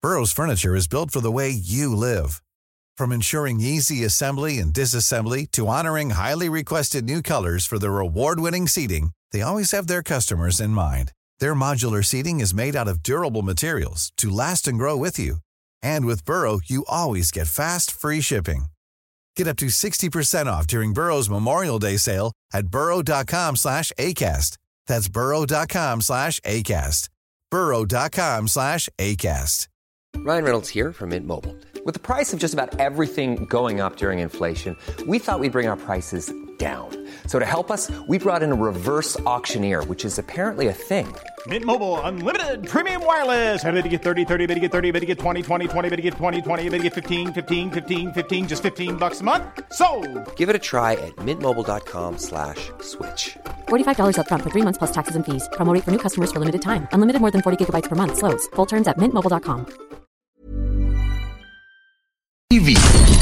Burrow's furniture is built for the way you live. From ensuring easy assembly and disassembly to honoring highly requested new colors for their award-winning seating, they always have their customers in mind. Their modular seating is made out of durable materials to last and grow with you. And with Burrow, you always get fast, free shipping. Get up to 60% off during Burrow's Memorial Day sale at burrow.com/ACAST. That's burrow.com/ACAST. burrow.com/ACAST. Ryan Reynolds here from Mint Mobile. With the price of just about everything going up during inflation, we thought we'd bring our prices down. So to help us, we brought in a reverse auctioneer, which is apparently a thing. Mint Mobile Unlimited Premium Wireless. How to get 30, 30, bit to get 30, bit to get 20, 20, 20, bit to get 20, 20, bit to get 15, 15, 15, 15, just $15 a month? Sold! Give it a try at mintmobile.com/switch. $45 up front for 3 months plus taxes and fees. Promo rate for new customers for limited time. Unlimited more than 40 gigabytes per month. Slows full terms at mintmobile.com. TV.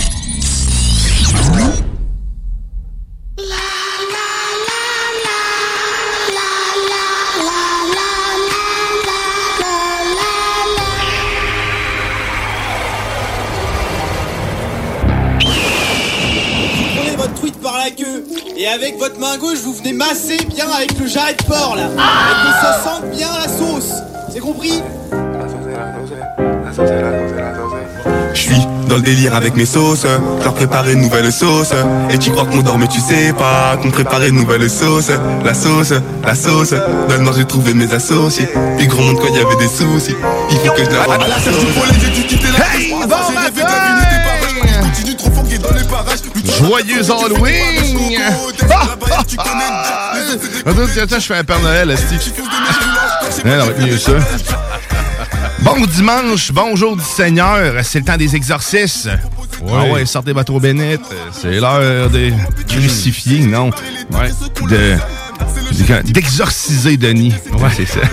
Prenez votre truite par la queue et avec votre main gauche vous venez masser bien avec le jarret de porc là, et que ça sente bien la sauce. C'est compris? Je suis dans le délire avec mes sauces, leur préparer une nouvelle sauce. Et tu crois qu'on dort mais tu sais pas qu'on préparait une nouvelle sauce. La sauce, dans le noir j'ai trouvé mes associés. Puis gros monde quand il y avait des soucis, il faut que je la rende. À la serre du volet j'ai dû quitter la hey, bon j'ai rêvé de la vie n'était pas vache. Continue trop fort qui est dans les parages. Joyeux Halloween! Attends, je fais un Père Noël, Steve. Non, mieux ça. Bon dimanche, bonjour du Seigneur, c'est le temps des exorcismes. Ouais. Ah ouais, sortez votre eau bénite, c'est l'heure de crucifier, non? Ouais. D'exorciser Denis. Ouais, c'est ça.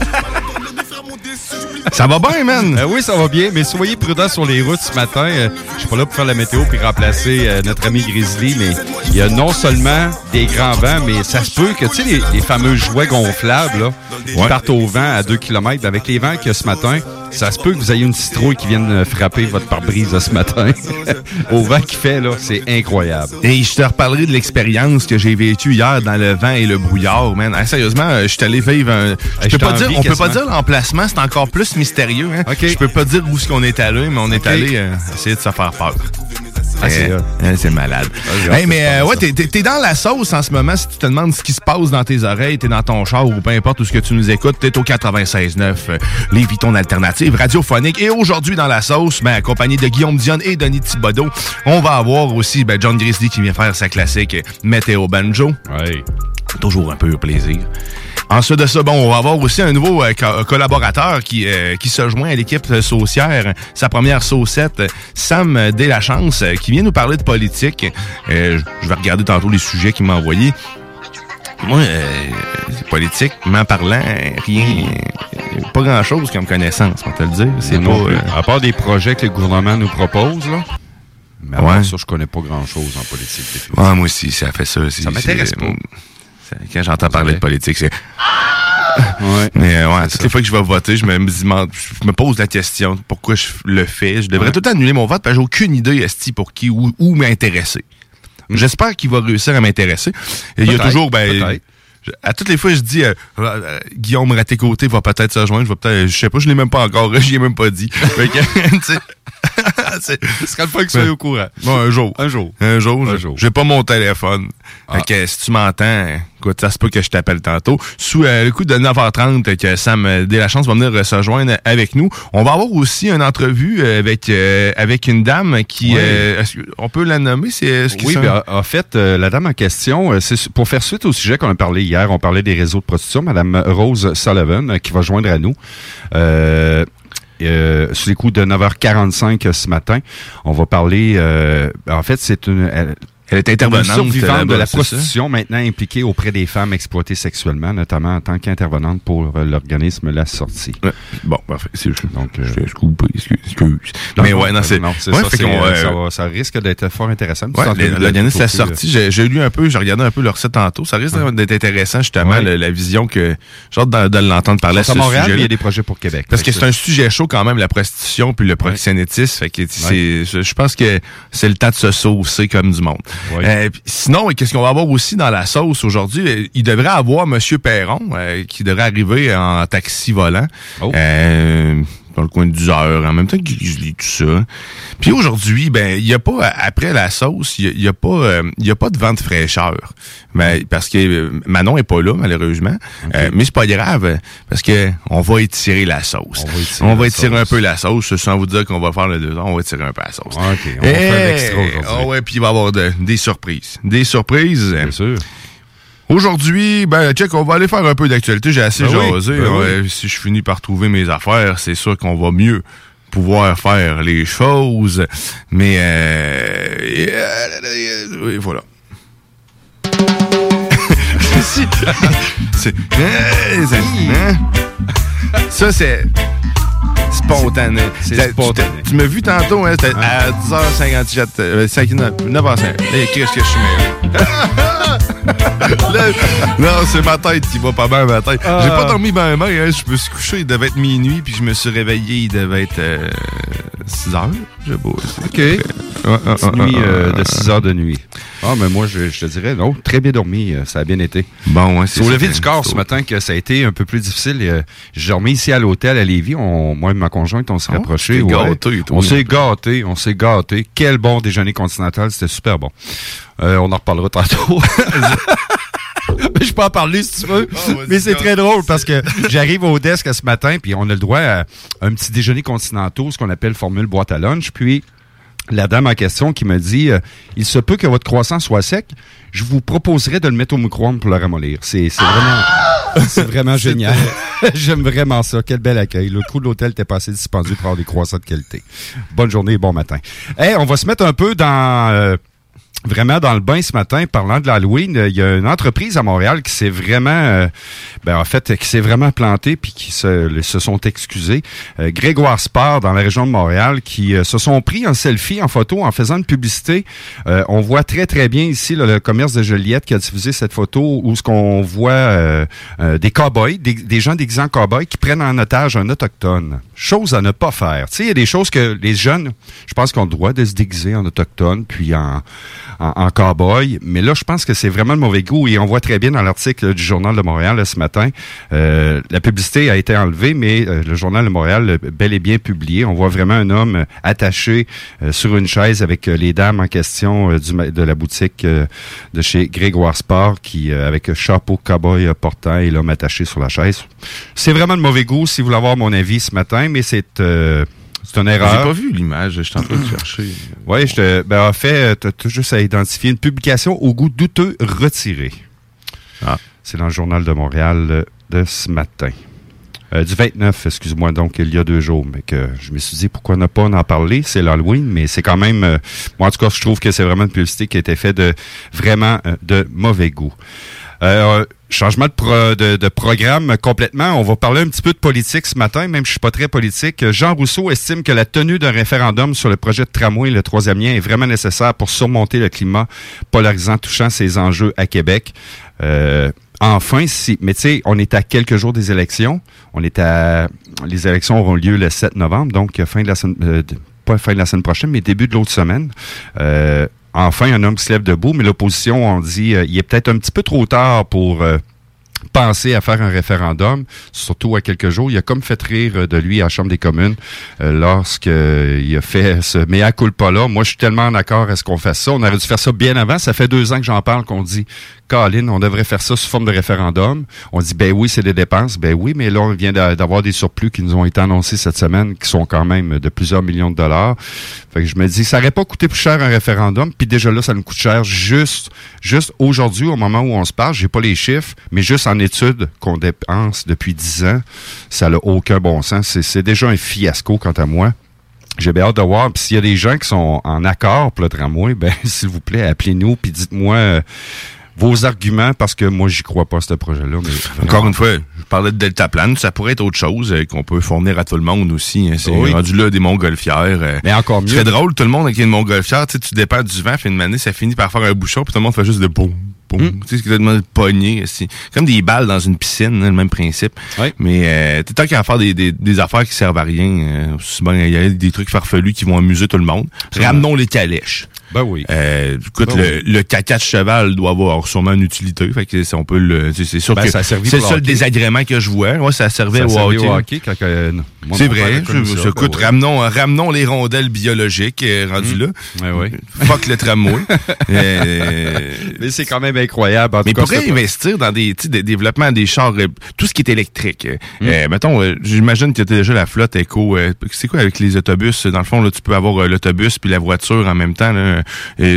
Ça va bien, man? Oui, ça va bien, mais soyez prudents sur les routes ce matin. Je suis pas là pour faire la météo puis remplacer notre ami Grizzly, mais il y a non seulement des grands vents, mais ça se peut que, tu sais, les fameux jouets gonflables, là, qui partent au vent à 2 km. Avec les vents qu'il y a ce matin, ça se peut que vous ayez une citrouille qui vienne frapper votre pare-brise ce matin. Au vent qu'il fait, là, c'est incroyable. Et je te reparlerai de l'expérience que j'ai vécue hier dans le vent et le brouillard, man. Ah, sérieusement, je suis allé vivre un... on peut pas dire l'emplacement, c'est encore plus mystérieux. Hein? Okay. Je peux pas dire où est-ce qu'on est allé, mais on est allé essayer de se faire peur. Ah, c'est malade. Hey, mais ouais, t'es dans la sauce en ce moment. Si tu te demandes ce qui se passe dans tes oreilles, t'es dans ton char ou peu importe où ce que tu nous écoutes, t'es au 96.9 Lévis, ton alternative radiophonique. Et aujourd'hui dans la sauce, accompagné de Guillaume Dion et Denis Thibodeau, on va avoir aussi John Grizzly qui vient faire sa classique Météo Banjo. Ouais. Toujours un peu plaisir. Ensuite de ça, on va avoir aussi un nouveau collaborateur qui se joint à l'équipe saucière, sa première saucette, Sam Delachance, qui vient nous parler de politique. Je vais regarder tantôt les sujets qu'il m'a envoyés. Moi, politiquement parlant, rien, pas grand-chose comme connaissance, on va te le dire. C'est pas, à part des projets que le gouvernement nous propose, là. Mais ouais. Ça, je connais pas grand-chose en politique. Ouais, moi aussi, ça fait ça. Ça m'intéresse pas. Quand j'entends parler de politique, c'est... Ouais. Mais toutes les fois que je vais voter, je me pose la question pourquoi je le fais. Je devrais tout annuler mon vote parce que j'ai aucune idée pour qui ou m'intéresser. J'espère qu'il va réussir à m'intéresser. Et il y a toujours à toutes les fois je dis Guillaume Raté-Côté va peut-être se joindre, je sais pas, je l'ai même pas encore, j'y ai même pas dit. Ce serait le fois que tu sois au courant. Bon, un jour. J'ai pas mon téléphone. Fait que si tu m'entends, écoute, ça se peut que je t'appelle tantôt. Sous le coup de 9h30, que Sam Delachance va venir se joindre avec nous. On va avoir aussi une entrevue avec une dame qui... on peut la nommer? En fait, la dame en question, c'est pour faire suite au sujet qu'on a parlé hier. On parlait des réseaux de prostitution. Madame Rose Sullivan, qui va joindre à nous. Sur les coups de 9h45 ce matin, on va parler... en fait, Elle est intervenante. Une survivante de la prostitution, maintenant impliquée auprès des femmes exploitées sexuellement, notamment en tant qu'intervenante pour l'organisme La Sortie. Ouais. Bon, parfait. Donc, excuse. Mais ouais, non, c'est ça. Ça risque d'être fort intéressant. Ouais, l'organisme La Sortie, j'ai lu un peu, j'ai regardé un peu leur site tantôt. Ça risque d'être intéressant, justement, la vision que j'ai hâte de l'entendre parler à ce Montréal, sujet. Il y a des projets pour Québec. Parce que c'est un sujet chaud quand même, la prostitution puis le proxénétisme. Fait que je pense que c'est le temps de se saucer comme du monde. Sinon, qu'est-ce qu'on va avoir aussi dans la sauce aujourd'hui? Il devrait avoir M. Perron qui devrait arriver en taxi volant. Dans le coin de 10 heures, en même temps que je lis tout ça. Puis aujourd'hui, il y a pas, après la sauce, il y a pas de vent de fraîcheur. Parce que Manon est pas là, malheureusement. Okay. Mais c'est pas grave, parce que on va étirer la sauce. On va étirer un peu la sauce, sans vous dire qu'on va faire le 2 heures, on va étirer un peu la sauce. OK, on va faire l'extra aujourd'hui. Puis il va y avoir des surprises. Des surprises. Bien sûr. Aujourd'hui, check, on va aller faire un peu d'actualité. J'ai assez jasé. Si je finis par trouver mes affaires, c'est sûr qu'on va mieux pouvoir faire les choses. Mais voilà. Ça, c'est spontané. Tu m'as vu tantôt, hein? C'était à 10h57, 9h05. Qu'est-ce que je suis mêlé? Non, c'est ma tête qui va pas bien, ma tête. J'ai pas dormi ben, hein. Je me suis couché, il devait être minuit, puis je me suis réveillé, il devait être 6 heures. Je sais pas. OK. Nuit de 6 heures de nuit. Mais moi, je te dirais, non, très bien dormi, ça a bien été. Bon, ouais, c'est au lever du corps ce matin que ça a été un peu plus difficile. J'ai dormi ici à l'hôtel à Lévis. Moi et ma conjointe, on s'est rapprochés. On s'est gâtés. Quel bon déjeuner continental, c'était super bon. On en reparlera tantôt. Je peux en parler si tu veux. Mais c'est très drôle parce que j'arrive au desk ce matin, puis on a le droit à un petit déjeuner continental, ce qu'on appelle formule boîte à lunch. Puis la dame en question qui me dit il se peut que votre croissant soit sec, je vous proposerais de le mettre au micro-ondes pour le ramollir. C'est vraiment génial. J'aime vraiment ça. Quel bel accueil. Le coût de l'hôtel était passé dispendieux pour avoir des croissants de qualité. Bonne journée et bon matin. On va se mettre un peu vraiment dans le bain ce matin, parlant de l'Halloween. Il y a une entreprise à Montréal qui s'est vraiment qui s'est vraiment plantée puis qui se sont excusés. Grégoire Sport dans la région de Montréal qui se sont pris en selfie, en photo, en faisant une publicité. On voit très très bien ici le commerce de Joliette qui a diffusé cette photo où ce qu'on voit des cow-boys, des gens déguisés en cow-boys qui prennent en otage un autochtone. Chose à ne pas faire. Tu sais, il y a des choses que les jeunes, je pense qu'on a le droit de se déguiser en autochtone puis en cow-boy, mais là, je pense que c'est vraiment le mauvais goût et on voit très bien dans l'article du Journal de Montréal là, ce matin, la publicité a été enlevée, mais le Journal de Montréal l'a bel et bien publié. On voit vraiment un homme attaché sur une chaise avec les dames en question de la boutique de chez Grégoire Sport qui, avec chapeau cow-boy portant et l'homme attaché sur la chaise. C'est vraiment de mauvais goût, si vous voulez avoir mon avis ce matin, mais c'est une erreur. J'ai pas vu l'image, je suis en train de chercher. Oui, en fait, tu as juste à identifier une publication au goût douteux retiré. C'est dans le Journal de Montréal de ce matin. Du 29, excuse-moi, donc il y a 2 jours. Mais que je me suis dit, pourquoi ne pas en parler? C'est l'Halloween, mais c'est quand même... moi, en tout cas, je trouve que c'est vraiment une publicité qui a été faite de mauvais goût. Changement de programme complètement. On va parler un petit peu de politique ce matin, même si je suis pas très politique. Jean Rousseau estime que la tenue d'un référendum sur le projet de tramway, le 3e lien, est vraiment nécessaire pour surmonter le climat polarisant touchant ces enjeux à Québec. Enfin, mais tu sais, on est à quelques jours des élections. Les élections auront lieu le 7 novembre, donc fin de la semaine, pas fin de la semaine prochaine, mais début de l'autre semaine. Enfin, un homme qui se lève debout, mais l'opposition, on dit, il est peut-être un petit peu trop tard pour penser à faire un référendum, surtout à quelques jours. Il a comme fait rire de lui à la Chambre des communes lorsqu'il a fait ce mea culpa-là. Moi, je suis tellement en accord à ce qu'on fasse ça. On aurait dû faire ça bien avant. Ça fait 2 ans que j'en parle, qu'on dit, Colin, on devrait faire ça sous forme de référendum. On dit, ben oui, c'est des dépenses. Ben oui, mais là, on vient d'avoir des surplus qui nous ont été annoncés cette semaine, qui sont quand même de plusieurs millions de dollars. Fait que je me dis, ça n'aurait pas coûté plus cher un référendum, puis déjà là, ça nous coûte cher juste aujourd'hui, au moment où on se parle, j'ai pas les chiffres, mais juste en études qu'on dépense depuis 10 ans, ça n'a aucun bon sens. C'est déjà un fiasco, quant à moi. J'ai bien hâte de voir. Puis s'il y a des gens qui sont en accord pour le tramway, ben s'il vous plaît, appelez-nous puis dites-moi vos arguments, parce que moi, j'y crois pas à ce projet-là. Mais encore une fois, je parlais de deltaplane, ça pourrait être autre chose qu'on peut fournir à tout le monde aussi. Hein. C'est rendu là des montgolfières. Mais encore mieux. C'est drôle, tout le monde avec une montgolfière, tu dépends du vent, fait une manée, ça finit par faire un bouchon, puis tout le monde fait juste de boum. Tu sais, c'est complètement pogné. C'est comme des balles dans une piscine, hein, le même principe. Oui. Mais tant qu'il y a à faire des affaires qui servent à rien, souvent il y a des trucs farfelus qui vont amuser tout le monde. Ramenons les calèches. Ben oui. Écoute, le caca de cheval doit avoir sûrement une utilité. Fait que on peut c'est sûr que ça c'est le seul désagrément que je vois. Ouais, ça servait au hockey. Quand c'est vrai. Écoute, ramenons les rondelles biologiques rendues là. Oui. Fuck le tramway. Mais c'est quand même incroyable. Mais pourrait investir dans des développements des chars, tout ce qui est électrique. Mettons, j'imagine que tu as déjà la flotte éco. C'est quoi avec les autobus? Dans le fond, là, tu peux avoir l'autobus puis la voiture en même temps. Là. Je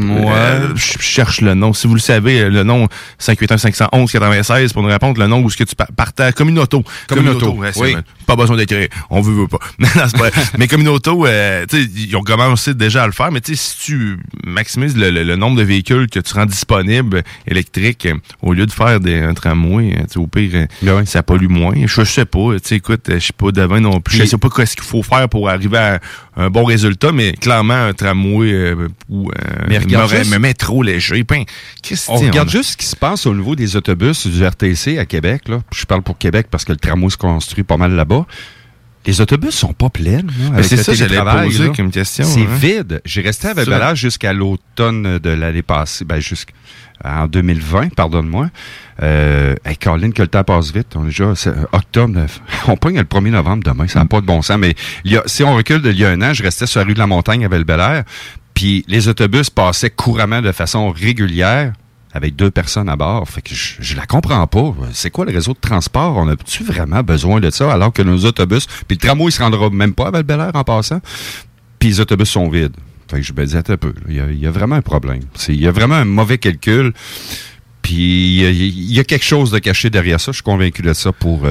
cherche le nom. Si vous le savez, le nom 581-511-96 pour nous répondre, le nom où est-ce que tu partais. Communauto. Oui. Pas besoin d'écrire. On veut pas. Non, c'est pas vrai. Mais Communauto, ils ont commencé déjà à le faire, mais si tu maximises le nombre de véhicules que tu rends disponibles électriques, au lieu de faire un tramway, au pire, ça pollue moins. Je sais pas. Écoute, je suis pas devin non plus. Je sais pas ce qu'il faut faire pour arriver à un bon résultat, mais clairement, un tramway ou un métro léger. On regarde juste ce qui se passe au niveau des autobus du RTC à Québec. Là. Je parle pour Québec parce que le tramway se construit pas mal là-bas. Les autobus sont pas pleins. C'est ça que j'allais poser comme question. C'est vide. J'ai resté à Val-Bélair jusqu'à l'automne de l'année passée. En 2020, pardonne-moi. Caroline, que le temps passe vite. On est déjà octobre. On pogne le 1er novembre demain. Ça n'a pas de bon sens. Mais si on recule il y a un an, je restais sur la rue de la Montagne à Val-Bélair. Puis les autobus passaient couramment de façon régulière avec 2 personnes à bord. Fait que je la comprends pas. C'est quoi le réseau de transport? On a-tu vraiment besoin de ça alors que nos autobus... Puis le tramway, il se rendra même pas à Val-Bélair en passant. Puis les autobus sont vides. Fait que je me disais un peu. Il y a vraiment un problème. Il y a vraiment un mauvais calcul. Puis il y a quelque chose de caché derrière ça. Je suis convaincu de ça pour...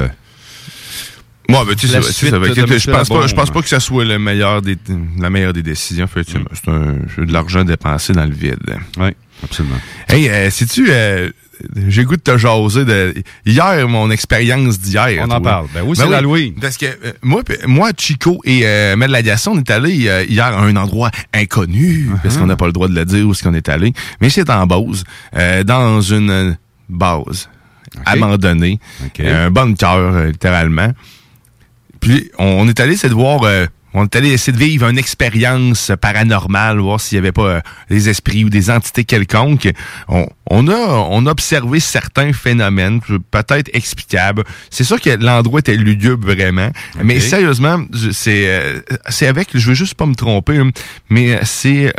Moi, ben, tu sais, je pense pas que ça soit la meilleure des décisions. Effectivement, c'est de l'argent dépensé dans le vide. Oui, absolument. Hey, sais-tu, j'ai goût de te jaser hier, mon expérience d'hier. On en parle. Ben oui, c'est l'Halloween. Parce que moi, Chico et Mel Lagacé, on est allés hier à un endroit inconnu, parce qu'on n'a pas le droit de le dire où est-ce qu'on est allé. Mais c'est en Beauce, dans une base abandonnée, un bunker, littéralement. Puis on est allé essayer de voir, on est allé essayer de vivre une expérience paranormale, voir s'il y avait pas des esprits ou des entités quelconques. On a observé certains phénomènes, peut-être explicables. C'est sûr que l'endroit était lugubre vraiment, mais sérieusement, c'est avec, je veux juste pas me tromper, mais c'est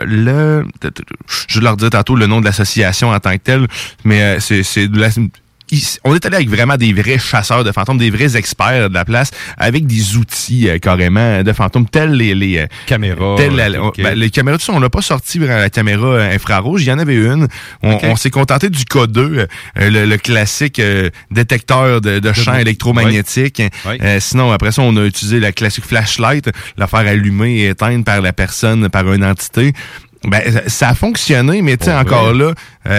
je vais leur dire tantôt le nom de l'association en tant que tel, mais c'est de la... On est allé avec vraiment des vrais chasseurs de fantômes, des vrais experts de la place, avec des outils carrément de fantômes, tels les caméras. Les caméras, tout ça, on n'a pas sorti la caméra infrarouge. Il y en avait une. On s'est contenté du K2, le classique détecteur de champs électromagnétiques. Sinon, après ça, on a utilisé la classique flashlight, la faire allumer et éteindre par la personne, par une entité. Ben, ça a fonctionné, mais tu sais, encore là...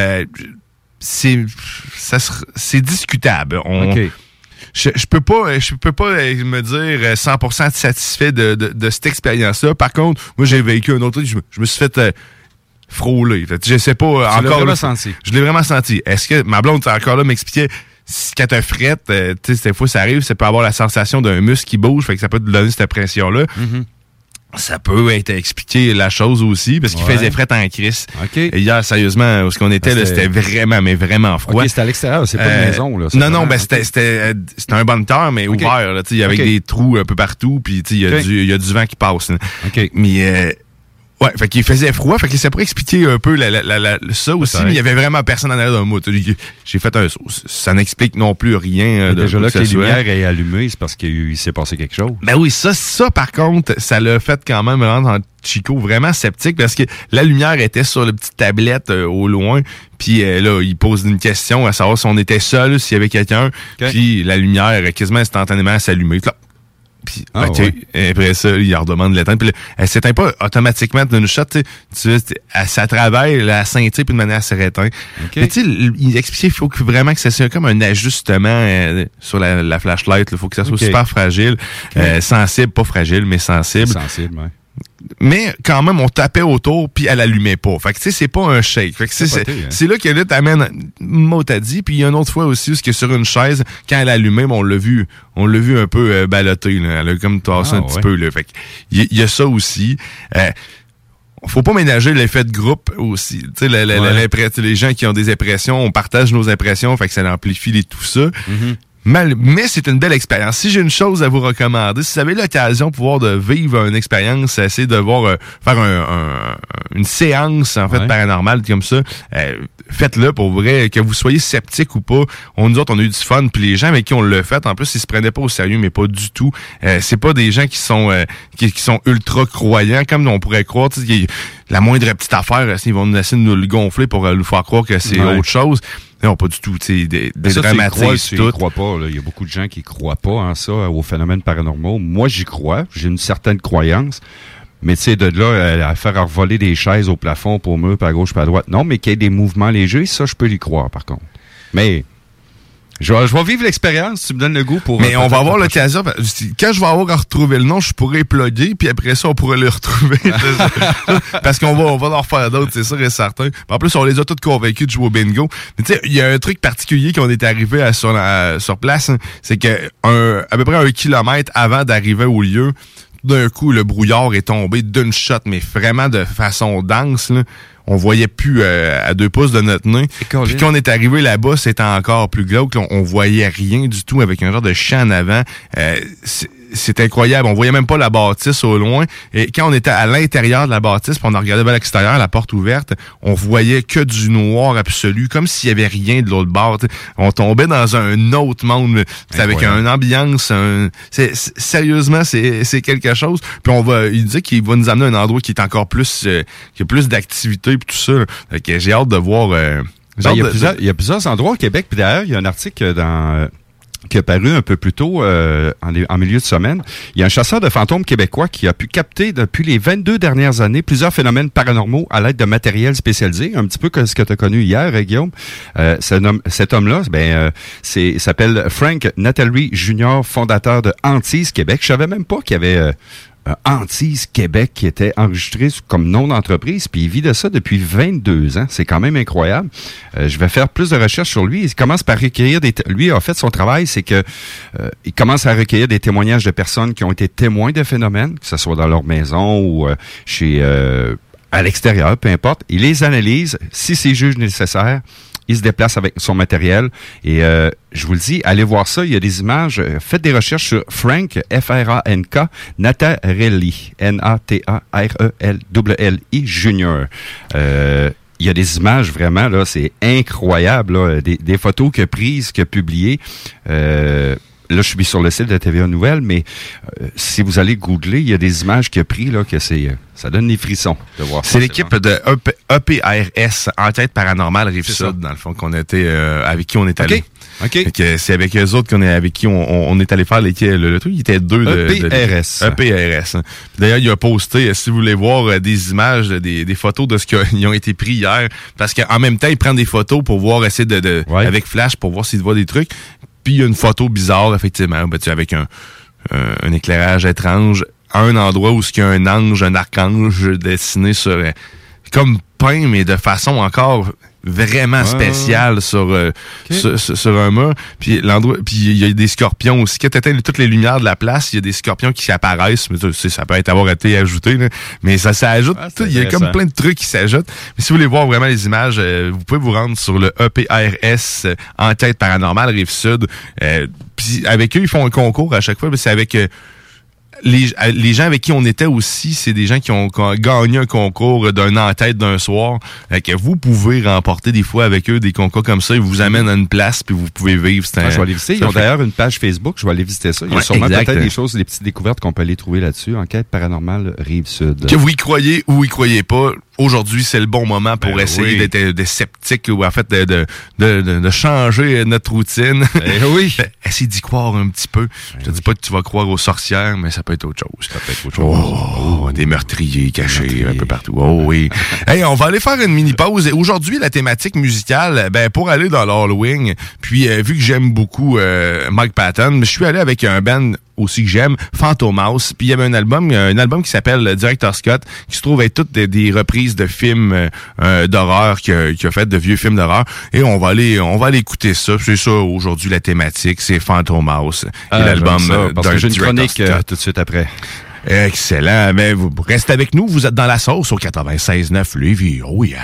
c'est discutable. Je peux pas me dire 100% satisfait de cette expérience-là. Par contre, moi j'ai vécu un autre truc, je me suis fait frôler. Je sais pas encore. Je l'ai vraiment senti. Est-ce que ma blonde encore là m'expliquait quand t'as frette, tu sais, des fois ça arrive, ça peut avoir la sensation d'un muscle qui bouge, fait que ça peut te donner cette impression-là. Ça peut être expliqué la chose aussi, parce qu'il faisait fret en crise. Et hier, sérieusement, où qu'on était, là, c'était vraiment, mais vraiment froid. C'était à l'extérieur, c'est pas une maison, là. Non, c'était un bunker, mais ouvert, là, tu sais, avec des trous un peu partout, puis tu sais, il y a du vent qui passe. Mais, ouais, fait qu'il faisait froid, fait que ça pourrait expliquer un peu ça aussi, mais il y avait vraiment personne en arrière d'un mot. J'ai fait un saut. Ça n'explique non plus rien. Déjà là que les lumières aient allumé, c'est parce qu'il s'est passé quelque chose. Ben oui, ça par contre, ça l'a fait quand même rendre Chico vraiment sceptique, parce que la lumière était sur la petite tablette au loin, puis là, il pose une question à savoir si on était seul, s'il y avait quelqu'un, puis la lumière quasiment instantanément s'allumait. Puis après ça, il leur demande de l'éteindre. Puis là, elle s'éteint pas automatiquement d'une shot. Ça travaille la ceinture puis de manière à se réteindre. Okay. Tu sais, il expliquait qu'il faut vraiment que ça soit comme un ajustement sur la flashlight. Il faut que ça soit super fragile. Sensible, pas fragile, mais sensible. Sensible, oui. Mais quand même, on tapait autour puis elle allumait pas. Fait que tu sais, c'est pas un shake. Fait que c'est là que là t'amènes mot t'as dit. Puis il y a une autre fois aussi où que sur une chaise, quand elle allumait, on l'a vu un peu ballotter. Elle a comme tassé un petit peu. Là. Fait que il y a ça aussi. Faut pas ménager l'effet de groupe aussi. Tu sais, les gens qui ont des impressions, on partage nos impressions, fait que ça amplifie tout ça. Mm-hmm. Mais c'est une belle expérience. Si j'ai une chose à vous recommander, si vous avez l'occasion de pouvoir de vivre une expérience, essayer de voir faire une séance en fait paranormale comme ça, faites-le pour vrai, que vous soyez sceptique ou pas. Nous autres, on a eu du fun, puis les gens avec qui on l'a fait, en plus, ils se prenaient pas au sérieux, mais pas du tout. C'est pas des gens qui sont ultra croyants, comme on pourrait croire. La moindre petite affaire, ils vont essayer de nous le gonfler pour nous faire croire que c'est autre chose. Non, pas du tout. Des dramatismes. Tu crois pas. Il y a beaucoup de gens qui croient pas en ça, aux phénomènes paranormaux. Moi, j'y crois. J'ai une certaine croyance. Mais tu sais, de là, à faire revoler des chaises au plafond pour mur, puis à gauche, puis à droite. Non, mais qu'il y ait des mouvements légers, ça, je peux y croire, par contre. Mais je vais vivre l'expérience, tu me donnes le goût pour... Mais on va avoir l'occasion, quand je vais avoir retrouvé le nom, je pourrais plugger, puis après ça, on pourrait le retrouver. Parce qu'on va en refaire d'autres, c'est sûr et certain. En plus, on les a tous convaincus de jouer au bingo. Mais tu sais, il y a un truc particulier qu'on est arrivé sur place, hein, c'est que à peu près 1 kilomètre avant d'arriver au lieu, d'un coup, le brouillard est tombé d'une shot, mais vraiment de façon dense, là. On voyait plus à 2 pouces de notre nez. Puis quand on est arrivé là-bas, c'était encore plus glauque. Là, on voyait rien du tout avec un genre de champ en avant. C'est incroyable. On voyait même pas la bâtisse au loin. Et quand on était à l'intérieur de la bâtisse, puis on a regardé vers l'extérieur, la porte ouverte, on voyait que du noir absolu, comme s'il y avait rien de l'autre bord. T'sais. On tombait dans un autre monde, avec une ambiance. Sérieusement, c'est quelque chose. Puis il dit qu'il va nous amener à un endroit qui est encore plus, qui a plus d'activité et tout ça. Fait que j'ai hâte de voir. Il y a plusieurs endroits au Québec. Puis d'ailleurs, il y a un article qui a paru un peu plus tôt en milieu de semaine. Il y a un chasseur de fantômes québécois qui a pu capter depuis les 22 dernières années plusieurs phénomènes paranormaux à l'aide de matériel spécialisé, un petit peu comme ce que tu as connu hier, Guillaume. Cet homme-là, s'appelle Frank Natalery Jr., fondateur de Antise Québec. Je savais même pas qu'il y avait Antise Québec qui était enregistré comme nom d'entreprise, puis il vit de ça depuis 22 ans. C'est quand même incroyable. Je vais faire plus de recherches sur lui. Il commence par recueillir lui, en fait, son travail, c'est que il commence à recueillir des témoignages de personnes qui ont été témoins de phénomènes, que ce soit dans leur maison ou à l'extérieur, peu importe. Il les analyse, si c'est jugé nécessaire. Il se déplace avec son matériel et je vous le dis, allez voir ça. Il y a des images. Faites des recherches sur Frank, F-R-A-N-K, Natarelli, N-A-T-A-R-E-L-L-I, Junior. Il y a des images vraiment, là, c'est incroyable, là, des photos qu'il a prises, qu'il a publiées. Là, je suis sur le site de TVA Nouvelles, mais si vous allez googler, il y a des images qu'il a prises, là, que ça donne des frissons de voir ça. C'est l'équipe de EPRS, Enquête paranormale Rive-Sud, dans le fond, avec qui on est allé. OK. C'est avec eux autres avec qui on est allé faire le truc. Il était 2 EPRS. EPRS. Hein. D'ailleurs, il a posté, si vous voulez voir des images, des photos de ce qu'ils ont été pris hier, parce qu'en même temps, ils prennent des photos pour voir, essayer avec flash, pour voir s'ils voient des trucs. Puis il y a une photo bizarre, effectivement, avec un éclairage étrange, à un endroit où il y a un archange dessiné sur comme peint, mais de façon encore vraiment spéciale sur un mur. Puis il y a des scorpions aussi. Quand tu éteins toutes les lumières de la place, il y a des scorpions qui apparaissent. Mais ça peut avoir été ajouté, là. Mais ça s'ajoute. Il y a comme plein de trucs qui s'ajoutent. Mais si vous voulez voir vraiment les images, vous pouvez vous rendre sur le EPRS Enquête paranormale Rive-Sud. Puis avec eux, ils font un concours à chaque fois. C'est avec les gens avec qui on était aussi, c'est des gens qui ont gagné un concours d'une en-tête d'un soir. Que vous pouvez remporter des fois avec eux des concours comme ça. Ils vous amènent à une place puis vous pouvez vivre. Je vais aller visiter. Ils ont d'ailleurs une page Facebook. Je vais aller visiter ça. Il y a sûrement peut-être des choses, des petites découvertes qu'on peut aller trouver là-dessus. Enquête paranormale Rive-Sud. Que vous y croyez ou y croyez pas, aujourd'hui, c'est le bon moment pour essayer d'être sceptique ou en fait de changer notre routine. Oui. Essaye d'y croire un petit peu. Je te dis pas que tu vas croire aux sorcières, mais ça peut être autre chose. Ça peut être autre chose. Des meurtriers cachés un peu partout. Oh oui. Hey, on va aller faire une mini pause. Aujourd'hui, la thématique musicale, pour aller dans l'Halloween, puis vu que j'aime beaucoup Mike Patton, je suis allé avec un band aussi que j'aime, Phantom House. Puis il y avait un album qui s'appelle Director Scott, qui se trouve être toutes des reprises de films d'horreur qu'il a fait, de vieux films d'horreur. Et on va aller écouter ça. C'est ça, aujourd'hui, la thématique, c'est Phantom House. Et l'album parce que j'ai une chronique tout de suite après. Excellent. Mais vous restez avec nous. Vous êtes dans la sauce au 96.9 Lévis. Oh yeah!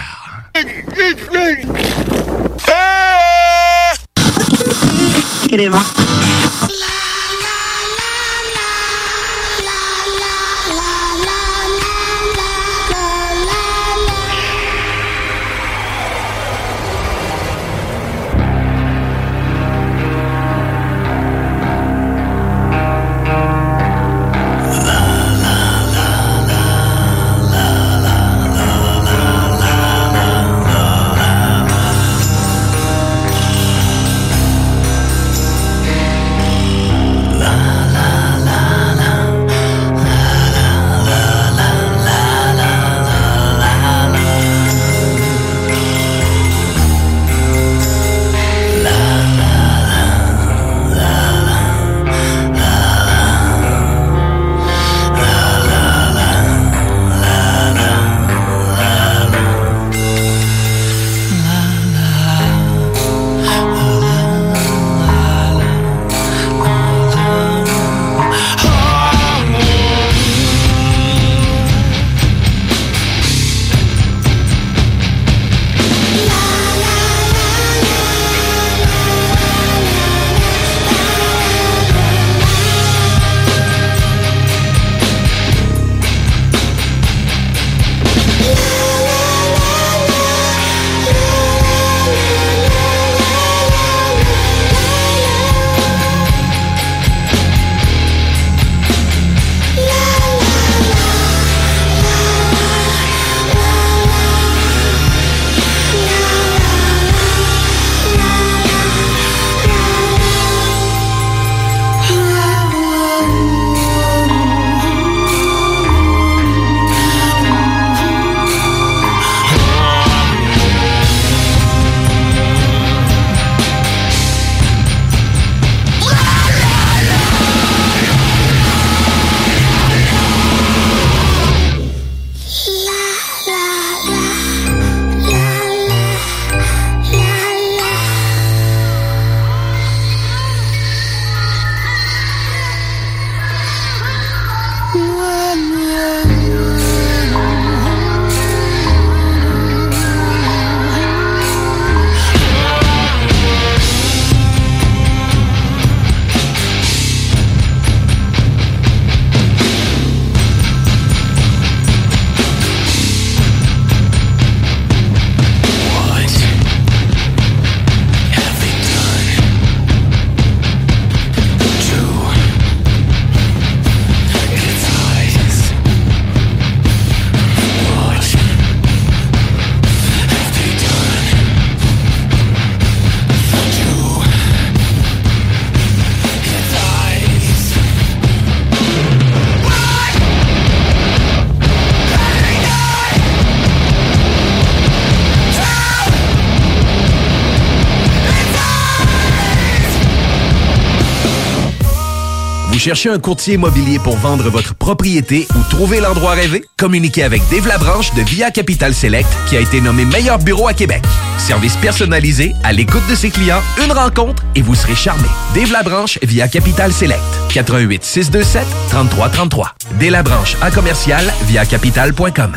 Cherchez un courtier immobilier pour vendre votre propriété ou trouver l'endroit rêvé? Communiquez avec Dave Labranche de Via Capital Select qui a été nommé meilleur bureau à Québec. Service personnalisé, à l'écoute de ses clients, une rencontre et vous serez charmé. Dave Labranche via Capital Select. 88 627 3333. Dave Labranche à commercial via capital.com.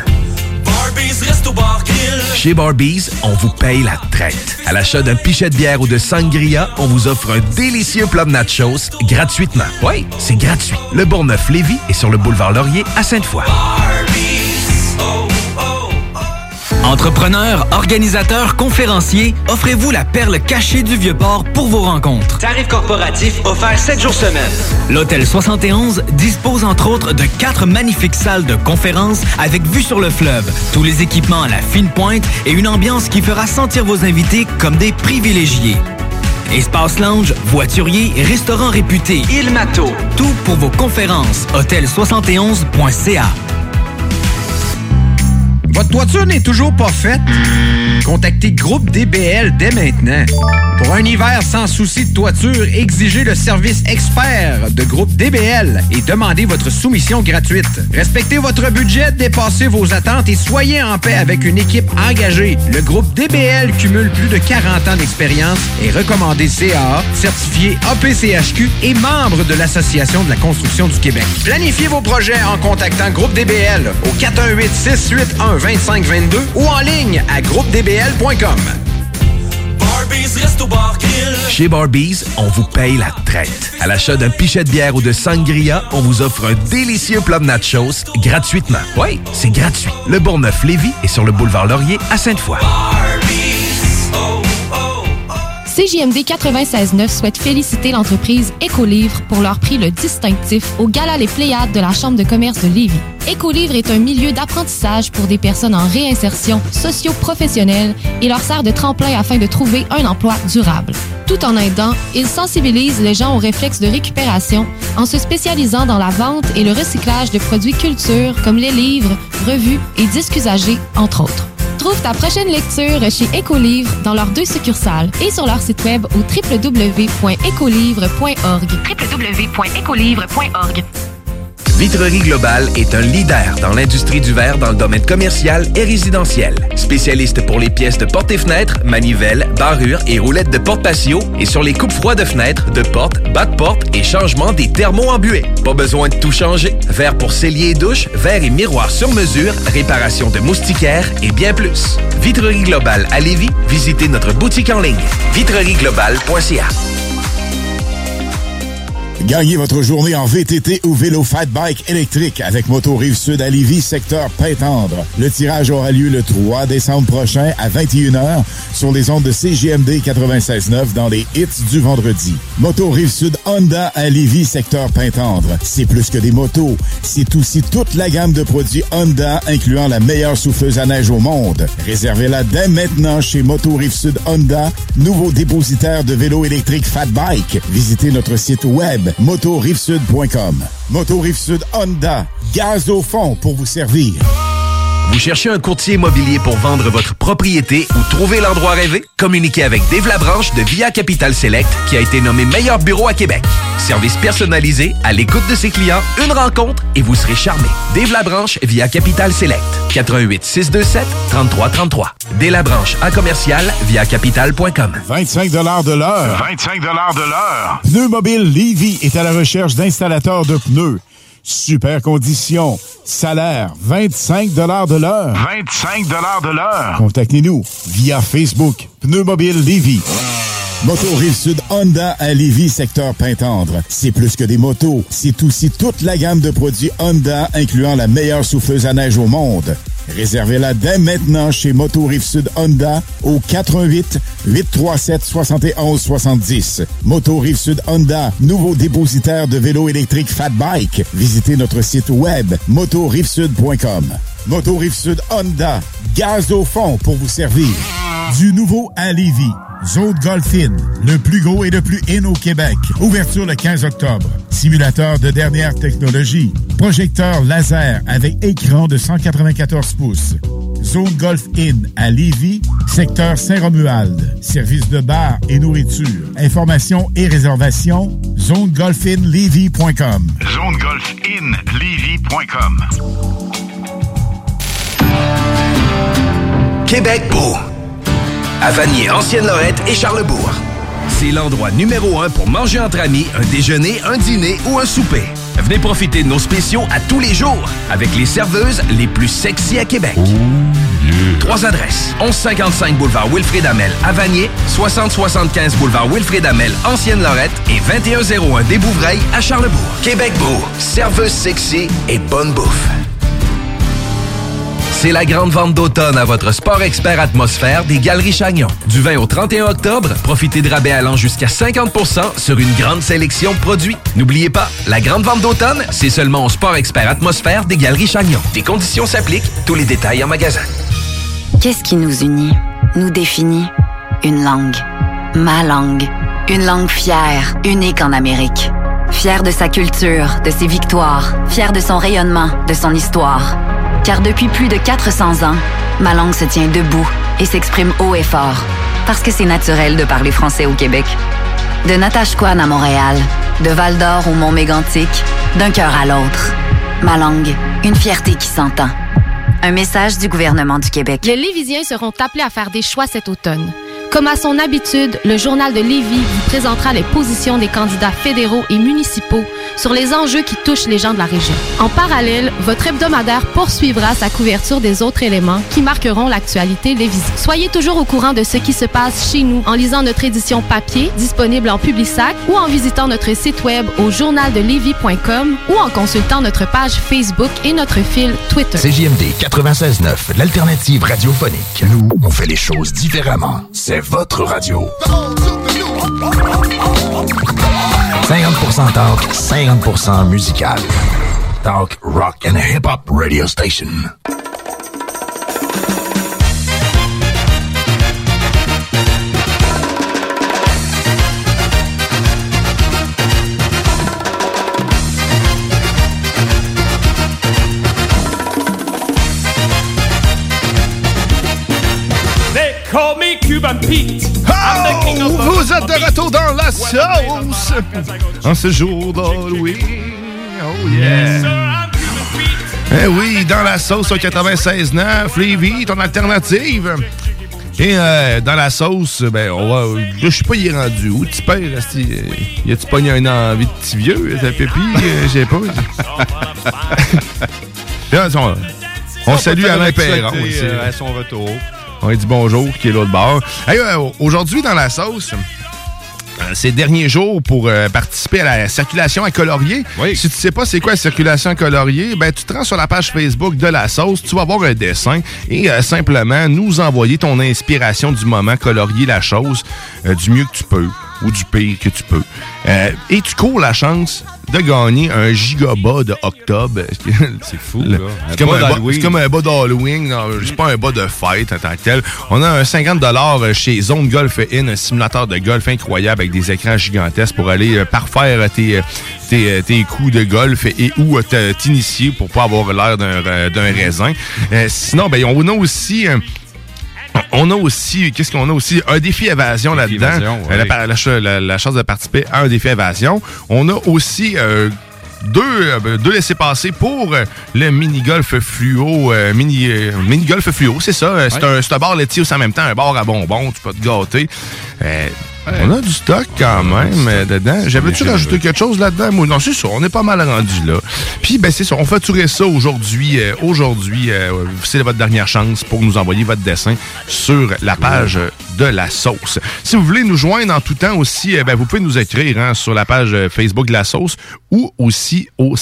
Chez Barbies, on vous paye la traite. À l'achat d'un pichet de bière ou de sangria, on vous offre un délicieux plat de nachos gratuitement. Oui, c'est gratuit. Le Bourgneuf-Lévis est sur le boulevard Laurier à Sainte-Foy. Entrepreneurs, organisateurs, conférenciers, offrez-vous la perle cachée du Vieux-Port pour vos rencontres. Tarif corporatif offert 7 jours semaine. L'Hôtel 71 dispose entre autres de 4 magnifiques salles de conférences avec vue sur le fleuve, tous les équipements à la fine pointe et une ambiance qui fera sentir vos invités comme des privilégiés. Espace lounge, voiturier, restaurant réputé, Il Mato. Tout pour vos conférences. Hôtel71.ca. Votre toiture n'est toujours pas faite? Contactez Groupe DBL dès maintenant. Pour un hiver sans souci de toiture, exigez le service expert de Groupe DBL et demandez votre soumission gratuite. Respectez votre budget, dépassez vos attentes et soyez en paix avec une équipe engagée. Le Groupe DBL cumule plus de 40 ans d'expérience, est recommandé CAA, certifié APCHQ et membre de l'Association de la construction du Québec. Planifiez vos projets en contactant Groupe DBL au 418-681-2522 ou en ligne à groupedbl.com. Chez Barbies, on vous paye la traite. À l'achat d'un pichet de bière ou de sangria, on vous offre un délicieux plat de nachos gratuitement. Oui, c'est gratuit. Le Bourgneuf-Lévis est sur le boulevard Laurier à Sainte-Foy. CJMD 96.9 souhaite féliciter l'entreprise Écolivre pour leur prix le distinctif au Gala Les Pléiades de la Chambre de commerce de Lévis. Écolivre est un milieu d'apprentissage pour des personnes en réinsertion socio-professionnelle et leur sert de tremplin afin de trouver un emploi durable. Tout en aidant, ils sensibilisent les gens aux réflexes de récupération en se spécialisant dans la vente et le recyclage de produits culture comme les livres, revues et disques usagés, entre autres. Trouve ta prochaine lecture chez Écolivre dans leurs 2 succursales et sur leur site web au www.écolivre.org. www.écolivre.org. Vitrerie Globale est un leader dans l'industrie du verre dans le domaine commercial et résidentiel. Spécialiste pour les pièces de portes et fenêtres, manivelles, barrures et roulettes de porte patio et sur les coupes froides de fenêtres, de portes, bas de porte et changement des thermos embués. Pas besoin de tout changer. Verre pour cellier et douche, verre et miroir sur mesure, réparation de moustiquaires et bien plus. Vitrerie Globale à Lévis, visitez notre boutique en ligne. vitrerieglobale.ca. Gagnez votre journée en VTT ou vélo fat bike électrique avec Moto Rive-Sud à Lévis, secteur Pintendre. Le tirage aura lieu le 3 décembre prochain à 21h sur les ondes de CJMD 96.9 dans les hits du vendredi. Moto Rive-Sud Honda à Lévis, secteur Pintendre. C'est plus que des motos, c'est aussi toute la gamme de produits Honda incluant la meilleure souffleuse à neige au monde. Réservez-la dès maintenant chez Moto Rive-Sud Honda, nouveau dépositaire de vélos électriques fat bike. Visitez notre site web motorivesud.com. Moto Rive-Sud Honda, gaz au fond pour vous servir. Vous cherchez un courtier immobilier pour vendre votre propriété ou trouver l'endroit rêvé? Communiquez avec Dave Labranche de Via Capital Select qui a été nommé meilleur bureau à Québec. Service personnalisé, à l'écoute de ses clients, une rencontre et vous serez charmé. Dave Labranche via Capital Select. 88 627 3333. Dave Labranche à commercial via capital.com. 25 de l'heure. 25 de l'heure. Pneus Mobile Lévis est à la recherche d'installateurs de pneus. Super conditions. Salaire, 25 de l'heure. 25 de l'heure. Contactez-nous via Facebook. Pneus Mobile Lévis. Moto Rive-Sud Honda à Lévis, secteur Pintendre. C'est plus que des motos, c'est aussi toute la gamme de produits Honda incluant la meilleure souffleuse à neige au monde. Réservez-la dès maintenant chez Moto Rive-Sud Honda au 418 837 71 70. Moto Rive-Sud Honda, nouveau dépositaire de vélos électriques fat bike. Visitez notre site web motorivesud.com. Moto Rive-Sud Honda, gaz au fond pour vous servir. Du nouveau à Lévis. Zone Golf In, le plus gros et le plus in au Québec. Ouverture le 15 octobre. Simulateur de dernière technologie. Projecteur laser avec écran de 194 pouces. Zone Golf In à Lévis, secteur Saint-Romuald. Service de bar et nourriture. Informations et réservations, zonegolfinlevy.com. zonegolfinlevy.com. Québec beau. À Vanier, Ancienne-Lorette et Charlebourg. C'est l'endroit numéro 1 pour manger entre amis, un déjeuner, un dîner ou un souper. Venez profiter de nos spéciaux à tous les jours avec les serveuses les plus sexy à Québec. Oh yeah. 3 adresses. 1155 boulevard Wilfrid Hamel à Vanier, 6075 boulevard Wilfrid Hamel, Ancienne-Lorette et 2101 des Bouvrailles à Charlebourg. Québec beau, serveuse sexy et bonne bouffe. C'est la grande vente d'automne à votre Sport Expert Atmosphère des Galeries Chagnon. Du 20 au 31 octobre, profitez de rabais allant jusqu'à 50% sur une grande sélection de produits. N'oubliez pas, la grande vente d'automne, c'est seulement au Sport Expert Atmosphère des Galeries Chagnon. Des conditions s'appliquent, tous les détails en magasin. Qu'est-ce qui nous unit, nous définit? Une langue. Ma langue. Une langue fière, unique en Amérique. Fière de sa culture, de ses victoires, fière de son rayonnement, de son histoire. Car depuis plus de 400 ans, ma langue se tient debout et s'exprime haut et fort. Parce que c'est naturel de parler français au Québec. De Natashquan à Montréal, de Val-d'Or au Mont-Mégantic, d'un cœur à l'autre. Ma langue, une fierté qui s'entend. Un message du gouvernement du Québec. Les Lévisiens seront appelés à faire des choix cet automne. Comme à son habitude, le Journal de Lévis vous présentera les positions des candidats fédéraux et municipaux sur les enjeux qui touchent les gens de la région. En parallèle, votre hebdomadaire poursuivra sa couverture des autres éléments qui marqueront l'actualité lévisienne. Soyez toujours au courant de ce qui se passe chez nous en lisant notre édition papier, disponible en Publisac, ou en visitant notre site web au journaldelevis.com ou en consultant notre page Facebook et notre fil Twitter. CJMD 96.9, l'alternative radiophonique. Nous, on fait les choses différemment. C'est votre radio. 50% talk, 50% musical. Talk, rock and hip-hop radio station. Call me Cuban Pete. Vous êtes de retour dans la sauce en ce jour d'Halloween. Oh yeah. Eh oui, dans la sauce au 96.9, Lévis, ton alternative. Et dans la sauce, ben on va. Je sais pas, il est rendu où, petit père? Y a-tu pogné une envie de petit vieux? T'as pépi? Je sais pas. On salue Alain Perron à son retour. On lui dit bonjour, qui est l'autre bord. Hey, aujourd'hui, dans la sauce, ces derniers jours pour participer à la circulation à colorier. Oui. Si tu sais pas c'est quoi la circulation à colorier, ben tu te rends sur la page Facebook de la sauce, tu vas voir un dessin et simplement nous envoyer ton inspiration du moment, colorier la chose du mieux que tu peux ou du pire que tu peux. Et tu cours la chance de gagner un gigabat de octobre. C'est fou, là. C'est comme un bas d'Halloween. C'est pas un bas de fête en tant que tel. On a un 50$ chez Zone Golf In, un simulateur de golf incroyable avec des écrans gigantesques pour aller parfaire tes coups de golf et ou t'initier pour pas avoir l'air d'un raisin. Sinon, ben on a aussi... qu'est-ce qu'on a aussi? Un défi évasion là-dedans. La chance de participer à un défi évasion. On a aussi deux laissez-passer pour le mini-golf fluo. Mini-golf fluo, c'est ça. C'est un bar laitier aussi en même temps, un bar à bonbons. Tu peux te gâter. On a du stock quand même dedans. J'avais-tu rajouté quelque chose là-dedans? Moi, non, c'est ça. On est pas mal rendu là. Puis, ben c'est ça. On facturait ça aujourd'hui. C'est votre dernière chance pour nous envoyer votre dessin sur la page de la sauce. Si vous voulez nous joindre en tout temps aussi, vous pouvez nous écrire sur la page Facebook de la sauce ou aussi au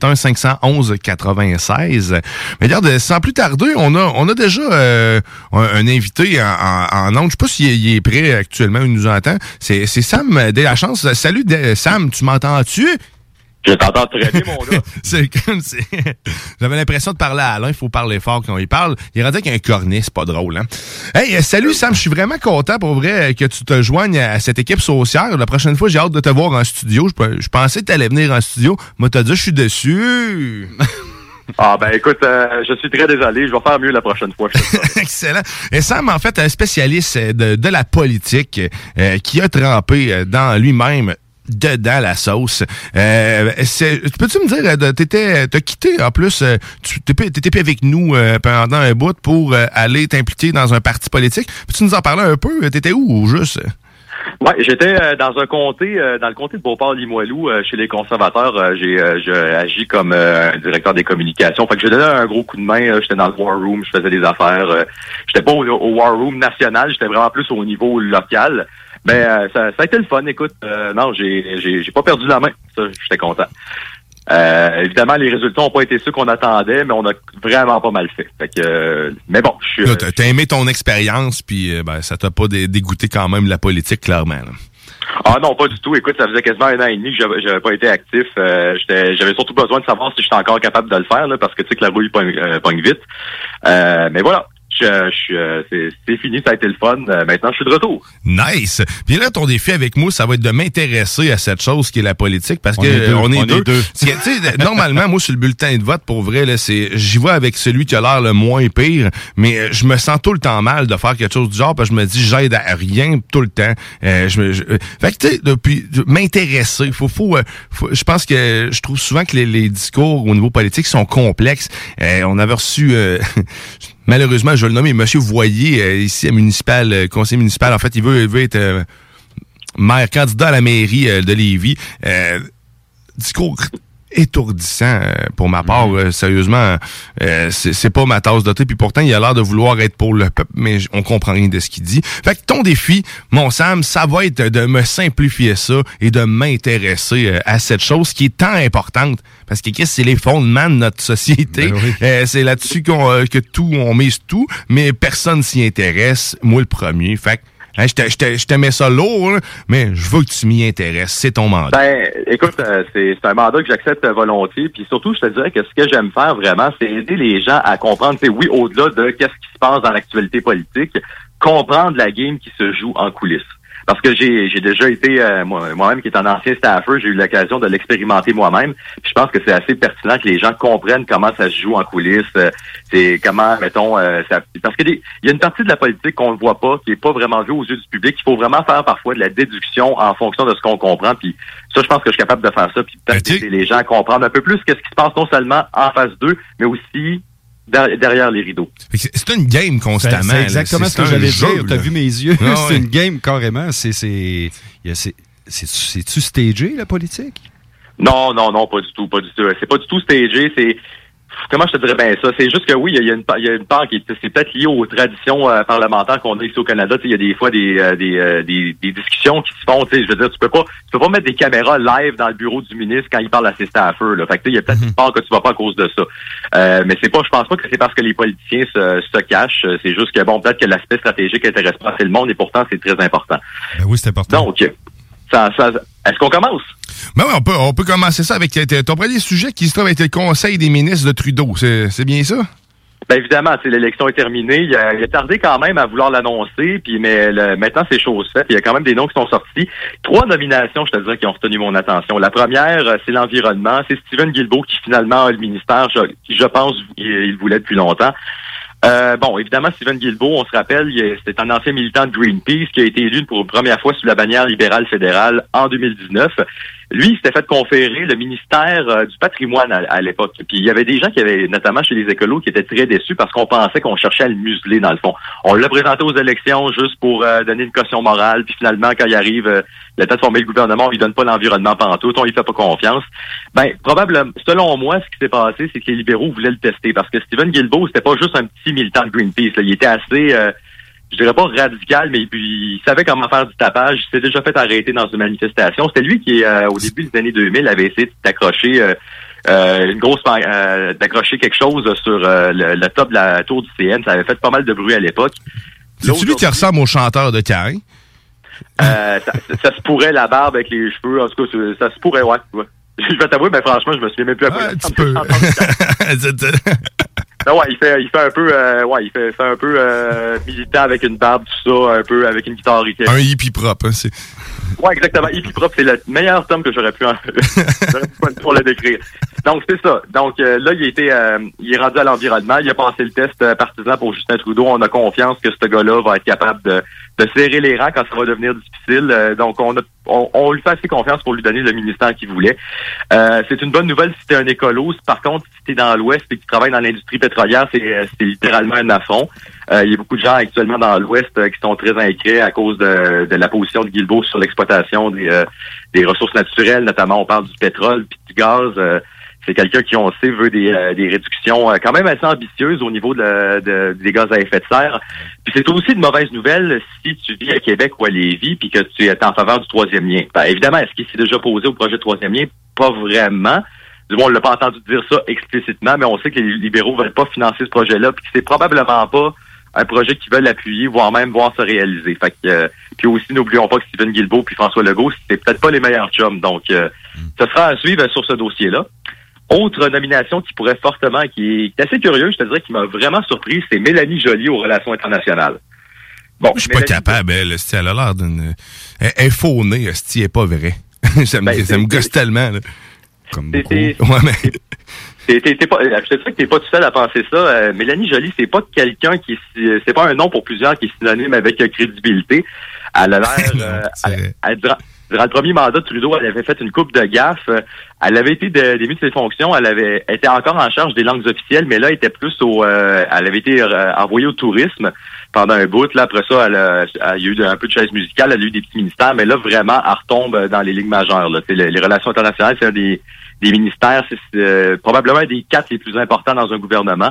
581-511-96. Mais regarde, sans plus tarder, on a déjà un invité en ondes. Je sais pas s'il est prêt actuellement, il nous entend. C'est Sam de la chance. Salut Sam, tu m'entends-tu? Je t'entends très bien, mon gars. C'est comme si... J'avais l'impression de parler à Alain. Il faut parler fort quand il parle. Il est rendu avec un cornet, c'est pas drôle, hein? Hey, salut Sam, je suis vraiment content pour vrai que tu te joignes à cette équipe saucière. La prochaine fois, j'ai hâte de te voir en studio. Je pensais que tu allais venir en studio. Moi, t'as dit, je suis déçu. Ah ben écoute, je suis très désolé, je vais faire mieux la prochaine fois. Excellent. Et Sam, en fait, un spécialiste de la politique qui a trempé dans lui-même dedans la sauce. Peux-tu me dire, t'as quitté en plus, t'étais plus avec nous pendant un bout pour aller t'impliquer dans un parti politique. Peux-tu nous en parler un peu? T'étais où juste? Ouais, j'étais dans un comté, dans le comté de Beauport-Limoilou, chez les conservateurs. J'ai agi comme directeur des communications. Fait que j'ai donné un gros coup de main. J'étais dans le War Room, je faisais des affaires. J'étais pas au War Room national, j'étais vraiment plus au niveau local. Mais ça a été le fun. Écoute, non, j'ai pas perdu la main. Ça, j'étais content. Évidemment, les résultats n'ont pas été ceux qu'on attendait, mais on a vraiment pas mal fait. Fait que, mais bon, je suis... T'as aimé ton expérience, puis ça t'a pas dégoûté quand même de la politique, clairement. Là. Ah non, pas du tout. Écoute, ça faisait quasiment 1 an et demi que j'avais pas été actif. J'avais surtout besoin de savoir si j'étais encore capable de le faire, là, parce que tu sais que la rouille pogne vite. Mais voilà. C'est fini, ça a été le fun. Maintenant, je suis de retour. Nice. Puis là, ton défi avec moi, ça va être de m'intéresser à cette chose qui est la politique, parce que on est deux. Normalement, moi, sur le bulletin de vote, pour vrai, là, j'y vais avec celui qui a l'air le moins pire, mais je me sens tout le temps mal de faire quelque chose du genre, parce que je me dis, j'aide à rien tout le temps. Fait que, tu sais, depuis m'intéresser, je pense que je trouve souvent que les discours au niveau politique sont complexes. On avait reçu malheureusement, je vais le nommer, M. Voyer, ici, conseiller municipal. En fait, il veut être maire, candidat à la mairie de Lévis. Discours étourdissant pour ma part. Sérieusement, c'est pas ma tasse de thé. Puis pourtant, il a l'air de vouloir être pour le peuple, mais on comprend rien de ce qu'il dit. Fait que ton défi, mon Sam, ça va être de me simplifier ça et de m'intéresser à cette chose qui est tant importante. Parce que c'est les fondements de notre société. Ben oui. C'est là-dessus on mise tout, mais personne s'y intéresse. Moi, le premier. Fait que je t'aimais ça lourd, là, mais je veux que tu m'y intéresses. C'est ton mandat. Ben, écoute, c'est un mandat que j'accepte volontiers. Puis surtout, je te dirais que ce que j'aime faire vraiment, c'est aider les gens à comprendre, oui, au-delà de qu'est-ce qui se passe dans l'actualité politique, comprendre la game qui se joue en coulisses. Parce que j'ai déjà été, moi-même qui est un ancien staffer, j'ai eu l'occasion de l'expérimenter moi-même. Puis je pense que c'est assez pertinent que les gens comprennent comment ça se joue en coulisses. C'est comment, mettons, parce que il y a une partie de la politique qu'on ne voit pas, qui est pas vraiment vue aux yeux du public. Il faut vraiment faire parfois de la déduction en fonction de ce qu'on comprend. Puis ça, je pense que je suis capable de faire ça. Puis peut-être aider les gens à comprendre un peu plus qu'est-ce qui se passe non seulement en phase 2, mais aussi derrière les rideaux. C'est une game constamment. C'est exactement ce que j'allais dire. T'as vu mes yeux. Ah, c'est une game carrément. C'est-tu stagé, la politique? Non, pas du tout. C'est pas du tout stagé. Comment je te dirais bien ça? C'est juste que oui, il y a une part qui c'est peut-être liée aux traditions parlementaires qu'on a ici au Canada. Il y a des fois des discussions qui se font. Je veux dire, tu peux pas mettre des caméras live dans le bureau du ministre quand il parle à ses staffers. Là. Fait que il y a peut-être une part que tu vas pas à cause de ça. Mais je pense pas que c'est parce que les politiciens se cachent. C'est juste que peut-être que l'aspect stratégique intéresse pas assez le monde et pourtant c'est très important. Ben oui, c'est important. Donc, est-ce qu'on commence? Ben oui, on peut commencer ça avec ton premier sujet qui se trouve avec le Conseil des ministres de Trudeau. C'est bien ça? Ben évidemment, l'élection est terminée. Il a tardé quand même à vouloir l'annoncer, mais maintenant c'est chose faite. Il y a quand même des noms qui sont sortis. 3 nominations, je te dirais, qui ont retenu mon attention. La première, c'est l'environnement. C'est Stephen Guilbeault qui finalement a le ministère, qui je pense il voulait depuis longtemps. Évidemment, Stephen Guilbeault, on se rappelle, c'est un ancien militant de Greenpeace qui a été élu pour la première fois sous la bannière libérale fédérale en 2019. Lui, il s'était fait conférer le ministère du patrimoine à l'époque. Puis il y avait des gens qui avaient, notamment chez les écolos, qui étaient très déçus parce qu'on pensait qu'on cherchait à le museler dans le fond. On l'a présenté aux élections juste pour donner une caution morale. Puis finalement, quand il arrive le temps de former le gouvernement, on lui donne pas l'environnement pantoute, on lui fait pas confiance. Ben probablement, selon moi, ce qui s'est passé, c'est que les libéraux voulaient le tester parce que Stephen Guilbeault, c'était pas juste un petit militant de Greenpeace. Là. Il était assez je dirais pas radical, mais puis il savait comment faire du tapage. Il s'est déjà fait arrêter dans une manifestation. C'était lui qui, au début des années 2000, avait essayé d'accrocher d'accrocher quelque chose sur le top de la tour du CN. Ça avait fait pas mal de bruit à l'époque. C'est celui qui ressemble au chanteur de Caïn? Ça se pourrait, la barbe avec les cheveux. En tout cas, ça se pourrait, ouais. Je vais t'avouer, mais franchement, je me souviens même plus à quoi. Un petit peu. Non, ouais, il fait un peu, il fait un peu militant avec une barbe, tout ça, un peu avec une guitare. Un hippie propre, hein, c'est. Ouais, exactement. Hippie propre, c'est le meilleur terme que j'aurais pu pour le décrire. Donc, c'est ça. Donc, là, il est rendu à l'environnement. Il a passé le test partisan pour Justin Trudeau. On a confiance que ce gars-là va être capable de serrer les rangs quand ça va devenir difficile. Donc, on lui fait assez confiance pour lui donner le ministère qu'il voulait. C'est une bonne nouvelle si t'es un écolo. Par contre, si t'es dans l'Ouest et que tu travailles dans l'industrie pétrolière, c'est littéralement un affront. Il y a beaucoup de gens actuellement dans l'Ouest qui sont très inquiets à cause de la position de Guilbeault sur l'exploitation des ressources naturelles. Notamment, on parle du pétrole puis du gaz. C'est quelqu'un qui, on sait, veut des réductions quand même assez ambitieuses au niveau des gaz à effet de serre. Puis c'est aussi une mauvaise nouvelle si tu vis à Québec ou à Lévis puis que tu es en faveur du troisième lien. Ben, évidemment, est-ce qu'il s'est déjà posé au projet de troisième lien? Pas vraiment. Du moins, on l'a pas entendu dire ça explicitement, mais on sait que les libéraux veulent pas financer ce projet-là, puis que c'est probablement pas un projet qu'ils veulent appuyer, voire même voir se réaliser. Fait que, puis aussi, n'oublions pas que Stephen Guilbeault puis François Legault, c'est peut-être pas les meilleurs chums. Donc, ce sera à suivre sur ce dossier-là. Autre nomination qui pourrait fortement, qui est assez curieuse, je te dirais, qui m'a vraiment surpris, c'est Mélanie Joly aux relations internationales. Bon, je suis pas capable, elle a l'air d'une... Elle est faunée, elle est pas vraie. ça me gosse tellement, là. Comme beaucoup. Ouais, mais... T'es pas, je te dis que t'es pas tout seul à penser ça. Mélanie Joly, c'est pas quelqu'un c'est pas un nom pour plusieurs qui est synonyme avec crédibilité. Elle a l'air, durant le premier mandat de Trudeau, elle avait fait une couple de gaffes. Elle avait été démise de ses fonctions. Elle était encore en charge des langues officielles, mais là, elle était plus elle avait été envoyée au tourisme pendant un bout. Là, après ça, elle a eu un peu de chaise musicale, elle a eu des petits ministères, mais là, vraiment, elle retombe dans les ligues majeures. Là. Les relations internationales, c'est un des ministères, c'est probablement un des 4 les plus importants dans un gouvernement.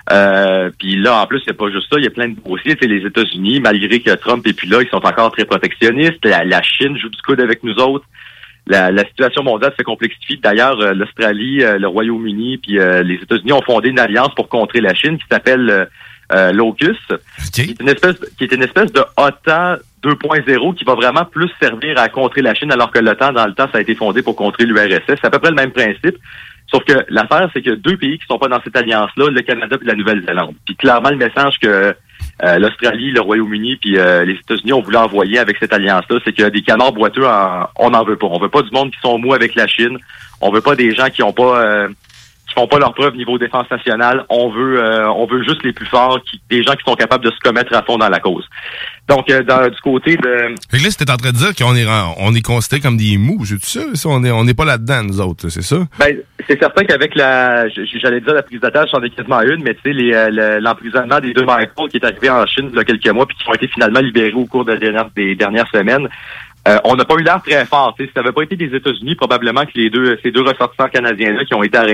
Puis là, en plus, c'est pas juste ça, il y a plein de dossiers. Les États-Unis, malgré que Trump est plus là, ils sont encore très protectionnistes. La Chine joue du coude avec nous autres. La situation mondiale se complexifie. D'ailleurs, l'Australie, le Royaume-Uni, puis les États-Unis ont fondé une alliance pour contrer la Chine qui s'appelle l'AUKUS, qui est une espèce de OTAN 2.0 qui va vraiment plus servir à contrer la Chine, alors que l'OTAN, dans le temps, ça a été fondé pour contrer l'URSS. C'est à peu près le même principe. Sauf que l'affaire, c'est que 2 pays qui sont pas dans cette alliance-là, le Canada et la Nouvelle-Zélande. Puis clairement, le message que l'Australie, le Royaume-Uni puis les États-Unis ont voulu envoyer avec cette alliance-là, c'est que des canards boiteux, on n'en veut pas. On veut pas du monde qui sont mous avec la Chine. On veut pas des gens qui ont pas qui font pas leur preuve niveau défense nationale. On veut juste les plus forts, des gens qui sont capables de se commettre à fond dans la cause. Donc, du côté de... Fait que là, c'était en train de dire qu'on est considéré comme des mous, c'est ça? On n'est pas là-dedans, nous autres, c'est ça? Ben, c'est certain qu'avec j'allais dire la prise d'otage, c'en est quasiment une, mais tu sais, l'emprisonnement des 2 Michael qui est arrivé en Chine il y a quelques mois puis qui ont été finalement libérés au cours des dernières semaines, on n'a pas eu l'air très fort. Si ça n'avait pas été des États-Unis, probablement que ces deux ressortissants canadiens-là qui ont été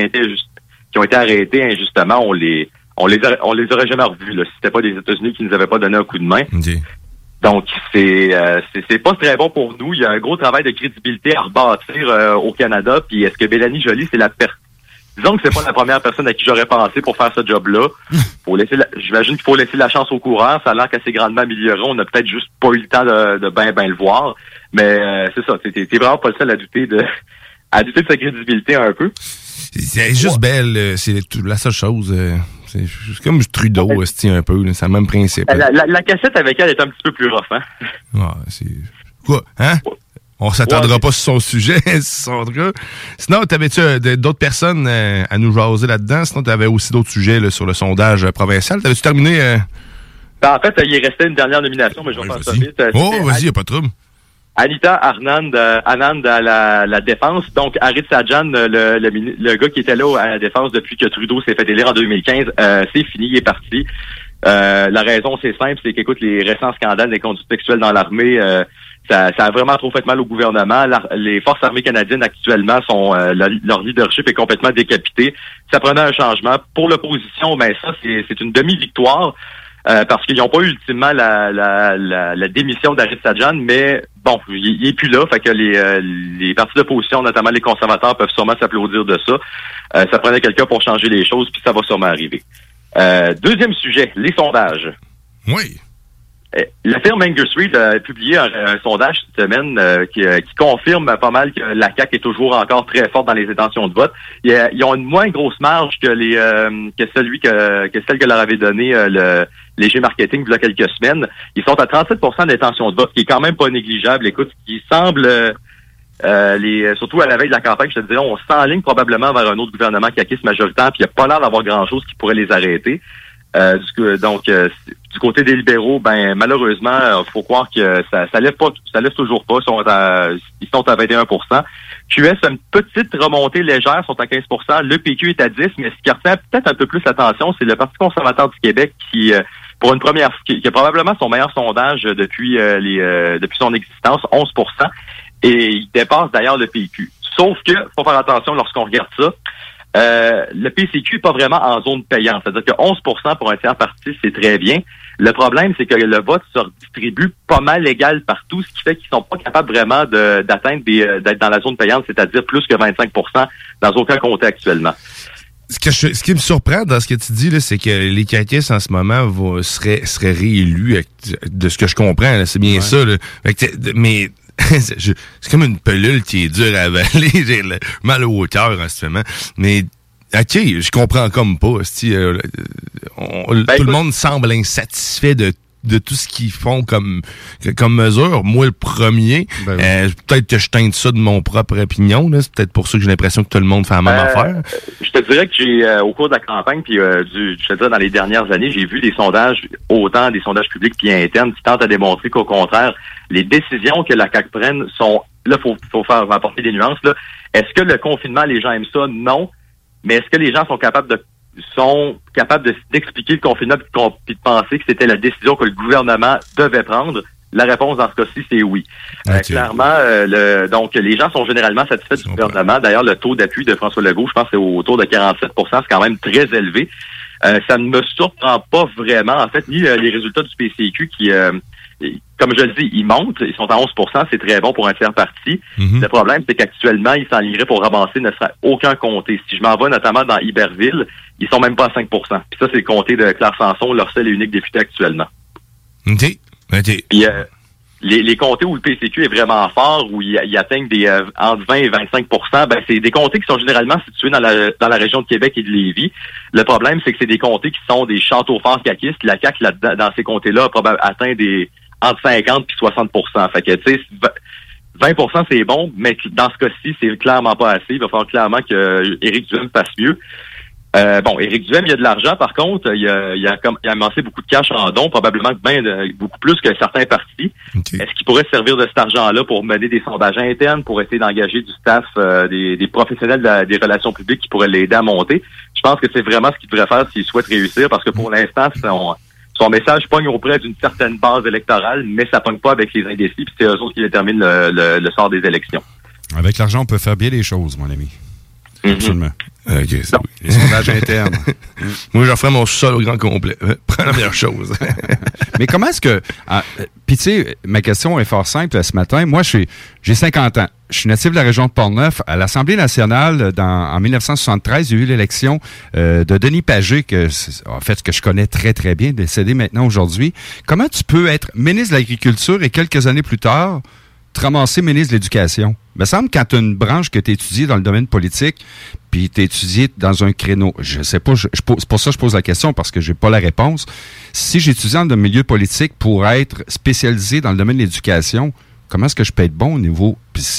arrêtés injustement, on les aurait jamais revus, là, si c'était pas des États-Unis qui nous avaient pas donné un coup de main. Okay. Donc, c'est pas très bon pour nous. Il y a un gros travail de crédibilité à rebâtir au Canada. Puis, est-ce que Mélanie Joly, c'est disons que c'est pas la première personne à qui j'aurais pensé pour faire ce job-là. J'imagine qu'il faut laisser la chance au courant. Ça a l'air qu'elle s'est grandement améliorée. On n'a peut-être juste pas eu le temps de ben le voir. Mais c'est ça. T'es vraiment pas le seul à douter de sa crédibilité un peu. C'est juste belle. C'est la seule chose. C'est comme Trudeau, un peu. C'est le même principe. La cassette avec elle est un petit peu plus rough, hein? Ouais, c'est... Quoi? Hein? On s'attendra pas sur son sujet, sur son truc. Sinon, t'avais-tu d'autres personnes à nous jaser là-dedans? Sinon, t'avais aussi d'autres sujets là, sur le sondage provincial. T'avais-tu terminé? Ben, en fait, il restait une dernière nomination, mais je vais faire ça vite. Vas-y, y a pas de trouble. Anita Anand à la défense. Donc, Harith Sajjan, le gars qui était là à la défense depuis que Trudeau s'est fait élire en 2015, c'est fini, il est parti. La raison, c'est simple, c'est qu'écoute, les récents scandales des conduites sexuelles dans l'armée, ça a vraiment trop fait mal au gouvernement. Les forces armées canadiennes actuellement leur leadership est complètement décapité. Ça prenait un changement. Pour l'opposition, ben ça, c'est une demi-victoire. Parce qu'ils n'ont pas eu ultimement la démission d'Harith Sajjan, mais bon, il est plus là, fait que les partis d'opposition, notamment les conservateurs, peuvent sûrement s'applaudir de ça. Ça prenait quelqu'un pour changer les choses, puis ça va sûrement arriver. Deuxième sujet, les sondages. Oui. La firme Angus Reid a publié un sondage cette semaine qui confirme pas mal que la CAQ est toujours encore très forte dans les intentions de vote. Ils ont une moins grosse marge que celle que leur avait donné le Léger Marketing il y a quelques semaines. Ils sont à 37% d'intention de vote, ce qui est quand même pas négligeable. Écoute, ce qui semble surtout à la veille de la campagne, je te dirais, on s'enligne probablement vers un autre gouvernement qui acquise majoritaire, puis il n'y a pas l'air d'avoir grand-chose qui pourrait les arrêter. Du côté des libéraux, ben malheureusement, faut croire que ça lève toujours pas. Ils sont à 21%. QS a une petite remontée légère, sont à 15%. Le PQ est à 10%, mais ce qui retient peut-être un peu plus l'attention, c'est le Parti conservateur du Québec qui pour une première, qui a probablement son meilleur sondage depuis son existence, 11%, et il dépasse d'ailleurs le PQ. Sauf que, faut faire attention lorsqu'on regarde ça. le PCQ n'est pas vraiment en zone payante. C'est-à-dire que 11% pour un tiers parti, c'est très bien. Le problème, c'est que le vote se redistribue pas mal égal partout, ce qui fait qu'ils sont pas capables vraiment d'atteindre d'être dans la zone payante, c'est-à-dire plus que 25% dans aucun comté actuellement. Ce qui me surprend dans ce que tu dis, là, c'est que les caquistes en ce moment seraient réélus, de ce que je comprends. Là, c'est bien ça. Là. Mais c'est comme une pelule qui est dure à avaler. J'ai mal au cœur en ce moment. Mais OK, je comprends comme pas. Tout le monde semble insatisfait de tout ce qu'ils font comme mesure. Moi, le premier, peut-être que je teinte ça de mon propre opinion. Là. C'est peut-être pour ça que j'ai l'impression que tout le monde fait la même affaire. Je te dirais que j'ai, au cours de la campagne, puis je te dirais dans les dernières années, j'ai vu des sondages, autant des sondages publics puis internes, qui tentent à démontrer qu'au contraire, les décisions que la CAQ prenne sont... Là, faut faire apporter des nuances. Là. Est-ce que le confinement, les gens aiment ça? Non. Mais est-ce que les gens sont capables d'expliquer le confinement puis de penser que c'était la décision que le gouvernement devait prendre? La réponse dans ce cas-ci, c'est oui. Clairement, donc les gens sont généralement satisfaits du gouvernement. D'ailleurs, le taux d'appui de François Legault, je pense que c'est autour de 47%, c'est quand même très élevé. Ça ne me surprend pas vraiment, en fait, ni les résultats du PCQ qui... comme je le dis, ils montent, ils sont à 11%, c'est très bon pour un tiers parti. Le problème, c'est qu'actuellement, ils s'enligneraient pour ramasser ne serait aucun comté. Si je m'en vais notamment dans Iberville, ils sont même pas à 5%. Puis ça, c'est le comté de Claire Sanson, leur seul et unique député actuellement. OK. Puis les comtés où le PCQ est vraiment fort, où ils atteignent entre 20 et 25%, ben c'est des comtés qui sont généralement situés dans la région de Québec et de Lévis. Le problème, c'est que c'est des comtés qui sont des châteaux forts caquistes. La CAQ, dans ces comtés-là, a probablement atteint entre 50 et 60%. Fait que, tu sais, 20%, c'est bon, mais dans ce cas-ci, c'est clairement pas assez. Il va falloir clairement que Éric Duhem fasse mieux. Éric Duhem, il y a de l'argent, par contre, il a amassé beaucoup de cash en dons, probablement beaucoup plus que certains partis. Okay. Est-ce qu'il pourrait servir de cet argent-là pour mener des sondages internes, pour essayer d'engager du staff, des professionnels des relations publiques qui pourraient l'aider à monter? Je pense que c'est vraiment ce qu'il devrait faire s'il souhaite réussir, parce que pour l'instant, son message pogne auprès d'une certaine base électorale, mais ça pogne pas avec les indécis, puis c'est eux autres qui déterminent le sort des élections. Avec l'argent, on peut faire bien les choses, mon ami. Absolument. OK, c'est oui. Les sondages internes. Moi, j'en ferais mon sol au grand complet. Prends la meilleure chose. Mais comment est-ce que... Puis tu sais, ma question est fort simple ce matin. Moi, j'ai 50 ans. Je suis natif de la région de Portneuf. À l'Assemblée nationale, en 1973, il y a eu l'élection de Denis Pagé, que je connais très, très bien, décédé maintenant aujourd'hui. Comment tu peux être ministre de l'Agriculture et quelques années plus tard, te ramasser ministre de l'Éducation? Il me semble que quand tu as une branche que tu étudies dans le domaine politique, puis tu étudié dans un créneau, je sais pas, c'est pour ça que je pose la question, parce que j'ai pas la réponse. Si j'étudie dans le milieu politique pour être spécialisé dans le domaine de l'éducation, comment est-ce que je peux être bon au niveau...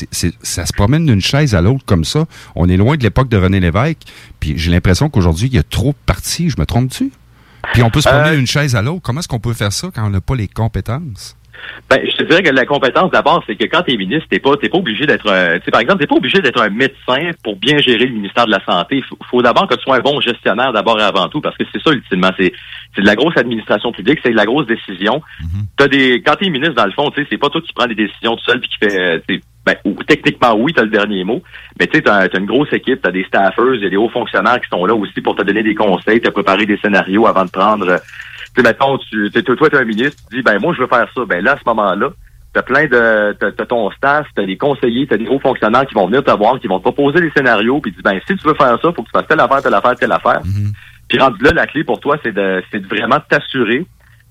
ça se promène d'une chaise à l'autre comme ça. On est loin de l'époque de René Lévesque, puis j'ai l'impression qu'aujourd'hui, il y a trop de partis. Je me trompe-tu? Puis on peut se promener d'une chaise à l'autre. Comment est-ce qu'on peut faire ça quand on n'a pas les compétences? Ben, je te dirais que la compétence, d'abord, c'est que quand t'es ministre, t'es pas obligé d'être par exemple, t'es pas obligé d'être un médecin pour bien gérer le ministère de la Santé. Faut d'abord que tu sois un bon gestionnaire, d'abord et avant tout, parce que c'est ça, ultimement. C'est de la grosse administration publique, c'est de la grosse décision. Quand t'es ministre, dans le fond, tu sais, c'est pas toi qui prends des décisions tout seul puis qui fait, techniquement, oui, t'as le dernier mot, mais tu sais, t'as une grosse équipe, t'as des staffers, il y a des hauts fonctionnaires qui sont là aussi pour te donner des conseils, te préparer des scénarios avant de prendre, tu sais, mettons, toi, t'es un ministre, tu dis, moi, je veux faire ça. Ben là, à ce moment-là, t'as t'as ton staff, t'as des conseillers, t'as des hauts fonctionnaires qui vont venir te voir, qui vont te proposer des scénarios, puis tu dis, si tu veux faire ça, faut que tu fasses telle affaire, telle affaire, telle affaire. Puis rendu là, la clé pour toi, c'est de vraiment t'assurer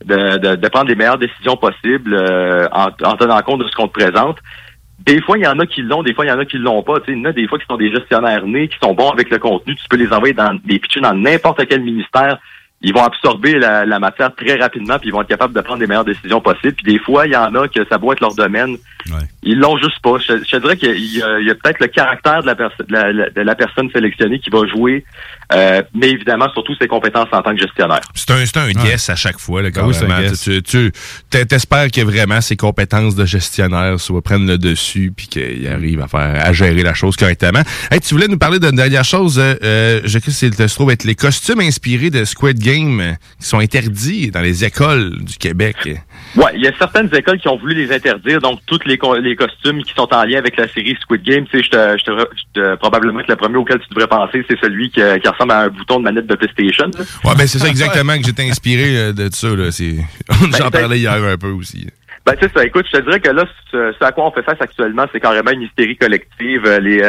de prendre les meilleures décisions possibles en tenant compte de ce qu'on te présente. Des fois, il y en a qui l'ont, des fois, il y en a qui l'ont pas. Il y en a des fois qui sont des gestionnaires nés, qui sont bons avec le contenu. Tu peux les envoyer des pitchers dans n'importe quel ministère. Ils vont absorber la matière très rapidement, puis ils vont être capables de prendre les meilleures décisions possibles. Puis des fois, il y en a que ça doit être leur domaine. Ils l'ont juste pas. Je dirais qu'il y a peut-être le caractère de la personne sélectionnée qui va jouer, mais évidemment, surtout ses compétences en tant que gestionnaire. C'est un guess à chaque fois. Là, quand tu t'espères que vraiment ses compétences de gestionnaire prennent le dessus puis qu'il arrive à gérer la chose correctement. Hey, tu voulais nous parler d'une dernière chose. Je sais que se trouve être les costumes inspirés de Squid Game qui sont interdits dans les écoles du Québec. Ouais, il y a certaines écoles qui ont voulu les interdire, donc tous les costumes qui sont en lien avec la série Squid Game. Tu sais, probablement que le premier auquel tu devrais penser, c'est celui qui ressemble à un bouton de manette de PlayStation. Là. Ouais, ben c'est ça exactement que j'étais inspiré de ça. Là. J'en parlais hier un peu aussi. Ben c'est ça. Écoute, je te dirais que là, ce à quoi on fait face actuellement, c'est carrément une hystérie collective.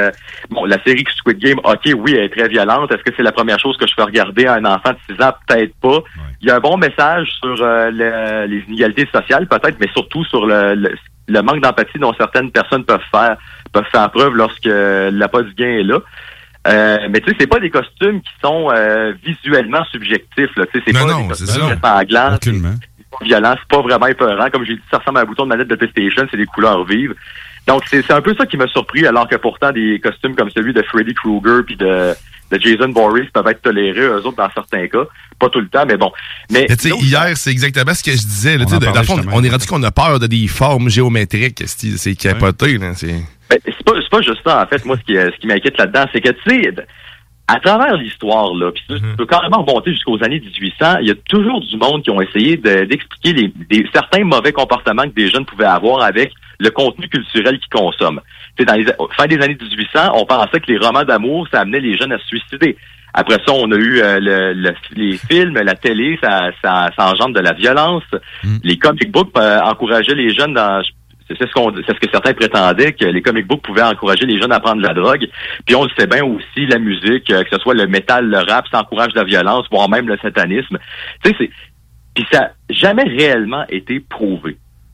La série Squid Game, ok, oui, elle est très violente. Est-ce que c'est la première chose que je fais regarder à un enfant de 6 ans? Peut-être pas. Ouais. Il y a un bon message sur les inégalités sociales, peut-être, mais surtout sur le manque d'empathie dont certaines personnes peuvent faire preuve lorsque l'appât du gain est là. Mais tu sais, c'est pas des costumes qui sont visuellement subjectifs. Là. Tu sais, c'est pas des costumes sanglants. Violent, c'est pas vraiment épeurant. Comme j'ai dit, ça ressemble à un bouton de manette de PlayStation, c'est des couleurs vives. Donc, c'est un peu ça qui m'a surpris, alors que pourtant, des costumes comme celui de Freddy Krueger puis de Jason Voorhees peuvent être tolérés, eux autres, dans certains cas. Pas tout le temps, mais bon. Mais tu sais, hier, c'est exactement ce que je disais. Là, dans le fond, on est rendu qu'on a peur de des formes géométriques. C'est capoté. Là, c'est pas juste ça, en fait. Moi, ce qui m'inquiète là-dedans, c'est que, tu sais, à travers l'histoire, là, puis tu peux carrément remonter jusqu'aux années 1800, il y a toujours du monde qui ont essayé d'expliquer certains mauvais comportements que des jeunes pouvaient avoir avec le contenu culturel qu'ils consomment. Tu sais, dans les fin des années 1800, on pensait que les romans d'amour, ça amenait les jeunes à se suicider. Après ça, on a eu les films, la télé, ça engendre de la violence. Les comic books encourageaient les jeunes dans... C'est ce que certains prétendaient, que les comic books pouvaient encourager les jeunes à prendre de la drogue. Puis on le sait bien aussi, la musique, que ce soit le métal, le rap, ça encourage la violence, voire même le satanisme. Tu sais, puis ça n'a jamais réellement été prouvé.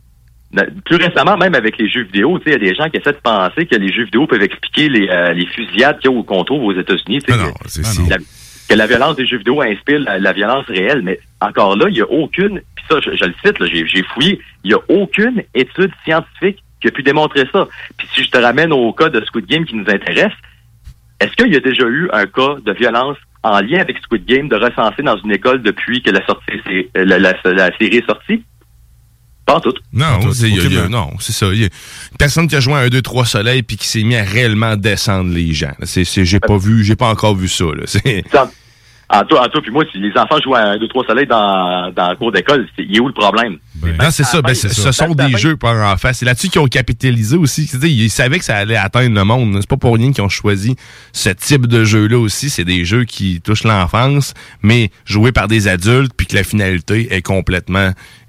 Plus récemment, même avec les jeux vidéo, tu sais, il y a des gens qui essaient de penser que les jeux vidéo peuvent expliquer les fusillades qu'on trouve aux États-Unis. Que la violence des jeux vidéo inspire la violence réelle, mais encore là, il n'y a aucune, puis ça, je le cite, là, j'ai fouillé, il n'y a aucune étude scientifique qui a pu démontrer ça. Puis si je te ramène au cas de Squid Game qui nous intéresse, est-ce qu'il y a déjà eu un cas de violence en lien avec Squid Game de recensé dans une école depuis que la série est sortie? Pas en tout. Non, c'est ça. Il y a une personne qui a joué à 1, 2, 3 soleil puis qui s'est mis à réellement descendre les gens. J'ai pas encore vu ça. Là. En toi, puis moi, si les enfants jouent à 1, 2, 3 soleil dans le cours d'école, il est où le problème? Non, c'est ça. Ce sont des jeux par enfants. C'est là-dessus qu'ils ont capitalisé aussi. Ils savaient que ça allait atteindre le monde. C'est pas pour rien qu'ils ont choisi ce type de jeu-là aussi. C'est des jeux qui touchent l'enfance, mais joués par des adultes, puis que la finalité est complètement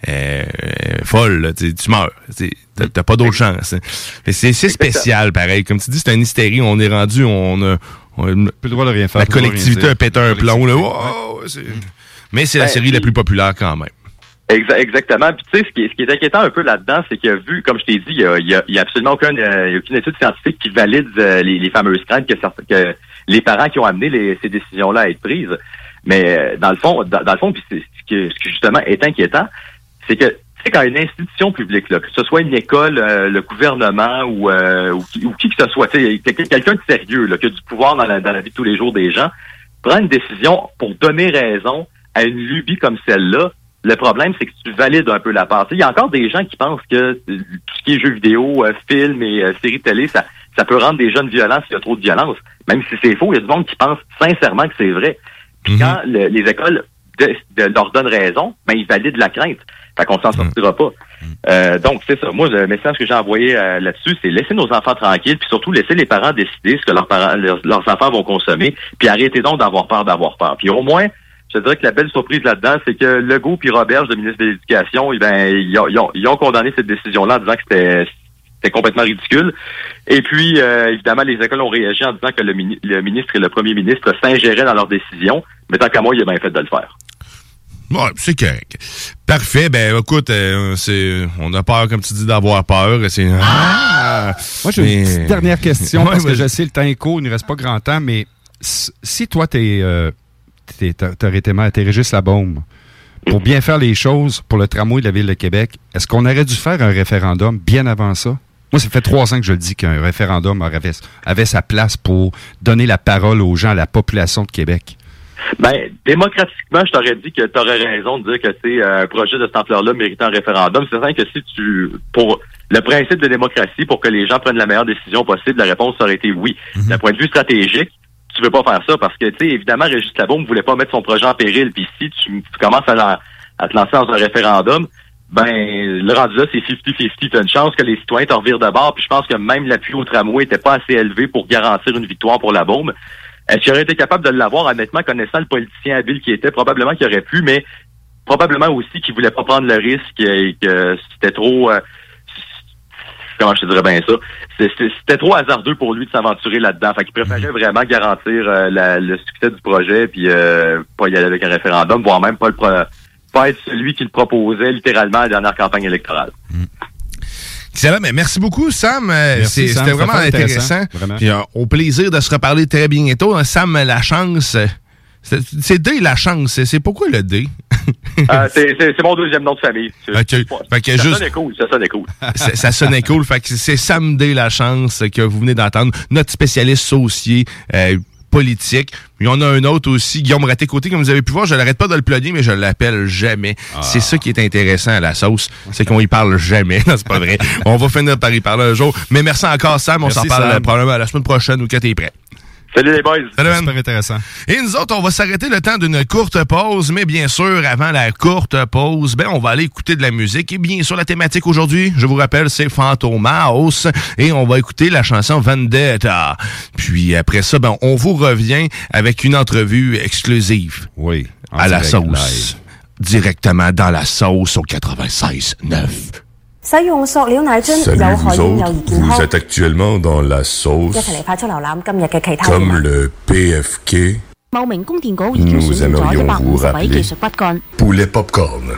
folle. Là. Tu meurs. T'as pas d'autre chance. C'est spécial, pareil. Comme tu dis, c'est une hystérie. On est rendu, on a plus le droit de rien faire. La collectivité a pété un plomb. Là. Wow, mais c'est la série la plus populaire quand même. Exactement. Puis tu sais, ce qui est inquiétant un peu là-dedans, c'est qu'il y a vu, comme je t'ai dit, il y a absolument aucune étude scientifique qui valide les fameuses craintes que les parents qui ont amené ces décisions-là à être prises. Mais dans le fond, puis ce qui justement est inquiétant, c'est que quand une institution publique, là, que ce soit une école, le gouvernement ou qui que ce soit, quelqu'un de sérieux, là, qui a du pouvoir dans la vie de tous les jours des gens, prend une décision pour donner raison à une lubie comme celle-là. Le problème, c'est que tu valides un peu la part. Il y a encore des gens qui pensent que tout ce qui est jeux vidéo, films et séries télé, ça peut rendre des jeunes violents s'il y a trop de violence. Même si c'est faux, il y a du monde qui pense sincèrement que c'est vrai. Puis quand les écoles leur donnent raison, ben ils valident la crainte. Fait qu'on s'en sortira pas. Donc, c'est ça. Moi, le message que j'ai envoyé là-dessus, c'est laisser nos enfants tranquilles, puis surtout laisser les parents décider ce que leurs enfants vont consommer, puis arrêtez donc d'avoir peur. Puis au moins, je dirais que la belle surprise là-dedans, c'est que Legault puis Roberge, le ministre de l'Éducation, ils ont condamné cette décision-là en disant que c'était complètement ridicule. Et puis, évidemment, les écoles ont réagi en disant que le ministre et le premier ministre s'ingéraient dans leurs décisions, mais tant qu'à moi, il a bien fait de le faire. Ouais, c'est correct. Parfait. Ben, écoute, on a peur, comme tu dis, d'avoir peur. Moi, j'ai une petite dernière question, parce que je sais, le temps est court, il ne reste pas grand temps, mais si toi, t'aurais été maire, t'es Régis Labaume, pour bien faire les choses pour le tramway de la Ville de Québec, est-ce qu'on aurait dû faire un référendum bien avant ça? Moi, ça fait 3 ans que je le dis qu'un référendum avait sa place pour donner la parole aux gens, à la population de Québec. Ben, démocratiquement, je t'aurais dit que tu aurais raison de dire que c'est un projet de cette ampleur-là méritant un référendum. C'est certain que pour le principe de démocratie, pour que les gens prennent la meilleure décision possible, la réponse aurait été oui. D'un point de vue stratégique, tu veux pas faire ça parce que, tu sais, évidemment, Régis Labaume ne voulait pas mettre son projet en péril. Puis si tu commences à te lancer dans un référendum, le rendu là, c'est 50-50. T'as une chance que les citoyens t'en revirent de bord, puis je pense que même l'appui au tramway était pas assez élevé pour garantir une victoire pour la Beaume. Est-ce qu'il aurait été capable de l'avoir, honnêtement, connaissant le politicien habile qui était? Probablement qu'il aurait pu, mais probablement aussi qu'il voulait pas prendre le risque et que c'était trop... comment je te dirais bien ça? C'était trop hasardeux pour lui de s'aventurer là-dedans. Fait qu'il préférait vraiment garantir le succès du projet, puis pas y aller avec un référendum, voire même pas être celui qui le proposait littéralement à la dernière campagne électorale. Excellent, mais merci beaucoup, Sam. C'était vraiment intéressant. Puis, au plaisir de se reparler très bientôt. Sam, la chance... C'est D, la chance. C'est pourquoi le D? C'est mon deuxième nom de famille. Okay. Ça sonnait cool. Ça sonnait cool. Fait que c'est Sam D, la chance que vous venez d'entendre. Notre spécialiste saucier politique. Il y en a un autre aussi, Guillaume Raté-Côté, comme vous avez pu voir. Je n'arrête pas de le plugger, mais je l'appelle jamais. C'est ça qui est intéressant à la sauce. C'est qu'on y parle jamais. Non, c'est pas vrai. On va finir par y parler un jour. Mais merci encore, Sam. On s'en parle probablement la semaine prochaine ou quand t'es prêt. Salut les boys. Salut, man. Super intéressant. Et nous autres, on va s'arrêter le temps d'une courte pause, mais bien sûr, avant la courte pause, on va aller écouter de la musique. Et bien sûr, la thématique aujourd'hui, je vous rappelle, c'est Fantomas. Et on va écouter la chanson Vendetta. Puis après ça, on vous revient avec une entrevue exclusive. Oui. À la sauce. Directement dans la sauce au 96.9. Salut vous autres, vous êtes actuellement dans la sauce comme le PFK. Nous aimerions vous rappeler Poulet Popcorn.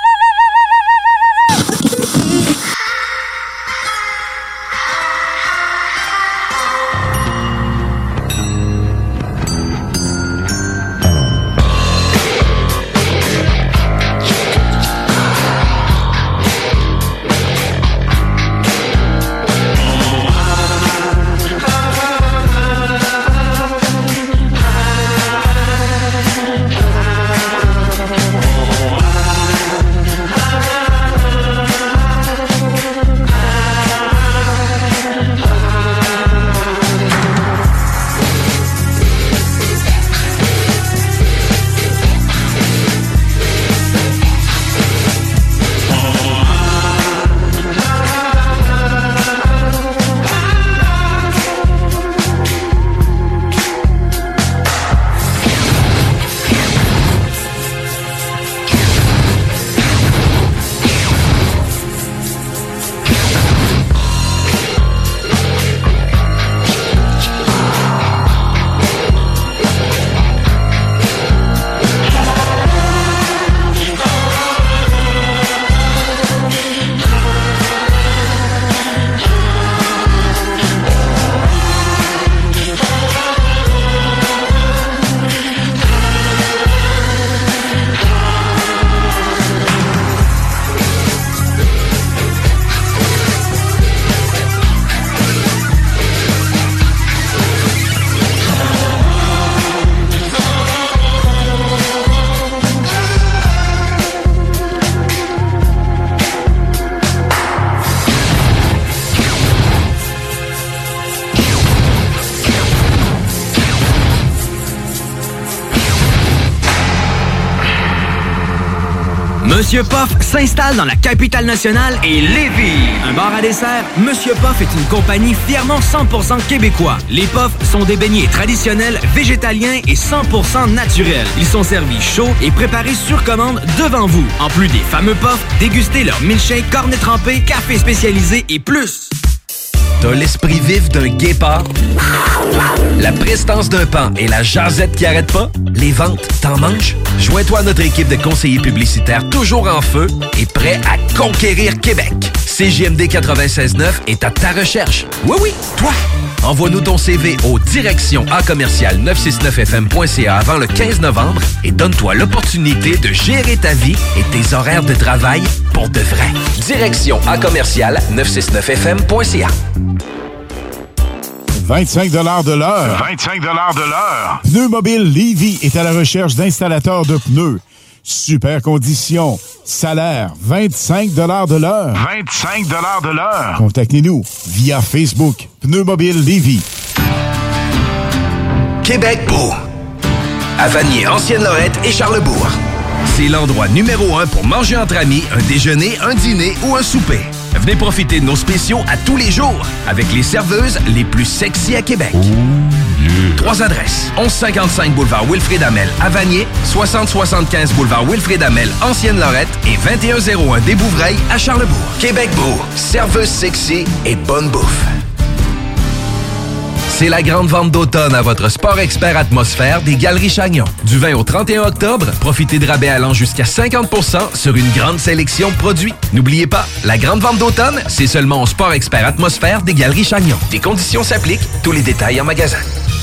Monsieur Poff s'installe dans la capitale nationale et Lévis. Un bar à dessert, Monsieur Poff est une compagnie fièrement 100% québécois. Les Poffs sont des beignets traditionnels, végétaliens et 100% naturels. Ils sont servis chauds et préparés sur commande devant vous. En plus des fameux Poffs, dégustez leur milkshake, cornet trempé, café spécialisé et plus. T'as l'esprit vif d'un guépard, la prestance d'un pan et la jasette qui arrête pas? Les ventes, t'en manges? Joins-toi à notre équipe de conseillers publicitaires toujours en feu et prêts à conquérir Québec. CJMD 96.9 est à ta recherche. Oui, oui, toi! Envoie-nous ton CV au direction@969fm.ca avant le 15 novembre et donne-toi l'opportunité de gérer ta vie et tes horaires de travail pour de vrai. Direction@969fm.ca. 25 $ de l'heure. 25 $ de l'heure. Pneus Mobile Lévis est à la recherche d'installateurs de pneus. Super conditions. Salaire, 25 $ de l'heure. 25 $ de l'heure. Contactez-nous via Facebook. Pneus Mobile Lévis. Québec beau. À Vanier, Ancienne-Lorette et Charlebourg. c'est l'endroit numéro 1 pour manger entre amis, un déjeuner, un dîner ou un souper. Venez profiter de nos spéciaux à tous les jours avec les serveuses les plus sexy à Québec. 3 adresses. 1155 boulevard Wilfrid Hamel à Vanier, 6075 boulevard Wilfrid Hamel, Ancienne-Lorette et 2101 des Bouvrailles à Charlebourg. Québec Brou, serveuse sexy et bonne bouffe. C'est la grande vente d'automne à votre Sport Expert Atmosphère des Galeries Chagnon. Du 20 au 31 octobre, profitez de rabais allant jusqu'à 50% sur une grande sélection de produits. N'oubliez pas, la grande vente d'automne, c'est seulement au Sport Expert Atmosphère des Galeries Chagnon. Des conditions s'appliquent, tous les détails en magasin.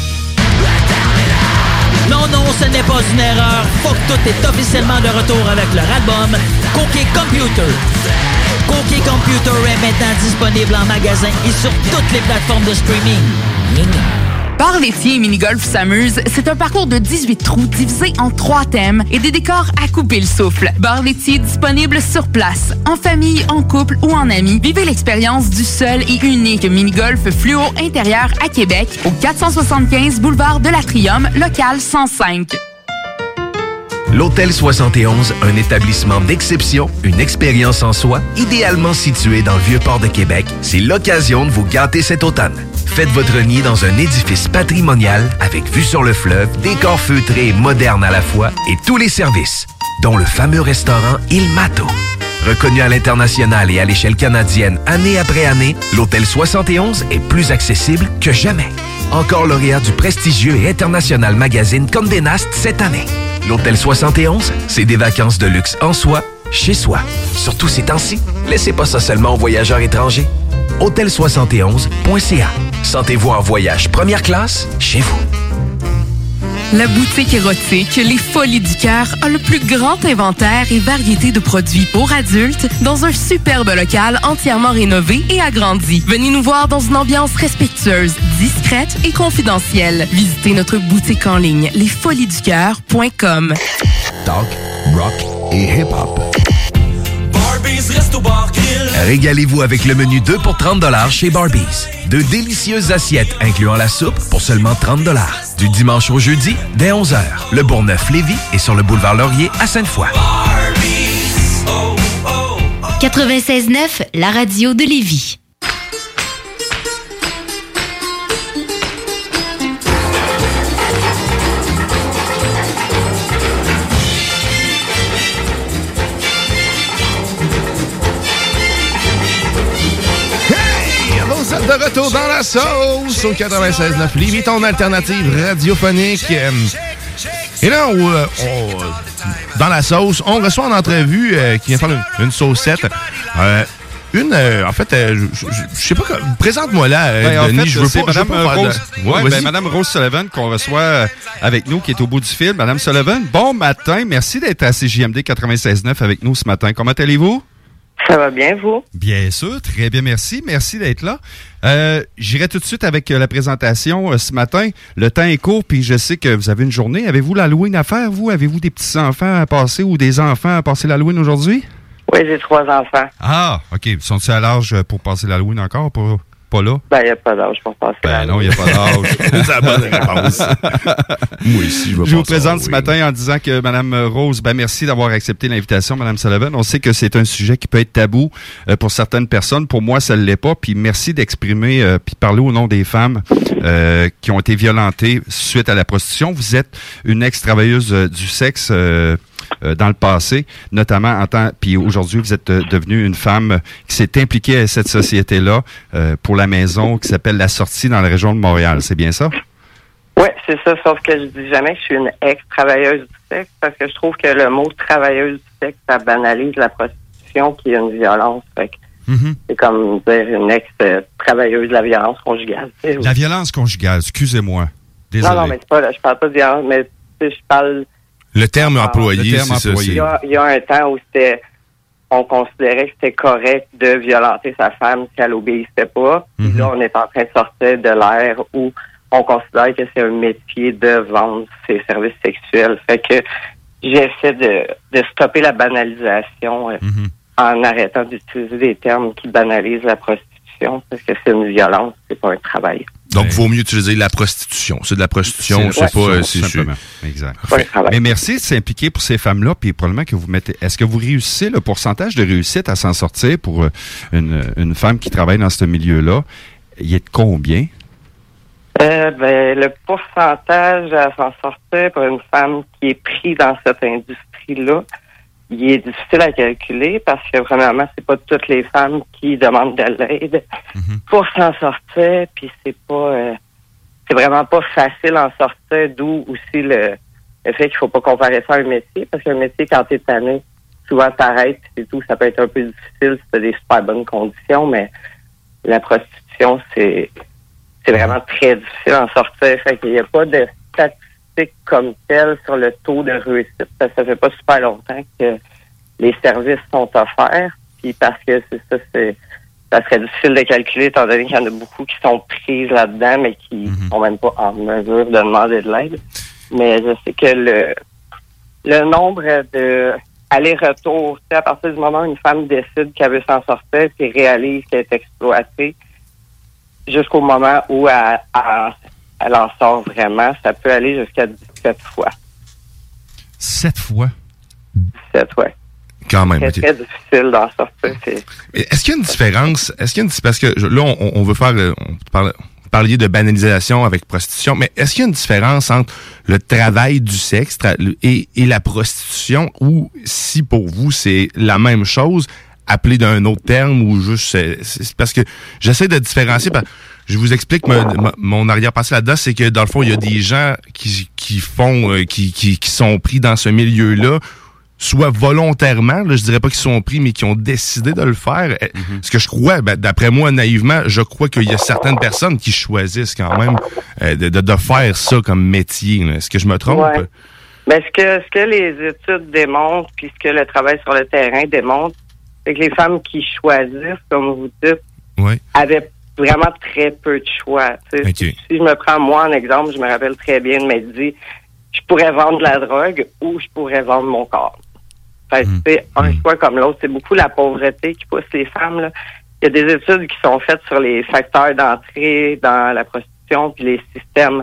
Non, ce n'est pas une erreur. Faut que tout est officiellement de retour avec leur album Cookie Computer. Cookie Computer est maintenant disponible en magasin et sur toutes les plateformes de streaming. Bar laitier et mini-golf s'amuse, c'est un parcours de 18 trous divisé en 3 thèmes et des décors à couper le souffle. Bar laitier disponible sur place, en famille, en couple ou en amis. Vivez l'expérience du seul et unique mini-golf fluo intérieur à Québec, au 475 boulevard de l'Atrium, local 105. L'Hôtel 71, un établissement d'exception, une expérience en soi, idéalement situé dans le Vieux-Port de Québec, c'est l'occasion de vous gâter cet automne. Faites votre nid dans un édifice patrimonial avec vue sur le fleuve, décor feutré et moderne à la fois et tous les services, dont le fameux restaurant Il Mato. Reconnu à l'international et à l'échelle canadienne année après année, l'Hôtel 71 est plus accessible que jamais. Encore lauréat du prestigieux et international magazine Condé Nast cette année. L'Hôtel 71, c'est des vacances de luxe en soi, chez soi. Surtout ces temps-ci, laissez pas ça seulement aux voyageurs étrangers. Hôtel71.ca. Sentez-vous en voyage première classe chez vous. La boutique érotique Les Folies du Cœur a le plus grand inventaire et variété de produits pour adultes dans un superbe local entièrement rénové et agrandi. Venez nous voir dans une ambiance respectueuse, discrète et confidentielle. Visitez notre boutique en ligne lesfoliesducoeur.com. Talk, rock et hip-hop. Régalez-vous avec le menu 2 pour 30$ chez Barbies. De délicieuses assiettes incluant la soupe pour seulement 30$. Du dimanche au jeudi, dès 11h. Le Bourgneuf-Lévis est sur le boulevard Laurier à Sainte-Foy. 96.9, la radio de Lévis. De retour dans la sauce au 96.9 Lévis, ton alternative radiophonique. Et là, dans la sauce, on reçoit en entrevue qui vient faire une saucette. En fait, je sais pas, présente-moi là, Denis, je veux pas... Madame Rose Sullivan qu'on reçoit avec nous, qui est au bout du fil. Madame Sullivan, bon matin, merci d'être à CJMD 96.9 avec nous ce matin. Comment allez-vous? Ça va bien, vous? Bien sûr, très bien, merci. Merci d'être là. J'irai tout de suite avec la présentation ce matin. Le temps est court, puis je sais que vous avez une journée. Avez-vous l'Halloween à faire, vous? Avez-vous des petits-enfants à passer ou des enfants à passer l'Halloween aujourd'hui? Oui, j'ai 3 enfants. Ah, OK. Sont-ils à l'âge pour passer l'Halloween encore? Pas là? Ben, il n'y a pas d'âge pour passer l'Halloween. Non, il n'y a pas d'âge. C'est la bonne réponse. Moi aussi, je vous présente ce matin en disant que Mme Rose, merci d'avoir accepté l'invitation, Mme Sullivan. On sait que c'est un sujet qui peut être tabou pour certaines personnes. Pour moi, ça ne l'est pas. Puis merci d'exprimer puis parler au nom des femmes qui ont été violentées suite à la prostitution. Vous êtes une ex-travailleuse du sexe dans le passé, notamment puis aujourd'hui, vous êtes devenue une femme qui s'est impliquée à cette société-là pour la maison qui s'appelle La Sortie dans la région de Montréal. C'est bien ça? Oui, c'est ça, sauf que je dis jamais que je suis une ex-travailleuse du sexe parce que je trouve que le mot travailleuse du sexe, ça banalise la prostitution qui est une violence. Fait que c'est comme dire une ex-travailleuse de la violence conjugale. La violence conjugale, excusez-moi. Désolé. Non, mais c'est pas, je parle pas de violence, mais je parle... Le terme employé, c'est ça. Il y a un temps où on considérait que c'était correct de violenter sa femme si elle obéissait pas. Puis là, on est en train de sortir de l'ère où on considère que c'est un métier de vendre ses services sexuels. Fait que j'essaie de stopper la banalisation en arrêtant d'utiliser des termes qui banalisent la prostitution. prostitution, parce que c'est une violence, c'est pas un travail. Donc, vaut mieux utiliser la prostitution. C'est de la prostitution, c'est pas... Simplement. Exact. Mais merci de s'impliquer pour ces femmes-là, puis probablement que vous mettez... Est-ce que vous réussissez, le pourcentage de réussite à s'en sortir pour une femme qui travaille dans ce milieu-là, il est de combien? Le pourcentage à s'en sortir pour une femme qui est prise dans cette industrie-là, il est difficile à calculer parce que, premièrement, c'est pas toutes les femmes qui demandent de l'aide pour s'en sortir, puis c'est vraiment pas facile d'en sortir, d'où aussi le fait qu'il faut pas comparer ça à un métier, parce qu'un métier, quand t'es tanné, souvent t'arrêtes, c'est tout, ça peut être un peu difficile si t'as des super bonnes conditions, mais la prostitution, c'est vraiment très difficile d'en sortir, fait qu'il n'y a pas de statistiques comme telles sur le taux de réussite, parce que ça fait pas super longtemps que les services sont offerts, puis parce que ça serait difficile de calculer, étant donné qu'il y en a beaucoup qui sont prises là-dedans, mais qui sont même pas en mesure de demander de l'aide. Mais je sais que le nombre de allers-retours, à partir du moment où une femme décide qu'elle veut s'en sortir, puis réalise qu'elle est exploitée, jusqu'au moment où elle en sort vraiment, ça peut aller jusqu'à 17 fois. 7 fois? 17, ouais. Quand même. C'est très difficile d'en sortir. Est-ce qu'il y a une différence? Parce que là, on veut faire... Vous parliez de banalisation avec prostitution, mais est-ce qu'il y a une différence entre le travail du sexe et la prostitution, ou si pour vous c'est la même chose, appelé d'un autre terme, ou juste... C'est parce que j'essaie de différencier... Je vous explique mon arrière-pensée là-dedans, c'est que dans le fond, il y a des gens qui sont pris dans ce milieu-là, soit volontairement, là, je dirais pas qu'ils sont pris, mais qui ont décidé de le faire. Ce que je crois, d'après moi, naïvement, je crois qu'il y a certaines personnes qui choisissent quand même de faire ça comme métier. Là. Est-ce que je me trompe? Ouais. Ben, ce que les études démontrent, puis ce que le travail sur le terrain démontre, c'est que les femmes qui choisissent, comme vous dites, avaient vraiment très peu de choix. Okay. Si je me prends moi en exemple, je me rappelle très bien de m'être dit, je pourrais vendre de la drogue ou je pourrais vendre mon corps. Fait que c'est un choix comme l'autre. C'est beaucoup la pauvreté qui pousse les femmes. Là. Il y a des études qui sont faites sur les facteurs d'entrée dans la prostitution puis les systèmes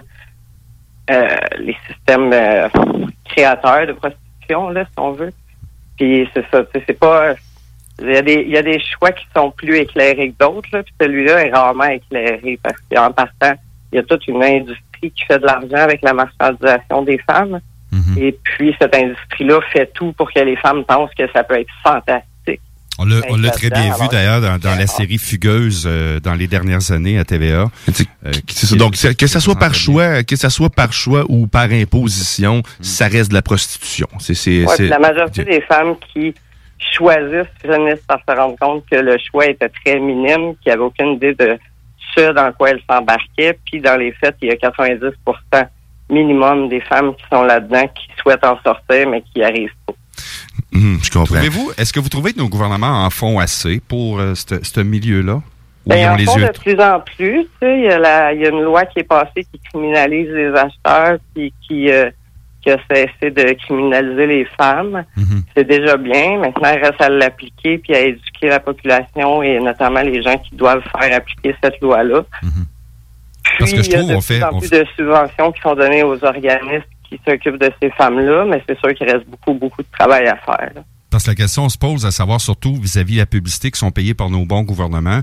créateurs de prostitution, là, si on veut. Puis c'est ça, c'est pas... Il y a des choix qui sont plus éclairés que d'autres, là, puis celui-là est rarement éclairé parce qu'en partant, il y a toute une industrie qui fait de l'argent avec la marchandisation des femmes. Et puis, cette industrie-là fait tout pour que les femmes pensent que ça peut être fantastique. On l'a très bien vu, d'ailleurs, dans la série Fugueuse dans les dernières années à TVA. C'est ça. Donc, que ça soit par choix ou par imposition, ça reste de la prostitution. La majorité des femmes qui choisissent, finissent par se rendre compte que le choix était très minime, qu'il n'y avait aucune idée de ce dans quoi elles s'embarquaient. Puis, dans les faits, il y a 90% minimum des femmes qui sont là-dedans, qui souhaitent en sortir, mais qui n'y arrivent pas. Je comprends. Est-ce que vous trouvez que nos gouvernements en font assez pour ce milieu-là? Ils en font de plus en plus. Il y a une loi qui est passée qui criminalise les acheteurs puis qui a cessé de criminaliser les femmes. C'est déjà bien. Maintenant, il reste à l'appliquer puis à éduquer la population et notamment les gens qui doivent faire appliquer cette loi-là. Puis, il y a de plus en plus de subventions qui sont données aux organismes qui s'occupent de ces femmes-là, mais c'est sûr qu'il reste beaucoup, beaucoup de travail à faire. Là. Parce que la question se pose à savoir surtout vis-à-vis de la publicité qui sont payées par nos bons gouvernements,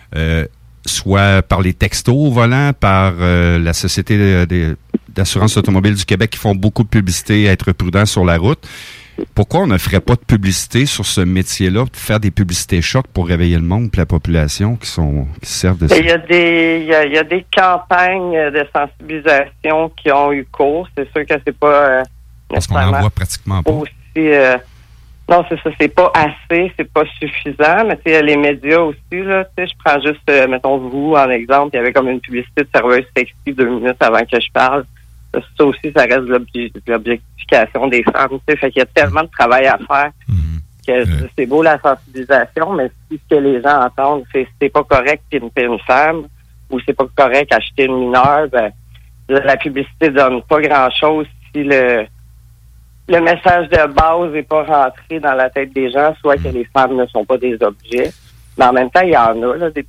soit par les textos au volant, par la Société d'assurance automobile du Québec qui font beaucoup de publicité à être prudents sur la route. Pourquoi on ne ferait pas de publicité sur ce métier-là, de faire des publicités chocs pour réveiller le monde et la population qui servent de ça? Il y a des campagnes de sensibilisation qui ont eu cours. C'est sûr que c'est pas parce qu'on en voit pratiquement pas. Aussi, non, c'est ça, c'est pas assez, c'est pas suffisant. Mais tu sais, les médias aussi, là, tu sais, je prends juste, mettons vous en exemple, il y avait comme une publicité de serveuse sexy 2 minutes avant que je parle. Ça aussi, ça reste de l'objectification des femmes. Tu sais, fait qu'il y a tellement de travail à faire que c'est beau la sensibilisation, mais si ce que les gens entendent, c'est pas correct pimper une femme ou c'est pas correct acheter une mineure, ben la publicité donne pas grand-chose si le message de base n'est pas rentré dans la tête des gens, soit que les femmes ne sont pas des objets. Mais en même temps, il y en a là, des publicités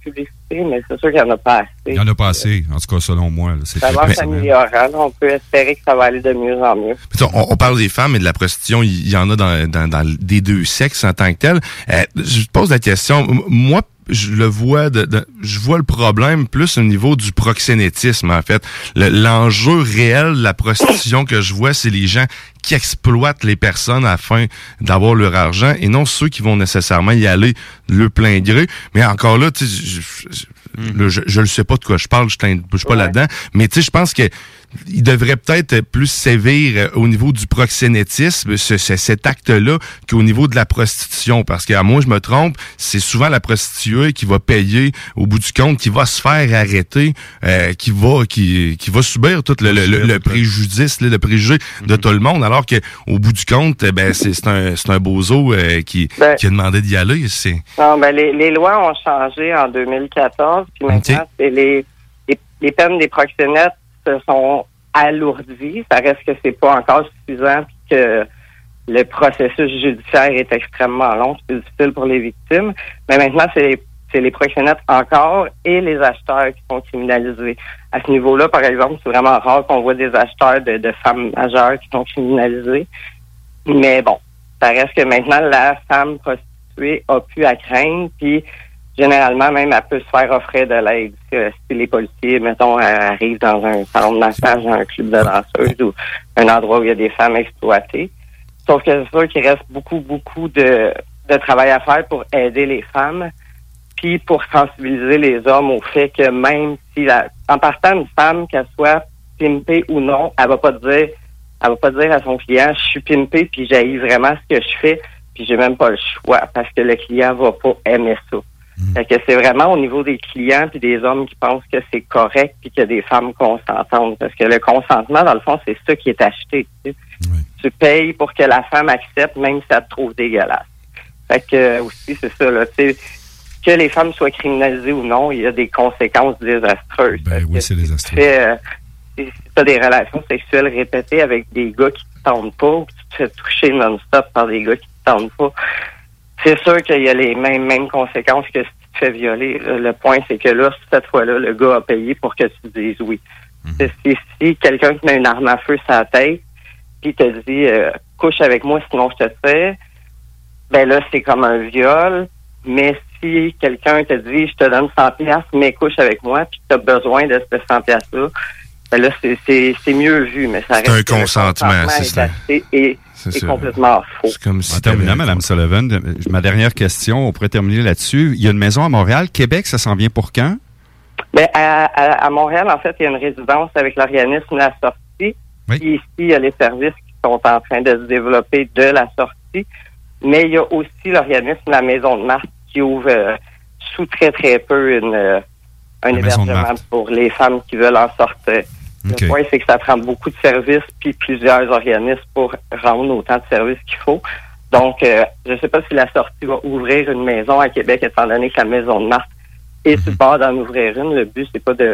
mais c'est sûr qu'il n'y en a pas assez. Il n'y en a pas assez, en tout cas, selon moi. Là, ça va s'améliorer. On peut espérer que ça va aller de mieux en mieux. On parle des femmes et de la prostitution. Il y en a dans des deux sexes en tant que tel. Je te pose la question. Moi, je le vois je vois le problème plus au niveau du proxénétisme, en fait. L'enjeu réel de la prostitution que je vois, c'est les gens qui exploitent les personnes afin d'avoir leur argent et non ceux qui vont nécessairement y aller le plein gré. Mais encore là, tu sais, je le sais pas de quoi je parle, je suis pas là-dedans, mais tu sais, je pense que il devrait peut-être plus sévir au niveau du proxénétisme, cet acte-là, qu'au niveau de la prostitution. Parce qu'à moi, je me trompe, c'est souvent la prostituée qui va payer au bout du compte, qui va se faire arrêter, qui va subir tout le préjudice, le préjugé de tout le monde, alors qu'au bout du compte, c'est un bozo qui a demandé d'y aller. Non, les lois ont changé en 2014, puis maintenant, c'est les peines des proxénètes se sont alourdies. Ça reste que c'est pas encore suffisant puis que le processus judiciaire est extrêmement long, c'est difficile pour les victimes. Mais maintenant, c'est les proxénètes encore et les acheteurs qui sont criminalisés. À ce niveau-là, par exemple, c'est vraiment rare qu'on voit des acheteurs de femmes majeures qui sont criminalisés. Mais bon, ça reste que maintenant, la femme prostituée a plus à craindre, puis généralement, même, elle peut se faire offrir de l'aide. Si les policiers, mettons, arrivent dans un salon de massage, un club de danseuses ou un endroit où il y a des femmes exploitées. Sauf que c'est sûr qu'il reste beaucoup de travail à faire pour aider les femmes, puis pour sensibiliser les hommes au fait que même si, en partant, une femme, qu'elle soit pimpée ou non, elle va pas dire à son client, je suis pimpée, puis j'haïs vraiment ce que je fais, puis j'ai même pas le choix, parce que le client va pas aimer ça. Fait que c'est vraiment au niveau des clients puis des hommes qui pensent que c'est correct puis que des femmes consentantes. Parce que le consentement, dans le fond, c'est ça qui est acheté. Tu sais. Oui. Tu payes pour que la femme accepte, même si elle te trouve dégueulasse. Fait que aussi, c'est ça, là, tu sais, que les femmes soient criminalisées ou non, il y a des conséquences désastreuses. Oui, c'est désastreux. Si tu as des relations sexuelles répétées avec des gars qui te tentent pas ou que tu te fais toucher non-stop par des gars qui te tentent pas, c'est sûr qu'il y a les mêmes conséquences que si tu te fais violer. Le point, c'est que là, cette fois-là, le gars a payé pour que tu dises oui. Si quelqu'un te met une arme à feu sur la tête, puis te dit couche avec moi, sinon je te tire, ben là, c'est comme un viol. Mais si quelqu'un te dit je te donne 100$, mais couche avec moi, puis tu as besoin de ce 100$-là, ben là, c'est mieux vu, mais ça reste un consentement, c'est ça. C'est complètement faux. En terminant, Mme Sullivan, ma dernière question, on pourrait terminer là-dessus. Il y a une maison à Montréal. Québec, ça s'en vient pour quand? Ben, à Montréal, en fait, il y a une résidence avec l'organisme La Sortie. Oui. Puis ici, il y a les services qui sont en train de se développer de La Sortie. Mais il y a aussi l'organisme La Maison de Marthe qui ouvre sous très, très peu un hébergement pour les femmes qui veulent en sortir. Okay. Le point, c'est que ça prend beaucoup de services puis plusieurs organismes pour rendre autant de services qu'il faut. Donc, je ne sais pas si La Sortie va ouvrir une maison à Québec, étant donné que la Maison de Marthe est sur le bord d'en ouvrir une. Le but, c'est pas de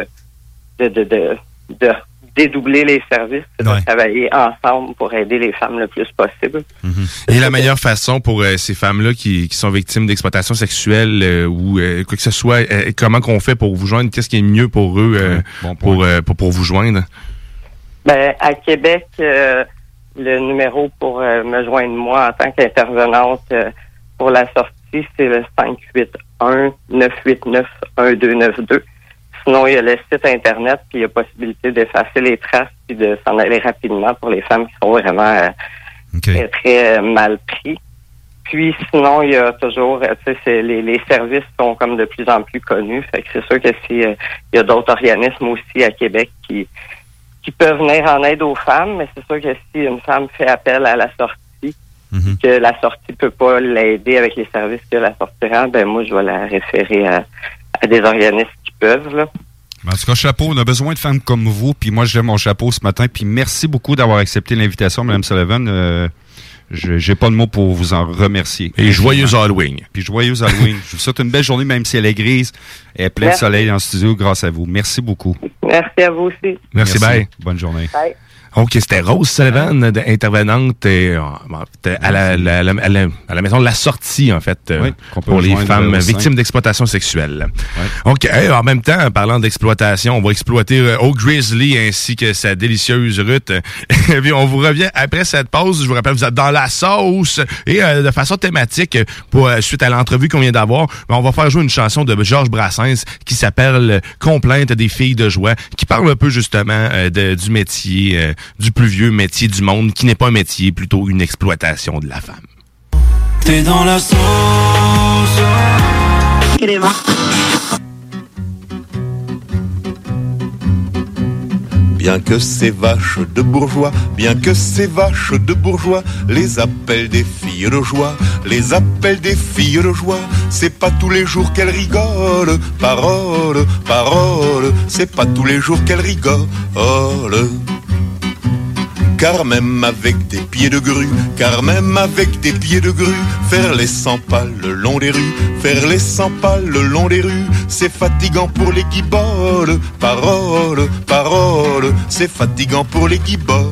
dédoubler les services, c'est de travailler ensemble pour aider les femmes le plus possible. Et la meilleure façon pour ces femmes-là qui sont victimes d'exploitation sexuelle ou quoi que ce soit, comment qu'on fait pour vous joindre? Qu'est-ce qui est mieux pour eux pour vous joindre? Ben, à Québec, le numéro pour me joindre moi en tant qu'intervenante pour La Sortie, c'est le 581-989-1292. Sinon, il y a le site Internet, puis il y a possibilité d'effacer les traces puis de s'en aller rapidement pour les femmes qui sont vraiment très, très mal pris. Puis sinon, il y a toujours, tu sais, les services sont comme de plus en plus connus. Fait que c'est sûr que il y a d'autres organismes aussi à Québec qui peuvent venir en aide aux femmes, mais c'est sûr que si une femme fait appel à La Sortie, que La Sortie peut pas l'aider avec les services que La Sortie rend, ben moi, je vais la référer à des organismes qui peuvent, là. En tout cas, chapeau, on a besoin de femmes comme vous, puis moi, j'ai mon chapeau ce matin, puis merci beaucoup d'avoir accepté l'invitation, Mme Sullivan. J'ai pas de mots pour vous en remercier. Et joyeux Halloween. Puis joyeux Halloween. Je vous souhaite une belle journée, même si elle est grise. Elle est pleine de soleil en studio grâce à vous. Merci beaucoup. Merci à vous aussi. Merci. Bye. Bonne journée. Bye. OK, c'était Rose Sullivan, intervenante à la maison de la sortie, en fait, pour les femmes victimes d'exploitation sexuelle. Ouais. OK, en même temps, parlant d'exploitation, on va exploiter Oak Grizzly ainsi que sa délicieuse Ruth. Et puis, on vous revient après cette pause. Je vous rappelle, vous êtes dans la sauce et de façon thématique, suite à l'entrevue qu'on vient d'avoir, on va faire jouer une chanson de Georges Brassens qui s'appelle « Complainte des filles de joie », qui parle un peu justement du métier... du plus vieux métier du monde, qui n'est pas un métier, plutôt une exploitation de la femme. T'es dans la sauce. Bien que ces vaches de bourgeois, bien que ces vaches de bourgeois, les appellent des filles de joie, les appellent des filles de joie, c'est pas tous les jours qu'elles rigolent, parole, parole, c'est pas tous les jours qu'elles rigolent. Car même avec des pieds de grue, car même avec des pieds de grue, faire les 100 pas le long des rues, faire les 100 pas le long des rues, c'est fatigant pour les guiboles, parole, parole, c'est fatigant pour les guiboles.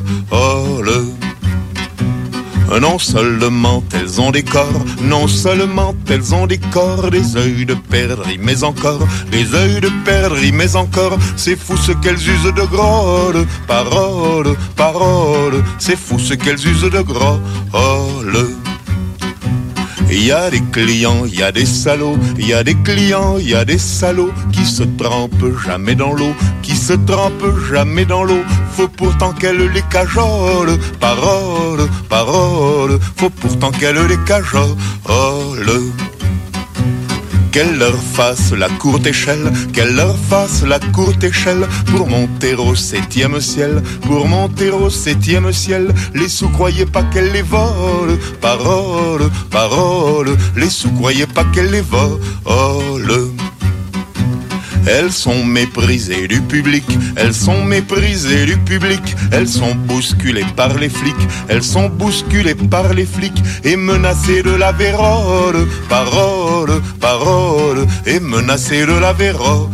Non seulement elles ont des corps, non seulement elles ont des corps, des œils de perdrix, mais encore, des œils de perdrix, mais encore, c'est fou ce qu'elles usent de grolle, parole, parole, c'est fou ce qu'elles usent de grolle. Il y a des clients, il y a des salauds, il y a des clients, il y a des salauds qui se trempent jamais dans l'eau, qui se trempent jamais dans l'eau. Faut pourtant qu'elle les cajole, parole, parole, faut pourtant qu'elle les cajole. Qu'elle leur fasse la courte échelle, qu'elle leur fasse la courte échelle pour monter au 7e ciel, pour monter au 7e ciel. Les sous croyaient pas qu'elle les vole, parole, parole, les sous croyaient pas qu'elle les vole. Elles sont méprisées du public, elles sont méprisées du public, elles sont bousculées par les flics, elles sont bousculées par les flics et menacées de la vérole, parole, parole, et menacées de la vérole.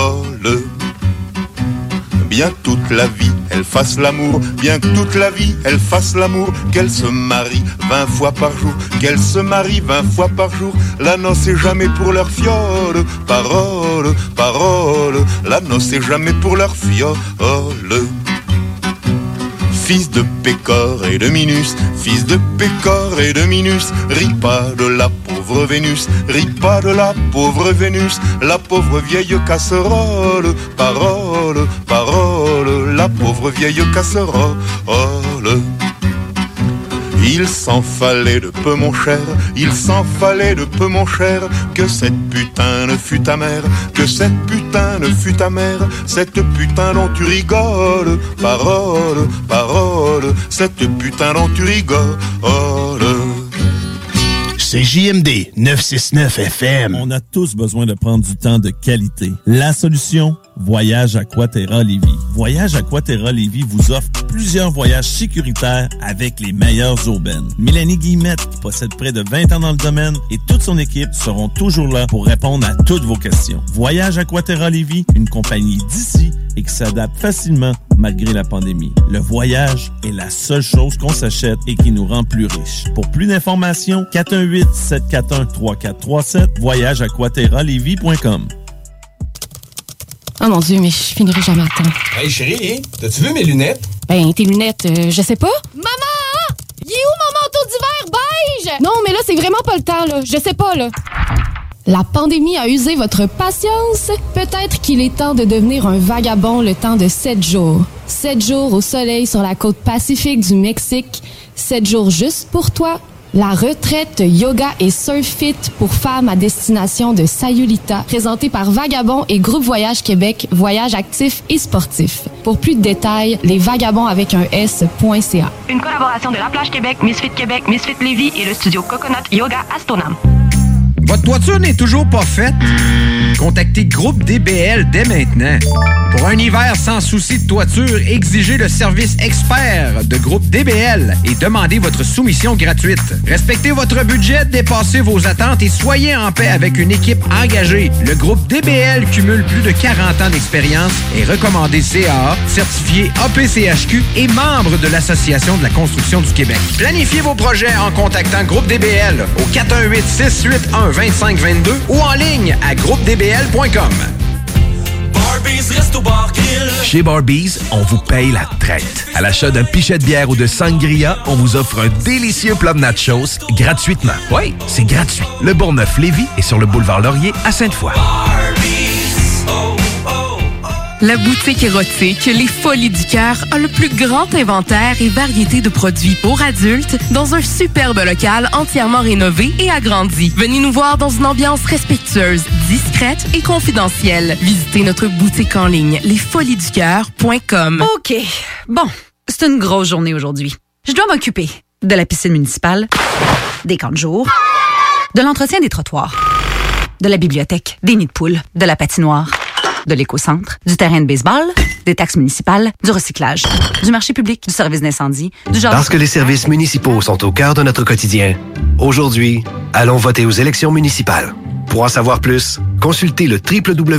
Bien toute la vie, elle fasse l'amour, bien que toute la vie, elle fasse l'amour, qu'elle se marie 20 fois par jour, qu'elle se marie 20 fois par jour, la noce est jamais pour leur fiole, parole, parole, la noce est jamais pour leur fiole. Fils de Pécor et de Minus, fils de Pécor et de Minus, ris pas de la pauvre Vénus, ris pas de la pauvre Vénus, la pauvre vieille casserole, parole, parole, la pauvre vieille casserole. Il s'en fallait de peu mon cher, il s'en fallait de peu mon cher, que cette putain ne fût ta mère, que cette putain ne fût ta mère, cette putain dont tu rigoles, parole, parole, cette putain dont tu rigoles. C'est JMD 969 FM. On a tous besoin de prendre du temps de qualité. La solution, Voyage Aquaterra Lévis. Voyage Aquaterra Lévis vous offre plusieurs voyages sécuritaires avec les meilleures aubaines. Mélanie Guillemette, qui possède près de 20 ans dans le domaine, et toute son équipe seront toujours là pour répondre à toutes vos questions. Voyage Aquaterra Lévis, une compagnie d'ici et qui s'adapte facilement malgré la pandémie. Le voyage est la seule chose qu'on s'achète et qui nous rend plus riches. Pour plus d'informations, 418-741-3437, voyageaquaterralévis.com. Oh mon Dieu, mais je finirai jamais à temps. Hey chérie, t'as-tu vu mes lunettes? Ben, tes lunettes, je sais pas. Maman! Il est où mon manteau d'hiver beige? Non, mais là, c'est vraiment pas le temps, là. Je sais pas, là. La pandémie a usé votre patience? Peut-être qu'il est temps de devenir un vagabond le temps de 7 jours. 7 jours au soleil sur la côte pacifique du Mexique. 7 jours juste pour toi. La retraite yoga et surf fit pour femmes à destination de Sayulita, présentée par Vagabond et Groupe Voyage Québec, voyage actif et sportif. Pour plus de détails, lesvagabonds avec un S.ca. Une collaboration de La Plage Québec, Misfit Québec, Misfit Lévis et le studio Coconut Yoga à Stoneham. Votre toiture n'est toujours pas faite? Contactez Groupe DBL dès maintenant. Pour un hiver sans souci de toiture, exigez le service expert de Groupe DBL et demandez votre soumission gratuite. Respectez votre budget, dépassez vos attentes et soyez en paix avec une équipe engagée. Le Groupe DBL cumule plus de 40 ans d'expérience, est recommandé CAA, certifié APCHQ et membre de l'Association de la construction du Québec. Planifiez vos projets en contactant Groupe DBL au 418-681-2522 ou en ligne à groupedbl.com. Chez Barbies, on vous paye la traite. À l'achat d'un pichet de bière ou de sangria, on vous offre un délicieux plat de nachos gratuitement. Oui, c'est gratuit. Le Bourgneuf-Lévis est sur le boulevard Laurier à Sainte-Foy. La boutique érotique Les Folies du Cœur a le plus grand inventaire et variété de produits pour adultes dans un superbe local entièrement rénové et agrandi. Venez nous voir dans une ambiance respectueuse, discrète et confidentielle. Visitez notre boutique en ligne lesfoliesducoeur.com. OK. Bon, c'est une grosse journée aujourd'hui. Je dois m'occuper de la piscine municipale, des camps de jour, de l'entretien des trottoirs, de la bibliothèque, des nids de poules, de la patinoire, de l'éco-centre, du terrain de baseball, des taxes municipales, du recyclage, du marché public, du service d'incendie, du jardin... Parce que les services municipaux sont au cœur de notre quotidien, aujourd'hui, allons voter aux élections municipales. Pour en savoir plus, consultez le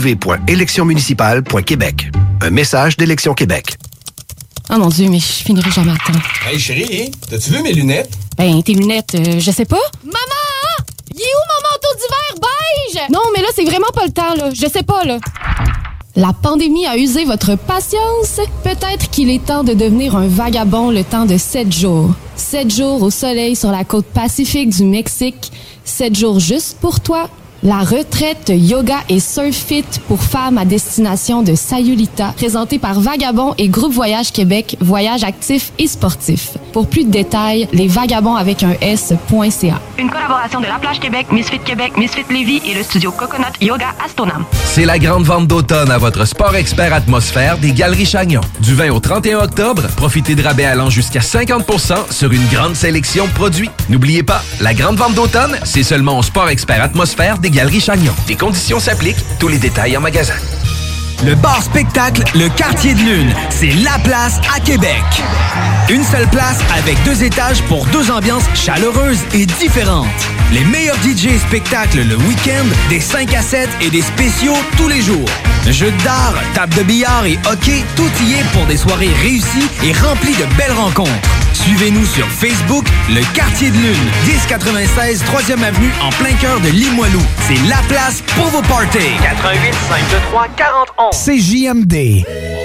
www.électionsmunicipales.québec. Un message d'Élections Québec. Oh mon Dieu, mais je finirai jamais à temps. Hey chérie, t'as-tu vu mes lunettes? Ben, tes lunettes, je sais pas. Maman! Il est où mon manteau d'hiver beige? Non, mais là, c'est vraiment pas le temps, là. Je sais pas, là. La pandémie a usé votre patience? Peut-être qu'il est temps de devenir un vagabond le temps de 7 jours. 7 jours au soleil sur la côte pacifique du Mexique. 7 jours juste pour toi. La retraite yoga et surf fit pour femmes à destination de Sayulita, présentée par Vagabond et Groupe Voyage Québec, voyage actif et sportif. Pour plus de détails, lesvagabonds avec un S.ca. Une collaboration de La Plage Québec, Misfit Québec, Misfit Lévis et le studio Coconut Yoga à Stoneham. C'est la grande vente d'automne à votre Sport Expert Atmosphère des Galeries Chagnon. Du 20 au 31 octobre, profitez de rabais allant jusqu'à 50% sur une grande sélection de produits. N'oubliez pas, la grande vente d'automne, c'est seulement au Sport Expert Atmosphère des Galeries Chagnon. Des conditions s'appliquent, tous les détails en magasin. Le bar spectacle Le Quartier de Lune, c'est la place à Québec. Une seule place avec 2 étages pour 2 ambiances chaleureuses et différentes. Les meilleurs DJ et spectacles le week-end, des 5 à 7 et des spéciaux tous les jours. Jeux d'art, table de billard et hockey, tout y est pour des soirées réussies et remplies de belles rencontres. Suivez-nous sur Facebook, Le Quartier de Lune, 1096 3e Avenue, en plein cœur de Limoilou. C'est la place pour vos parties. 88 523 4011. CJMD.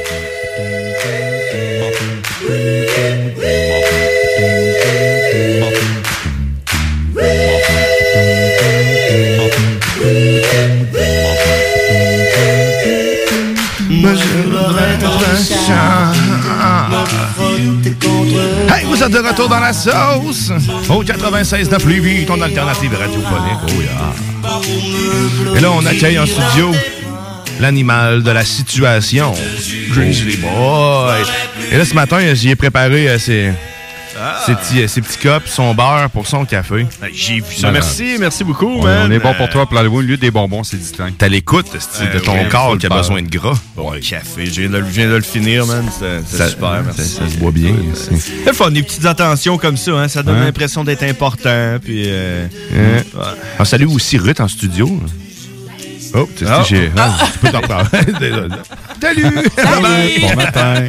Hey, vous êtes de retour dans la sauce au 96.9 Lévis, ton alternative radiophonique. Oh yeah. Et là, on accueille en studio l'animal de la situation, Grizzly Boy. Et là, ce matin, j'y ai préparé ses petits cups, son beurre pour son café. J'ai vu ça. Merci beaucoup, man. On est bon pour toi pour l'Halloween. Au lieu des bonbons, c'est distinct. T'as l'écoute de ton corps qui a besoin de gras. Ouais. Café, je viens de le finir, man. C'est super, merci. Ça se boit bien. C'est le fun, des petites attentions comme ça, hein. Ça donne l'impression d'être important. Puis, On salue aussi Ruth en studio. Oh, tu peux t'en parler. Salut! Bon matin!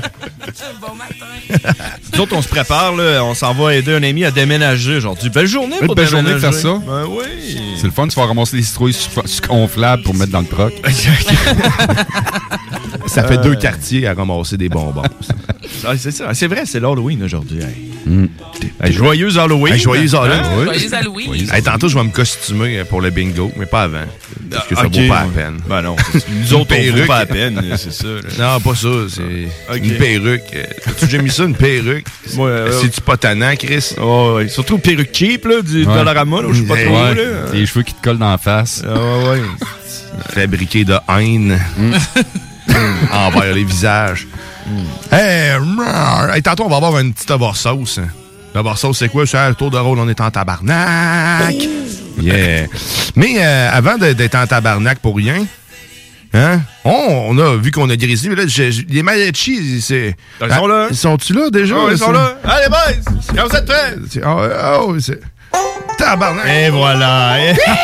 Nous autres, on se prépare, là, on s'en va aider un ami à déménager aujourd'hui. Belle journée pour déménager. Belle journée de faire ça. Ben oui. C'est le fun, tu vas ramasser les citrouilles gonflables pour mettre dans le troc. Ça fait 2 quartiers à ramasser des bonbons. C'est ça. C'est vrai, c'est l'Halloween aujourd'hui. Joyeux Halloween. Joyeux Halloween. Joyeux Halloween. Tantôt, je vais me costumer pour le bingo, mais pas avant. Parce que ça vaut pas la peine. Ben non, nous autres, on vaut pas la peine, c'est ça. Non, pas ça. C'est une perruque. As-tu déjà mis ça, une perruque? C'est-tu pas tannant, Chris? Oh, ouais. Surtout une perruque cheap, là, du Dollarama, là, je sais pas trop. Là. Les cheveux qui te collent dans la face. Ouais. Fabriqué de haine envers les visages. Hey, tantôt, on va avoir une petite sauce. La sauce, c'est quoi? C'est un tour de rôle, on est en tabarnak. Yeah. Mais avant d'être en tabarnak pour rien, Hein? Oh, on a vu qu'on a Grizzly, mais là, les mariachis, c'est... Ils sont là. Ils sont-tu là, déjà? Oh, ils sont là. Allez, boys! Quand vous êtes prêts! Oh, c'est... Tabarnak! Et voilà!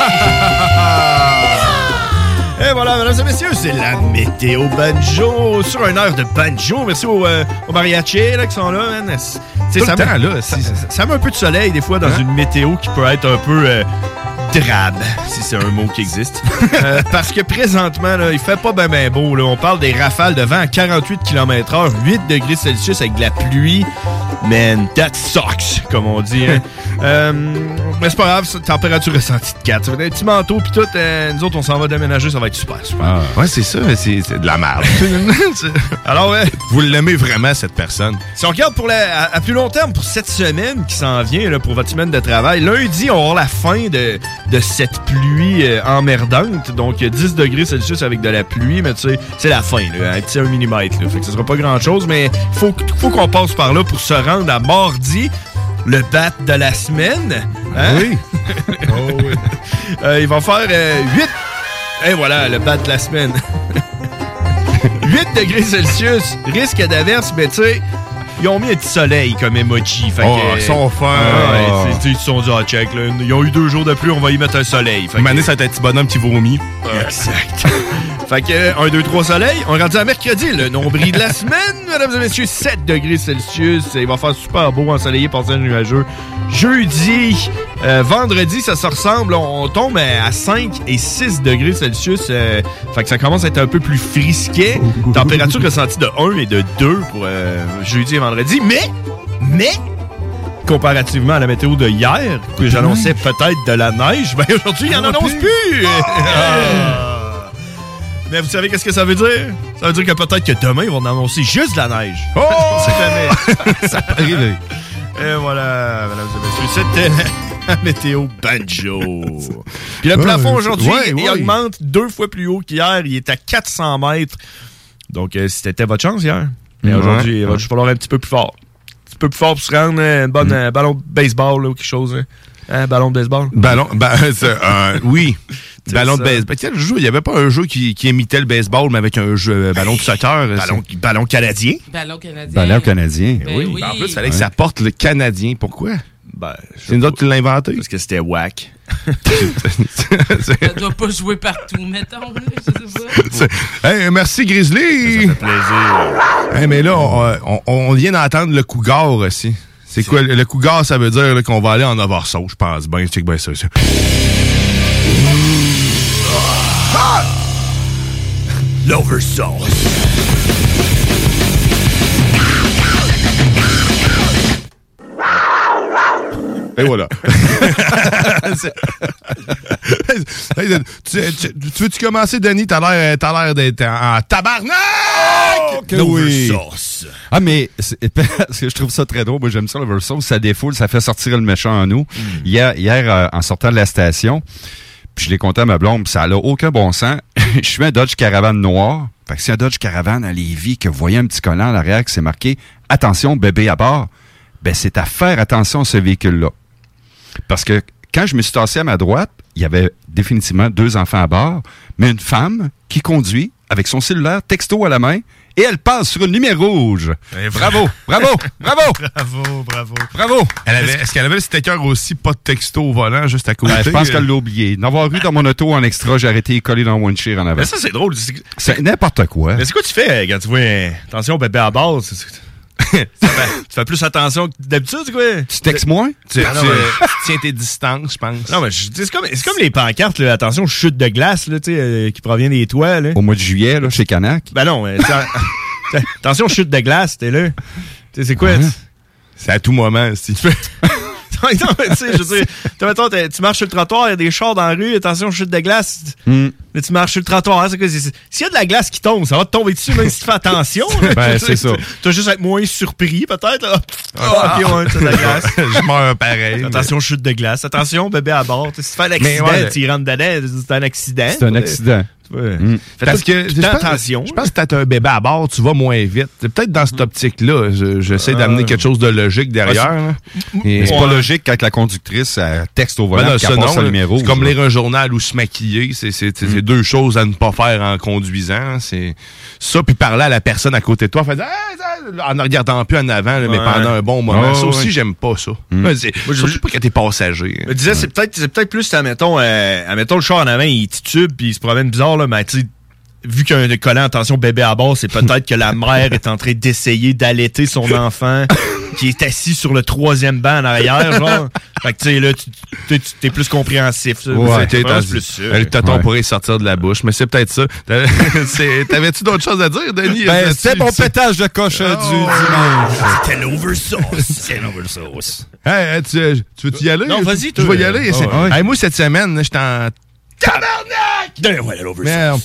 Et voilà, mesdames et messieurs, c'est la météo banjo sur un air de banjo. Merci aux mariachis là, qui sont là, man. Ça met un peu de soleil, des fois, dans une météo qui peut être un peu drabe, si c'est un mot qui existe. Parce que présentement, là, il fait pas ben beau. Là. On parle des rafales de vent à 48 km/h, 8 degrés Celsius avec de la pluie. Man, that sucks, comme on dit. Hein. Mais c'est pas grave, température ressentie de 4. Ça va être un petit manteau, puis tout. Nous autres, on s'en va déménager, ça va être super. Ah. Ouais, c'est ça, c'est de la merde. Alors, vous l'aimez vraiment, cette personne? Si on regarde à plus long terme, pour cette semaine qui s'en vient, là, pour votre semaine de travail, lundi, on va avoir la fin de cette pluie emmerdante. Donc, 10 degrés Celsius avec de la pluie, mais tu sais, c'est la fin, là, un petit 1 mm. Là, fait que ce sera pas grand-chose, mais faut qu'on passe par là pour se rendre à mardi, le bat de la semaine. Hein? Oui. Oh, oui. Il va faire 8... Et voilà, le bat de la semaine. 8 degrés Celsius, risque d'averse, mais tu sais, ils ont mis un petit soleil comme emoji. Fait ils sont fins. Ils se sont dit, check, là, ils ont eu 2 jours de pluie, on va y mettre un soleil. Mané, ça va être un petit bonhomme qui vomit. Exact. Fait que 1, 2, 3 soleil. On est rendu à mercredi, le nombril de la semaine, mesdames et messieurs, 7 degrés Celsius. Il va faire super beau, ensoleillé, passage nuageux. Jeudi, vendredi, ça se ressemble. On tombe à 5 et 6 degrés Celsius. Fait que ça commence à être un peu plus frisquet. Température ressentie de 1 et de 2 pour jeudi et vendredi. Mais... comparativement à la météo de hier, que j'annonçais peut-être de la neige, ben aujourd'hui, il n'en annonce plus! Mais vous savez qu'est-ce que ça veut dire? Ça veut dire que peut-être que demain, ils vont annoncer juste de la neige. Oh! Ça peut arriver. Et voilà, mesdames et messieurs, c'était la météo banjo. Puis le plafond aujourd'hui, il augmente 2 fois plus haut qu'hier. Il est à 400 mètres. Donc, c'était votre chance hier. Mais aujourd'hui, il va juste falloir un petit peu plus fort. Un petit peu plus fort pour se rendre un bon ballon de baseball là, ou quelque chose. Hein? Ballon de baseball? Oui. Ballon de baseball. Quel jeu? Il n'y avait pas un jeu qui imitait le baseball, mais avec un jeu ballon de soccer. Ballon canadien. Ballon canadien. Ben oui. En plus, il fallait que ça porte le canadien. Pourquoi? C'est nous autres qui l'ont inventé. Parce que c'était whack. Ça doit pas jouer partout, mettons. Je sais pas. Hey, merci Grizzly. Ça fait plaisir. Hey, mais là, on vient d'entendre le cougar aussi. C'est quoi? Le cougar, ça veut dire là, qu'on va aller en oversaut, je pense. Ben, check bien ça. L'oversauce. Et voilà. Tu veux-tu commencer, Denis? T'as l'air d'être en tabarnak! L'oversauce. Ah, mais parce que je trouve ça très drôle. Moi, j'aime ça, l'oversauce. Ça défoule, ça fait sortir le méchant en nous. Hier, en sortant de la station, puis je l'ai compté à ma blonde, puis ça n'a aucun bon sens. Je suis un Dodge Caravane noir. Fait que c'est un Dodge Caravane à Lévis que vous voyez un petit collant à l'arrière qui c'est marqué « Attention, bébé à bord », ben c'est à faire attention à ce véhicule-là. Parce que quand je me suis tassé à ma droite, il y avait définitivement 2 enfants à bord, mais une femme qui conduit avec son cellulaire texto à la main et elle passe sur une lumière rouge. Bravo! Est-ce qu'elle avait le sticker aussi, pas de texto au volant, juste à côté? Je pense qu'elle l'a oublié. D'avoir eu dans mon auto en extra, j'ai arrêté collé dans le windshield en avant. Mais ça, c'est drôle. C'est n'importe quoi. Mais c'est quoi tu fais quand tu vois attention, bébé à bord? Tu fais plus attention que d'habitude, c'est quoi? Tu textes moins? Tu tiens tes distances, je pense. Non, mais c'est comme les pancartes, là, attention, chute de glace là, qui provient des toits. Là. Au mois de juillet, là, chez Canac. Ben non, mais attention, chute de glace, t'es là. T'sais, c'est quoi? C'est à tout moment, si tu fais. Non, mais tu sais, je veux dire, mettons, tu marches sur le trottoir, il y a des chars dans la rue, attention, chute de glace. Mais tu marches sur le trottoir, c'est quoi? S'il y a de la glace qui tombe, ça va te tomber dessus, même si tu fais attention. Ben, c'est ça. Tu vas juste être moins surpris, peut-être. Ok, ouais, c'est de la glace. Je meurs pareil. Attention, chute de glace. Attention, bébé à bord. Si tu fais un accident, tu rentres dedans, c'est un accident. C'est un accident. Parce que attention. Je pense que t'as un bébé à bord, tu vas moins vite. C'est peut-être dans cette optique-là. J'essaie d'amener quelque chose de logique derrière. C'est pas logique quand la conductrice texte au volant qu'elle passe le numéro. C'est comme lire un journal ou se maquiller. C'est c'est 2 choses à ne pas faire en conduisant. C'est ça, puis parler à la personne à côté de toi, en ne regardant plus en avant, là, mais pendant un bon moment. Ça aussi, j'aime pas ça. Surtout pas quand t'es passager. Je disais, c'est peut-être plus, admettons, le char en avant, il titube, puis il se promène bizarre, là, mais tu sais, vu qu'il y a un collant attention bébé à bord, c'est peut-être que la mère est en train d'essayer d'allaiter son enfant qui est assis sur le 3e banc en arrière, genre. Fait que tu sais, là, t'es plus compréhensif. Le tonton pourrait sortir de la bouche, mais c'est peut-être ça. T'avais-tu d'autres choses à dire, Denis? C'est mon pétage de coche du dimanche. C'était l'oversauce. Hey, tu veux-tu y aller? Non, vas-y, tu vas y aller. Hey, moi, cette semaine, j'étais en... Tabarnak! Voilà l'oversauce.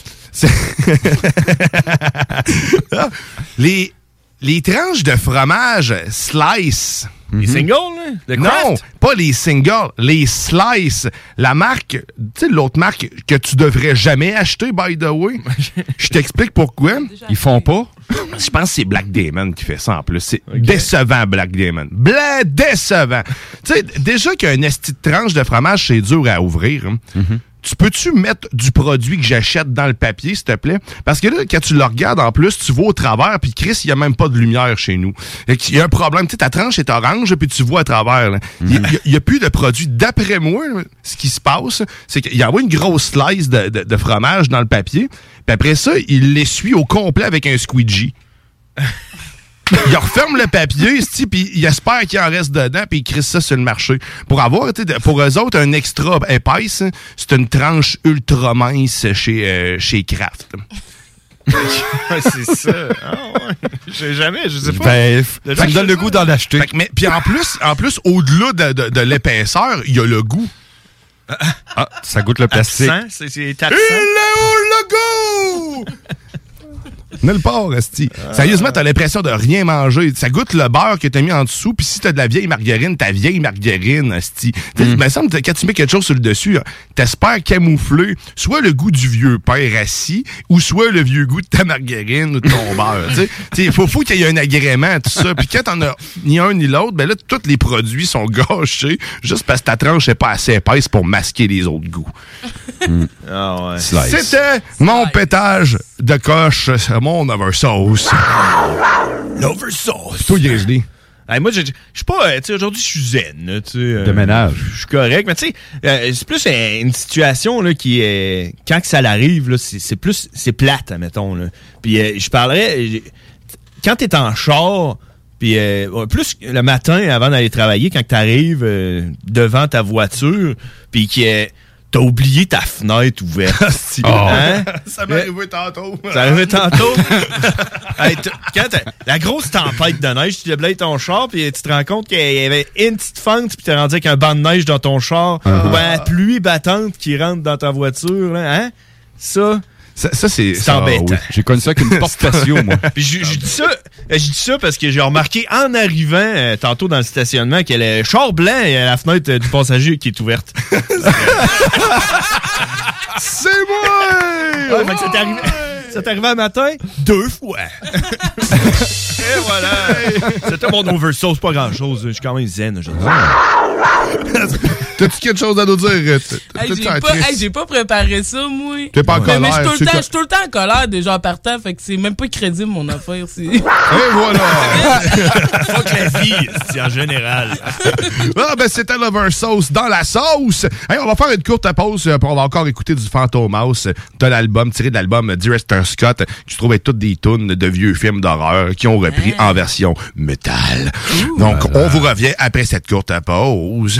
Les tranches de fromage slice. Les singles, là? Non, pas les singles, les slice. La marque, tu sais, l'autre marque que tu devrais jamais acheter, by the way. Je t'explique pourquoi. Ils font pas? Je pense que c'est Black Diamond qui fait ça en plus. C'est décevant, Black Diamond. Décevant. Tu sais, déjà qu'il y a une esti de tranche de fromage, c'est dur à ouvrir. Hein. Tu peux-tu mettre du produit que j'achète dans le papier, s'il te plaît? Parce que là, quand tu le regardes en plus, tu vois au travers, puis Chris, il n'y a même pas de lumière chez nous. Il y a un problème. Tu sais, ta tranche est orange, puis tu vois à travers. Il n'y a plus de produit. D'après moi, ce qui se passe, c'est qu'il envoie une grosse slice de fromage dans le papier, puis après ça, il l'essuie au complet avec un squeegee. Il referme le papier, puis il espère qu'il en reste dedans, puis il crisse ça sur le marché. Pour avoir, pour eux autres, un extra épaisse, c'est une tranche ultra mince chez Kraft. C'est ça. Je sais jamais, je sais pas. Ça me donne le goût d'en acheter. Puis en plus, au-delà de l'épaisseur, il y a le goût. Ça goûte le plastique. C'est il est où le goût? Nulle part, esti. Sérieusement, t'as l'impression de rien manger. Ça goûte le beurre que t'as mis en dessous, puis si t'as de la vieille margarine, ta vieille margarine, esti. Il me semble que quand tu mets quelque chose sur le dessus, t'espères camoufler soit le goût du vieux père assis, ou soit le vieux goût de ta margarine ou de ton beurre. Il faut qu'il y ait un agrément, tout ça. Puis quand t'en as ni un ni l'autre, ben là, tous les produits sont gâchés, juste parce que ta tranche n'est pas assez épaisse pour masquer les autres goûts. C'était mon pétage de coche, mon oversauce. L'oversauce. Toi, Grizzly. Moi, je suis pas... tu sais, aujourd'hui, je suis zen. De ménage. Je suis correct, mais tu sais, c'est plus une situation là, qui est... Quand que ça l'arrive, là, c'est plus... C'est plate, admettons. Là. Puis je parlerais... Quand t'es en char... Puis plus le matin, avant d'aller travailler, quand t'arrives devant ta voiture, puis t'as oublié ta fenêtre ouverte. Hein? Ça m'est arrivé tantôt. Ça m'est arrivé tantôt? Quand la grosse tempête de neige, tu déblayes ton char, puis tu te rends compte qu'il y avait une petite fente, puis t'es rendu avec un banc de neige dans ton char, ou la pluie battante qui rentre dans ta voiture. Là, hein? Ça c'est embêtant. Oui. J'ai connu ça avec une porte patio, moi. Puis je dis ça parce que j'ai remarqué en arrivant tantôt dans le stationnement qu'il y a le char blanc et la fenêtre du passager qui est ouverte. C'est moi! Ouais, ça t'est arrivé un matin 2 fois. Et voilà. C'était mon oversauce, pas grand-chose. Je suis quand même zen aujourd'hui. T'as-tu quelque chose à nous dire? J'ai pas préparé ça, moi. T'es pas en colère. Mais je suis tout le temps en colère déjà en partant, fait que c'est même pas crédible mon affaire. Et voilà! Fuck la vie, c'est en général. C'était l'oversauce dans la sauce. Hey, on va faire une courte pause, puis on va encore écouter du Fantomas de l'album, tiré de l'album Director Scott, qui se trouve être toutes des tunes de vieux films d'horreur qui ont repris en version métal. Donc, on vous revient après cette courte pause.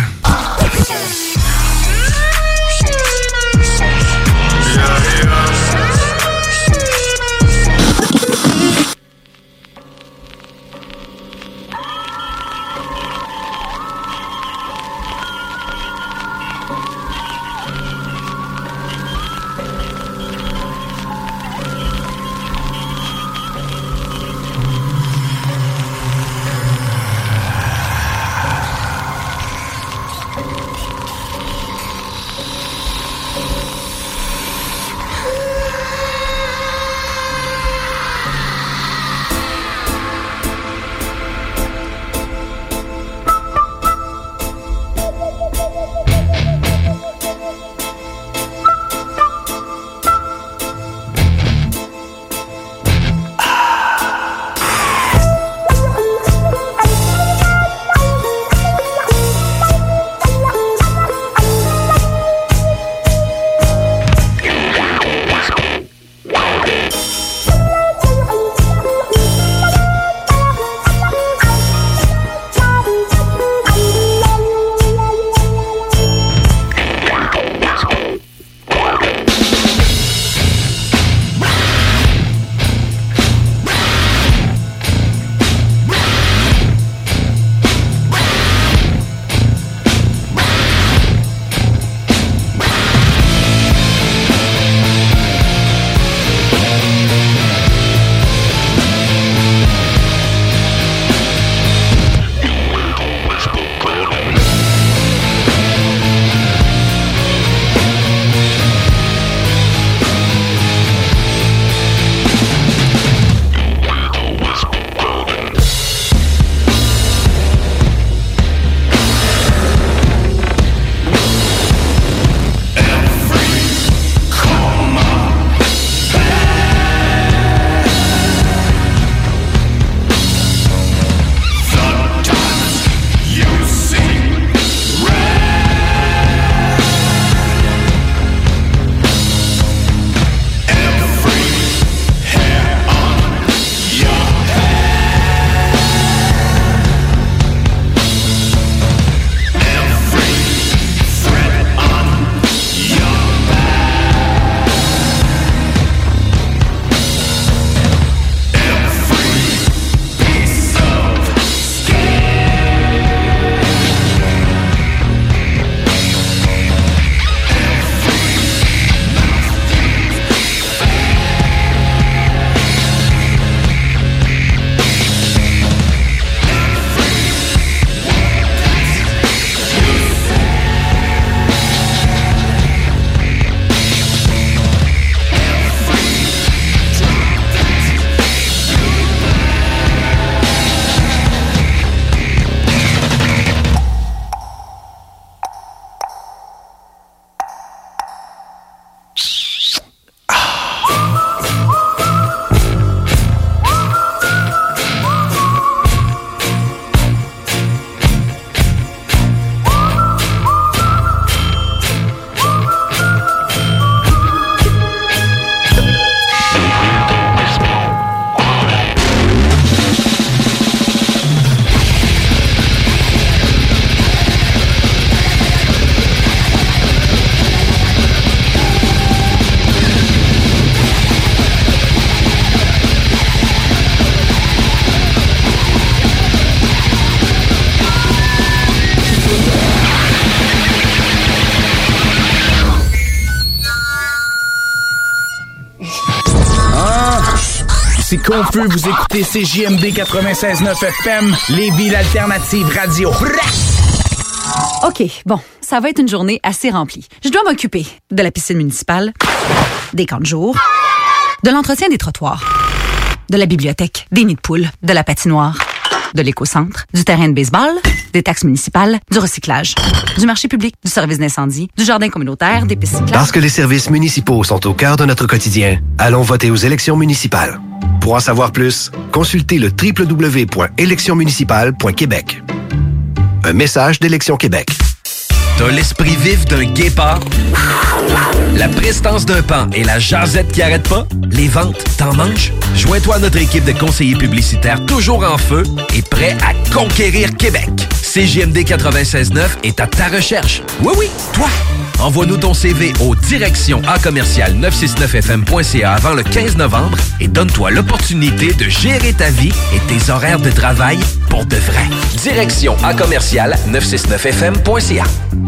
c'est confus, vous écoutez CJMD 96.9 FM, Lévis, l'alternative radio. OK, bon, ça va être une journée assez remplie. Je dois m'occuper de la piscine municipale, des camps de jour, de l'entretien des trottoirs, de la bibliothèque, des nids de poules, de la patinoire, de l'éco-centre, du terrain de baseball, des taxes municipales, du recyclage, du marché public, du service d'incendie, du jardin communautaire, des pistes cyclables. Parce que les services municipaux sont au cœur de notre quotidien, allons voter aux élections municipales. Pour en savoir plus, consultez le www.électionsmunicipales.québec. Un message d'Élections Québec. T'as l'esprit vif d'un guépard, la prestance d'un paon et la jasette qui arrête pas? Les ventes, t'en manges? Joins-toi à notre équipe de conseillers publicitaires toujours en feu et prêts à conquérir Québec. CJMD 96.9 est à ta recherche. Oui, toi! Envoie-nous ton CV au direction à-969fm.ca avant le 15 novembre et donne-toi l'opportunité de gérer ta vie et tes horaires de travail pour de vrai. Direction à-969fm.ca.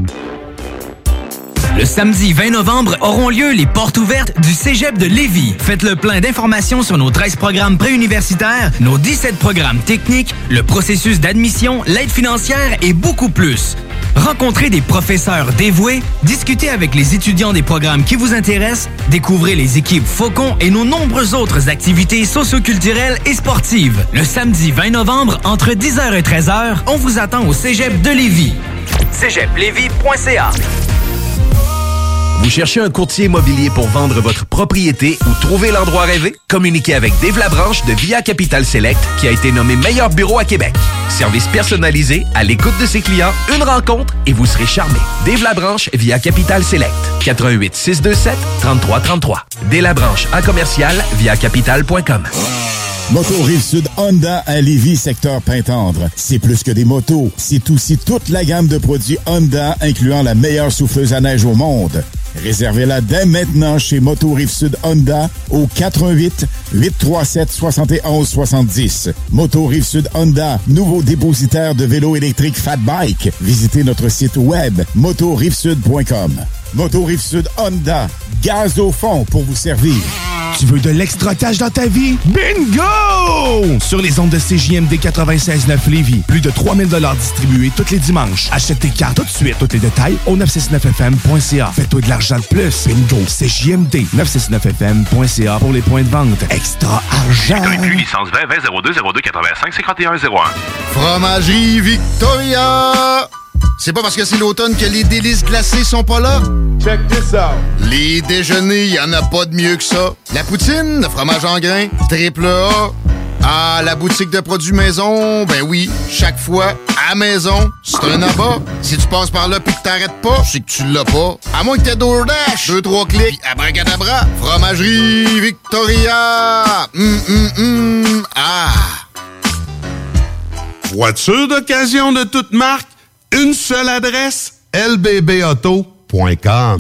Le samedi 20 novembre auront lieu les portes ouvertes du Cégep de Lévis. Faites le plein d'informations sur nos 13 programmes préuniversitaires, nos 17 programmes techniques, le processus d'admission, l'aide financière et beaucoup plus. Rencontrez des professeurs dévoués, discutez avec les étudiants des programmes qui vous intéressent, découvrez les équipes Faucon et nos nombreuses autres activités socio-culturelles et sportives. Le samedi 20 novembre, entre 10h et 13h, on vous attend au Cégep de Lévis. cégeplevy.ca. Vous cherchez un courtier immobilier pour vendre votre propriété ou trouver l'endroit rêvé? Communiquez avec Dave Labranche de Via Capital Select qui a été nommé meilleur bureau à Québec. Service personnalisé, à l'écoute de ses clients, une rencontre et vous serez charmé. Dave Labranche via Capital Select. 88 627 3333. Dave Labranche à commercial via capital.com. Moto Rive-Sud Honda à Lévis, secteur Pintendre. C'est plus que des motos, c'est aussi toute la gamme de produits Honda, incluant la meilleure souffleuse à neige au monde. Réservez-la dès maintenant chez Moto Rive-Sud Honda au 88 837 71 70. Moto Rive-Sud Honda, nouveau dépositaire de vélos électriques Fat Bike. Visitez notre site web motorivesud.com. Moto Rive-Sud Honda, gaz au fond pour vous servir. Tu veux de l'extra cash dans ta vie? Bingo! Sur les ondes de CJMD 96.9 Lévis, plus de 3000 $ distribués tous les dimanches. Achète tes cartes tout de suite. Tous les détails au 969fm.ca. Fais-toi de l'argent de plus. Bingo! CJMD 969fm.ca pour les points de vente. Extra argent! Inclus licence 20 20 02 02 85 51 01. Fromagerie Victoria! C'est pas parce que c'est l'automne que les délices glacées sont pas là? Check this out! Les déjeuners, y en a pas de mieux que ça. La poutine, le fromage en grains, triple A. Ah, la boutique de produits maison, ben oui, chaque fois, à maison, c'est un abat. Si tu passes par là pis que t'arrêtes pas, c'est que tu l'as pas. À moins que t'aies DoorDash, 2-3 clics, pis abracadabra. Fromagerie Victoria! Ah! Voiture d'occasion de toute marque, une seule adresse, lbbauto.com.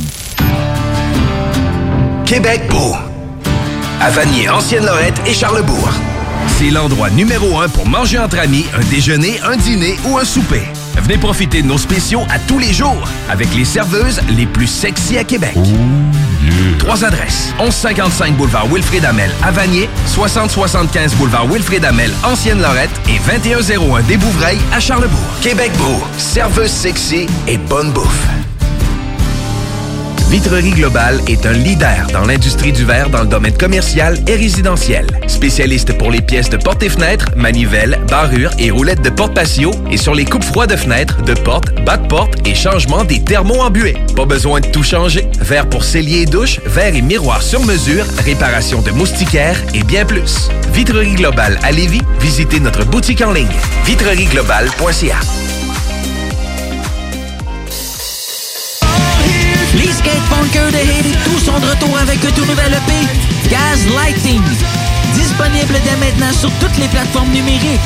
Québec beau. À Vanier, Ancienne-Lorette et Charlebourg. C'est l'endroit numéro 1 pour manger entre amis, un déjeuner, un dîner ou un souper. Venez profiter de nos spéciaux à tous les jours avec les serveuses les plus sexy à Québec. Oh, yeah. 3 adresses. 1155 boulevard Wilfrid Hamel à Vanier, 6075 boulevard Wilfrid Hamel, Ancienne-Lorette et 2101 des Bouvrailles à Charlebourg. Québec beau, serveuse sexy et bonne bouffe. Vitrerie Globale est un leader dans l'industrie du verre dans le domaine commercial et résidentiel. Spécialiste pour les pièces de portes et fenêtres, manivelles, barrures et roulettes de porte patio et sur les coupes froides de fenêtres, de portes, bas de porte et changement des thermos embués. Pas besoin de tout changer. Verre pour cellier et douche, verre et miroir sur mesure, réparation de moustiquaires et bien plus. Vitrerie Globale à Lévis, visitez notre boutique en ligne. vitrerieglobale.ca. Les skatepunkers de Haiti, tous sont de retour avec un tout nouvel EP, Gaz Lighting. Disponible dès maintenant sur toutes les plateformes numériques.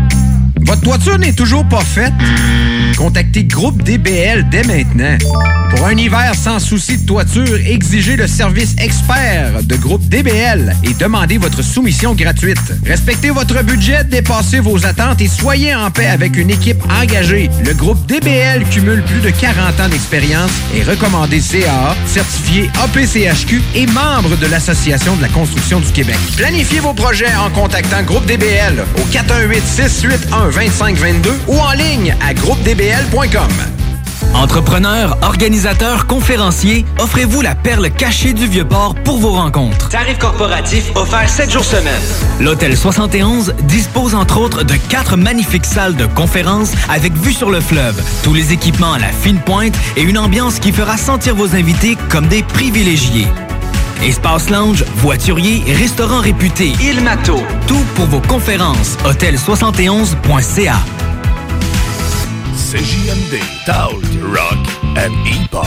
Votre toiture n'est toujours pas faite? Contactez Groupe DBL dès maintenant. Pour un hiver sans souci de toiture, exigez le service expert de Groupe DBL et demandez votre soumission gratuite. Respectez votre budget, dépassez vos attentes et soyez en paix avec une équipe engagée. Le Groupe DBL cumule plus de 40 ans d'expérience, est recommandé CAA, certifié APCHQ et membre de l'Association de la construction du Québec. Planifiez vos projets en contactant Groupe DBL au 418-681-2522 ou en ligne à groupedbl.com. Entrepreneurs, organisateurs, conférenciers, offrez-vous la perle cachée du Vieux-Port pour vos rencontres. Tarif corporatif offert 7 jours semaine. L'Hôtel 71 dispose entre autres de 4 magnifiques salles de conférences avec vue sur le fleuve, tous les équipements à la fine pointe et une ambiance qui fera sentir vos invités comme des privilégiés. Espace lounge, voiturier, restaurant réputé, Il Mato. Tout pour vos conférences. Hôtel71.ca. CJMD, Talk, Rock and Hip-Hop.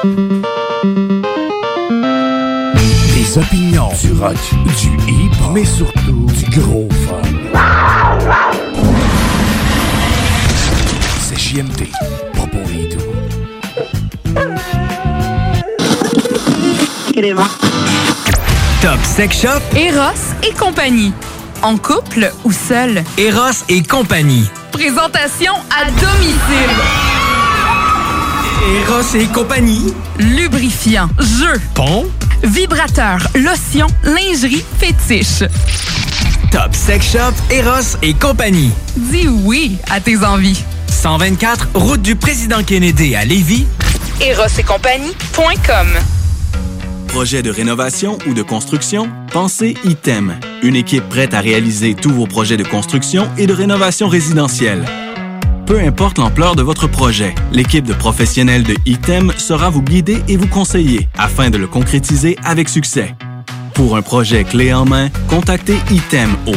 Des opinions, du rock, du hip-hop, mais surtout du gros fun. C'est JMD, pas pour les doux. Top Sex Shop, Eros et compagnie. En couple ou seul? Eros et compagnie. Présentation à domicile. Eros et compagnie. Lubrifiant, jeu, Pont, vibrateur, lotion, lingerie, fétiche. Top Sex Shop, Eros et compagnie. Dis oui à tes envies. 124, route du Président Kennedy à Lévis. erosetcompagnie.com. Projet de rénovation ou de construction? Pensez ITEM. Une équipe prête à réaliser tous vos projets de construction et de rénovation résidentielle. Peu importe l'ampleur de votre projet, l'équipe de professionnels de ITEM sera vous guider et vous conseiller afin de le concrétiser avec succès. Pour un projet clé en main, contactez ITEM au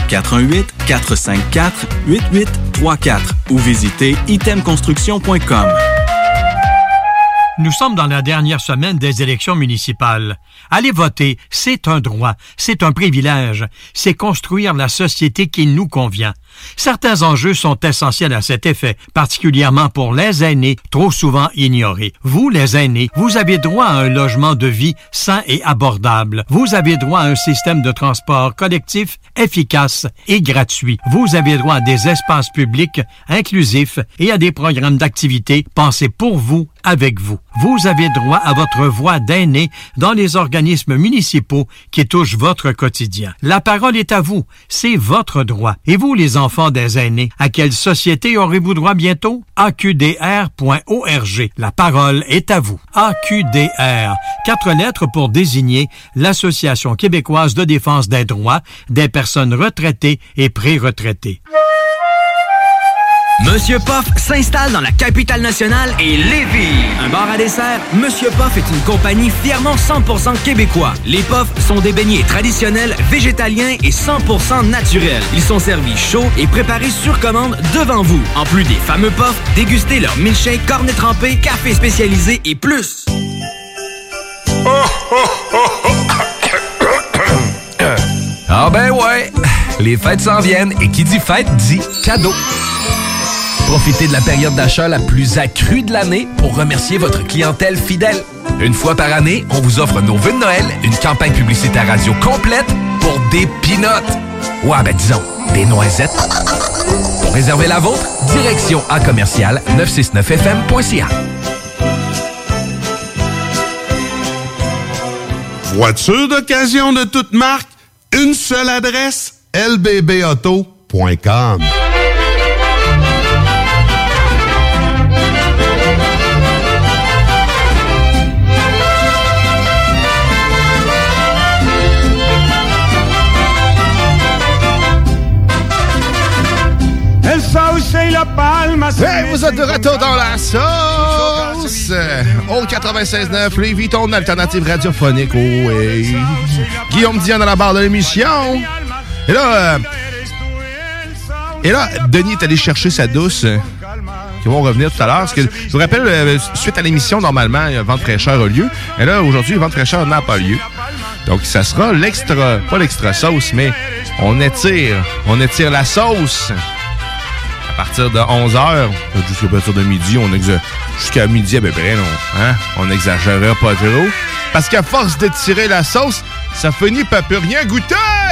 418-454-8834 ou visitez itemconstruction.com. Nous sommes dans la dernière semaine des élections municipales. Aller voter, c'est un droit, c'est un privilège, c'est construire la société qui nous convient. Certains enjeux sont essentiels à cet effet, particulièrement pour les aînés, trop souvent ignorés. Vous, les aînés, vous avez droit à un logement de vie sain et abordable. Vous avez droit à un système de transport collectif efficace et gratuit. Vous avez droit à des espaces publics inclusifs et à des programmes d'activité pensés pour vous, avec vous. Vous avez droit à votre voix d'aîné dans les organismes municipaux qui touchent votre quotidien. La parole est à vous. C'est votre droit. Et vous, les enfants des aînés, à quelle société aurez-vous droit bientôt? AQDR.org. La parole est à vous. AQDR. 4 lettres pour désigner l'Association québécoise de défense des droits des personnes retraitées et pré-retraitées. Monsieur Poff s'installe dans la capitale nationale et Lévis. Un bar à dessert, Monsieur Poff est une compagnie fièrement 100% québécois. Les Poffs sont des beignets traditionnels, végétaliens et 100% naturels. Ils sont servis chauds et préparés sur commande devant vous. En plus des fameux Poffs, dégustez leur milkshake, cornet trempé, café spécialisé et plus. Ah ben ouais, les fêtes s'en viennent et qui dit fête dit cadeau. Profitez de la période d'achat la plus accrue de l'année pour remercier votre clientèle fidèle. Une fois par année, on vous offre nos vœux de Noël, une campagne publicitaire radio complète pour des peanuts. Ouais, ben disons, des noisettes. Pour réserver la vôtre, direction à commercial 969fm.ca. Voiture d'occasion de toute marque, une seule adresse, lbbauto.com. Hey, vous êtes de retour dans la sauce! Au 96.9, Lévis, ton alternative radiophonique. Oh, oui. Guillaume Diane à la barre de l'émission. Et là, Denis est allé chercher sa douce. Qui vont revenir tout à l'heure. Parce que, je vous rappelle, suite à l'émission, normalement, Vente fraîcheur a lieu. Et là, aujourd'hui, Vente fraîcheur n'a pas lieu. Donc, ça sera l'extra, pas l'extra sauce, mais on étire la sauce. À partir de 11h, jusqu'à partir de midi, jusqu'à midi à peu près, on n'exagérera pas trop. Parce qu'à force d'étirer la sauce, ça finit par plus rien goûter!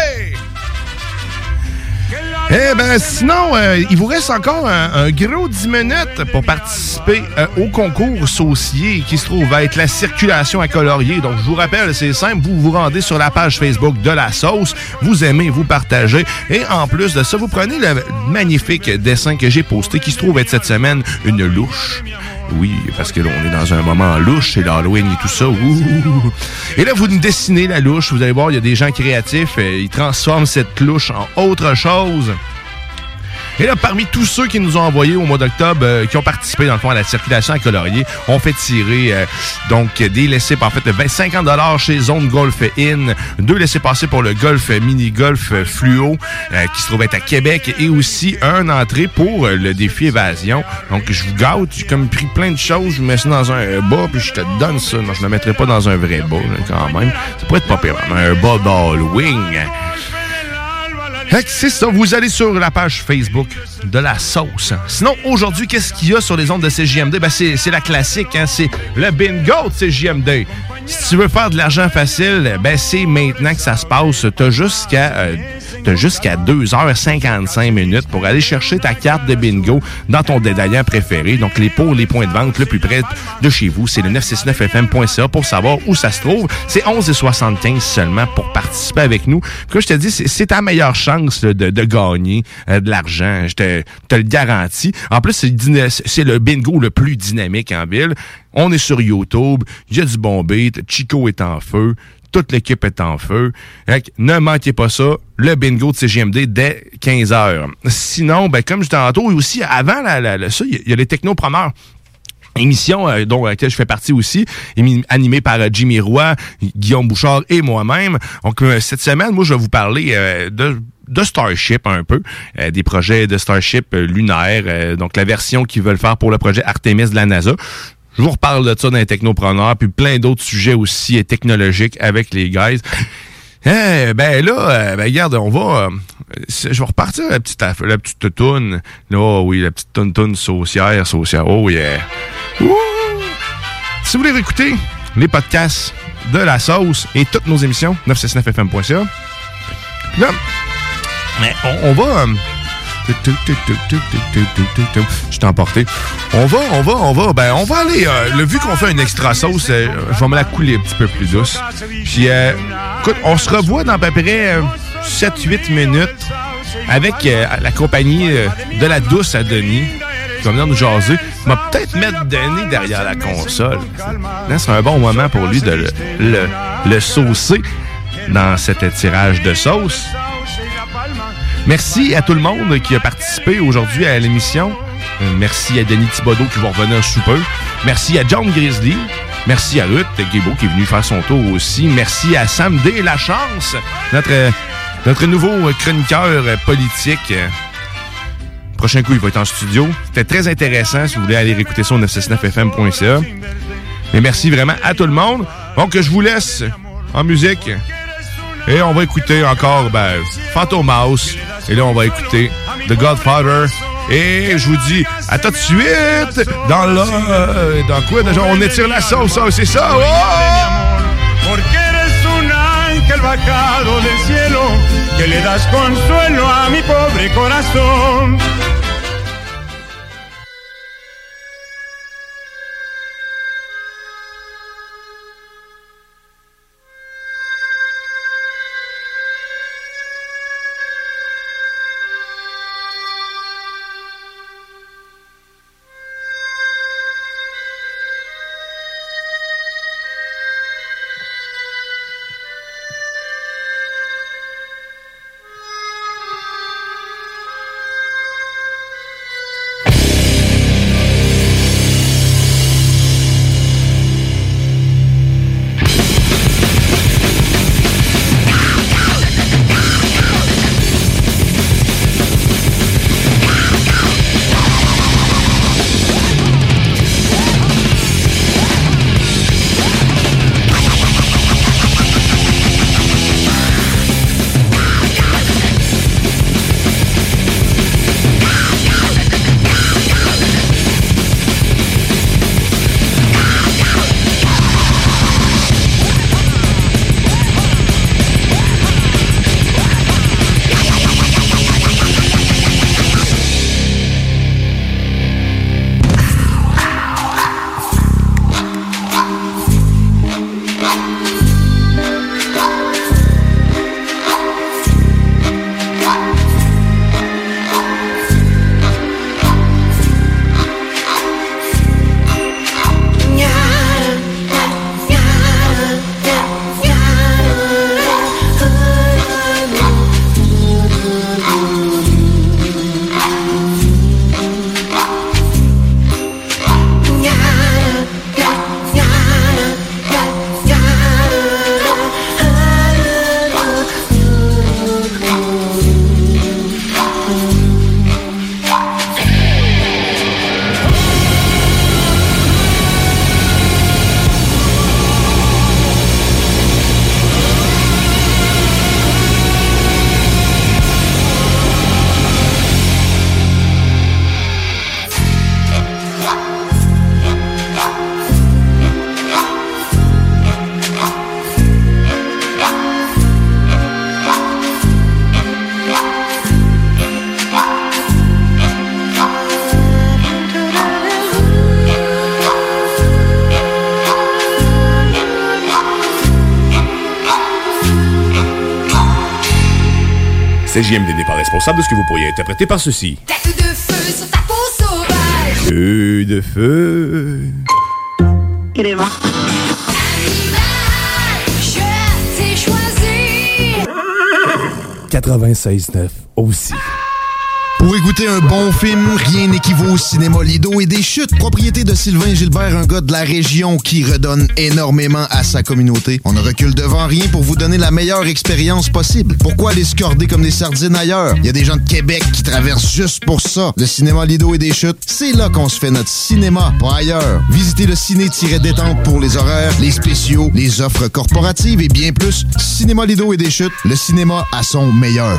Eh ben, sinon, il vous reste encore un gros 10 minutes pour participer au concours saucier qui se trouve à être la circulation à colorier. Donc, je vous rappelle, c'est simple, vous vous rendez sur la page Facebook de la sauce, vous aimez, vous partagez, et en plus de ça, vous prenez le magnifique dessin que j'ai posté qui se trouve être cette semaine une louche. Oui, parce que là, on est dans un moment louche, c'est l'Halloween et tout ça. Ouh. Et là, vous dessinez la louche, vous allez voir, il y a des gens créatifs, ils transforment cette louche en autre chose. Et là, parmi tous ceux qui nous ont envoyé au mois d'octobre, qui ont participé, dans le fond, à la circulation à colorier, on fait tirer des laissez-passer, en fait, 50 $ chez Zone Golf In, 2 laissez-passer pour le golf mini-golf fluo, qui se trouve être à Québec, et aussi un entrée pour le défi évasion. Donc, je vous gâte, j'ai comme pris plein de choses, je vous mets ça dans un bas, puis je te donne ça. Non, je ne le mettrai pas dans un vrai bas, là, quand même. Ça pourrait être pas pire, un bas d'All-Wing. C'est ça, vous allez sur la page Facebook de la sauce. Sinon, aujourd'hui, qu'est-ce qu'il y a sur les ondes de CJMD? Ben, c'est la classique, hein? C'est le bingo de CJMD. Si tu veux faire de l'argent facile, ben c'est maintenant que ça se passe. T'as jusqu'à 2h55 pour aller chercher ta carte de bingo dans ton détaillant préféré. Donc, les points de vente le plus près de chez vous, c'est le 969fm.ca pour savoir où ça se trouve. C'est 11,75 seulement pour participer avec nous. Comme je te dis, c'est ta meilleure chance de gagner de l'argent. Je te le garantis. En plus, c'est le bingo le plus dynamique en ville. On est sur YouTube, il y a du bon beat, Chico est en feu, toute l'équipe est en feu. Ne manquez pas ça, le bingo de CJMD dès 15h. Sinon, ben comme je disais tantôt, aussi avant ça, il y a les technopreneurs. Émission dont laquelle je fais partie aussi, animée par Jimmy Roy, Guillaume Bouchard et moi-même. Donc cette semaine, moi je vais vous parler de Starship un peu, des projets de Starship lunaire, donc la version qu'ils veulent faire pour le projet Artemis de la NASA. Je vous reparle de ça dans les technopreneurs, puis plein d'autres sujets aussi technologiques avec les guys. Regarde, on va... je vais repartir la petite toune. Là, oui, la petite toune saucière. Oh yeah! Wouh! Si vous voulez réécouter les podcasts de la sauce et toutes nos émissions, 969fm.ca. Là, on va... Je t'ai emporté. On va aller, vu qu'on fait une extra sauce, je vais me la couler un petit peu plus douce. Puis, écoute, on se revoit dans à peu près 7-8 minutes avec la compagnie de la douce à Denis, qui va venir nous jaser. Il va peut-être mettre Denis derrière la console. Là, c'est un bon moment pour lui de le saucer dans cet tirage de sauce. Merci à tout le monde qui a participé aujourd'hui à l'émission. Merci à Denis Thibodeau qui va revenir sous peu. Merci à John Grizzly. Merci à Ruth Guébeau qui est venu faire son tour aussi. Merci à Sam D. Lachance, notre nouveau chroniqueur politique. Prochain coup, il va être en studio. C'était très intéressant si vous voulez aller réécouter ça au 969fm.ca. Mais merci vraiment à tout le monde. Donc, je vous laisse en musique. Et on va écouter encore Phantom House. Et là, on va écouter The Godfather. Et je vous dis à tout de suite dans quoi déjà? On étire la sauce, c'est ça! Oh! Porque eres un ángel bajado del cielo que le das consuelo a mi pobre corazón. CJMD n'est pas responsable de ce que vous pourriez interpréter par ceci. Tête de feu sur ta peau sauvage. Feu de feu. Il est mort. Je t'ai choisi. 96.9 aussi. Pour écouter un bon film, rien n'équivaut au cinéma Lido et des Chutes, propriété de Sylvain Gilbert, un gars de la région qui redonne énormément à sa communauté. On ne recule devant rien pour vous donner la meilleure expérience possible. Pourquoi aller se corder comme des sardines ailleurs? Il y a des gens de Québec qui traversent juste pour ça. Le cinéma Lido et des Chutes, c'est là qu'on se fait notre cinéma, pas ailleurs. Visitez le ciné-détente pour les horaires, les spéciaux, les offres corporatives et bien plus. Cinéma Lido et des Chutes, le cinéma à son meilleur.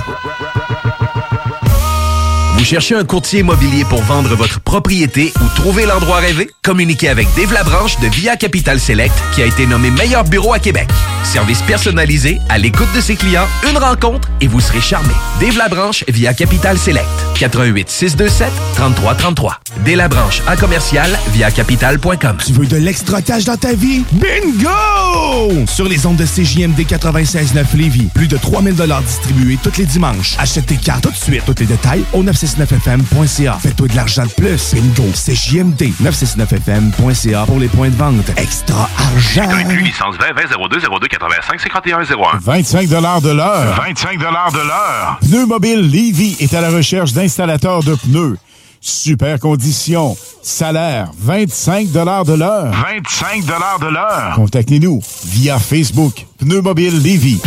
Vous cherchez un courtier immobilier pour vendre votre propriété ou trouver l'endroit rêvé? Communiquez avec Dave Labranche de Via Capital Select qui a été nommé meilleur bureau à Québec. Service personnalisé, à l'écoute de ses clients, une rencontre et vous serez charmé. Dave Labranche via Capital Select. 88 627 3333. Dave Labranche à commercial via capital.com. Tu veux de l'extra cash dans ta vie? Bingo! Sur les ondes de CJMD 96.9 Lévis, plus de 3000 $ distribués tous les dimanches. Achète tes cartes tout de suite. Tous les détails au 969fm.ca. Fais-toi de l'argent de plus. Bingo! CJMD 969fm.ca pour les points de vente. Extra argent! Inclus licence 20 02 02 85 51 01. 25 $ de l'heure. 25 $ de l'heure. Pneus Mobile Lévis est à la recherche d'installateurs de pneus. Super conditions. Salaire, 25 $ de l'heure. 25 $ de l'heure. Contactez-nous via Facebook. Pneus Mobile Lévis.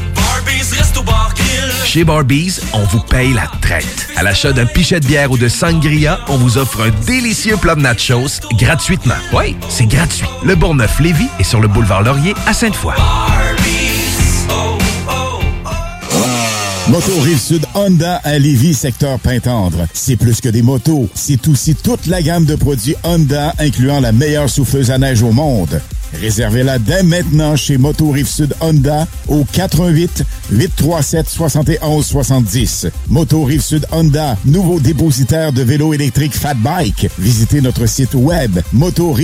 Chez Barbies, on vous paye la traite. À l'achat d'un pichet de bière ou de sangria, on vous offre un délicieux plat de nachos gratuitement. Oui, c'est gratuit. Le Bourgneuf-Lévis est sur le boulevard Laurier à Sainte-Foy. Moto Rive-Sud Honda à Lévis, secteur Pintendre. C'est plus que des motos, c'est aussi toute la gamme de produits Honda, incluant la meilleure souffleuse à neige au monde. Réservez-la dès maintenant chez Moto Rive-Sud Honda au 88 837 71 70. Moto Rive-Sud Honda, nouveau dépositaire de vélos électriques Fat Bike. Visitez notre site web motorive.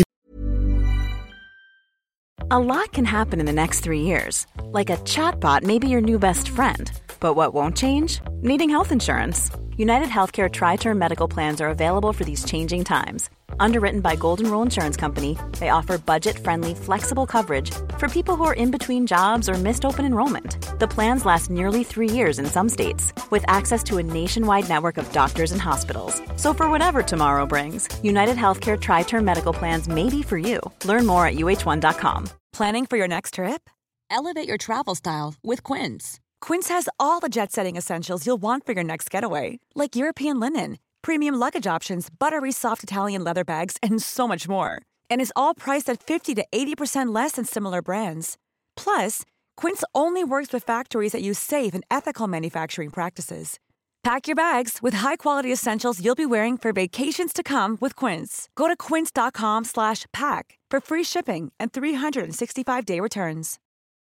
A lot can happen in the next 3 years. Like a chatbot may be your new best friend. But what won't change? Needing health insurance. United Healthcare Tri-Term Medical Plans are available for these changing times. Underwritten by Golden Rule Insurance Company, they offer budget-friendly, flexible coverage for people who are in between jobs or missed open enrollment. The plans last nearly 3 years in some states, with access to a nationwide network of doctors and hospitals. So for whatever tomorrow brings, United Healthcare Tri-Term Medical Plans may be for you. Learn more at uh1.com. Planning for your next trip? Elevate your travel style with Quince. Quince has all the jet-setting essentials you'll want for your next getaway, like European linen, premium luggage options, buttery soft Italian leather bags, and so much more. And is all priced at 50 to 80% less than similar brands. Plus, Quince only works with factories that use safe and ethical manufacturing practices. Pack your bags with high-quality essentials you'll be wearing for vacations to come with Quince. Go to quince.com/pack for free shipping and 365-day returns.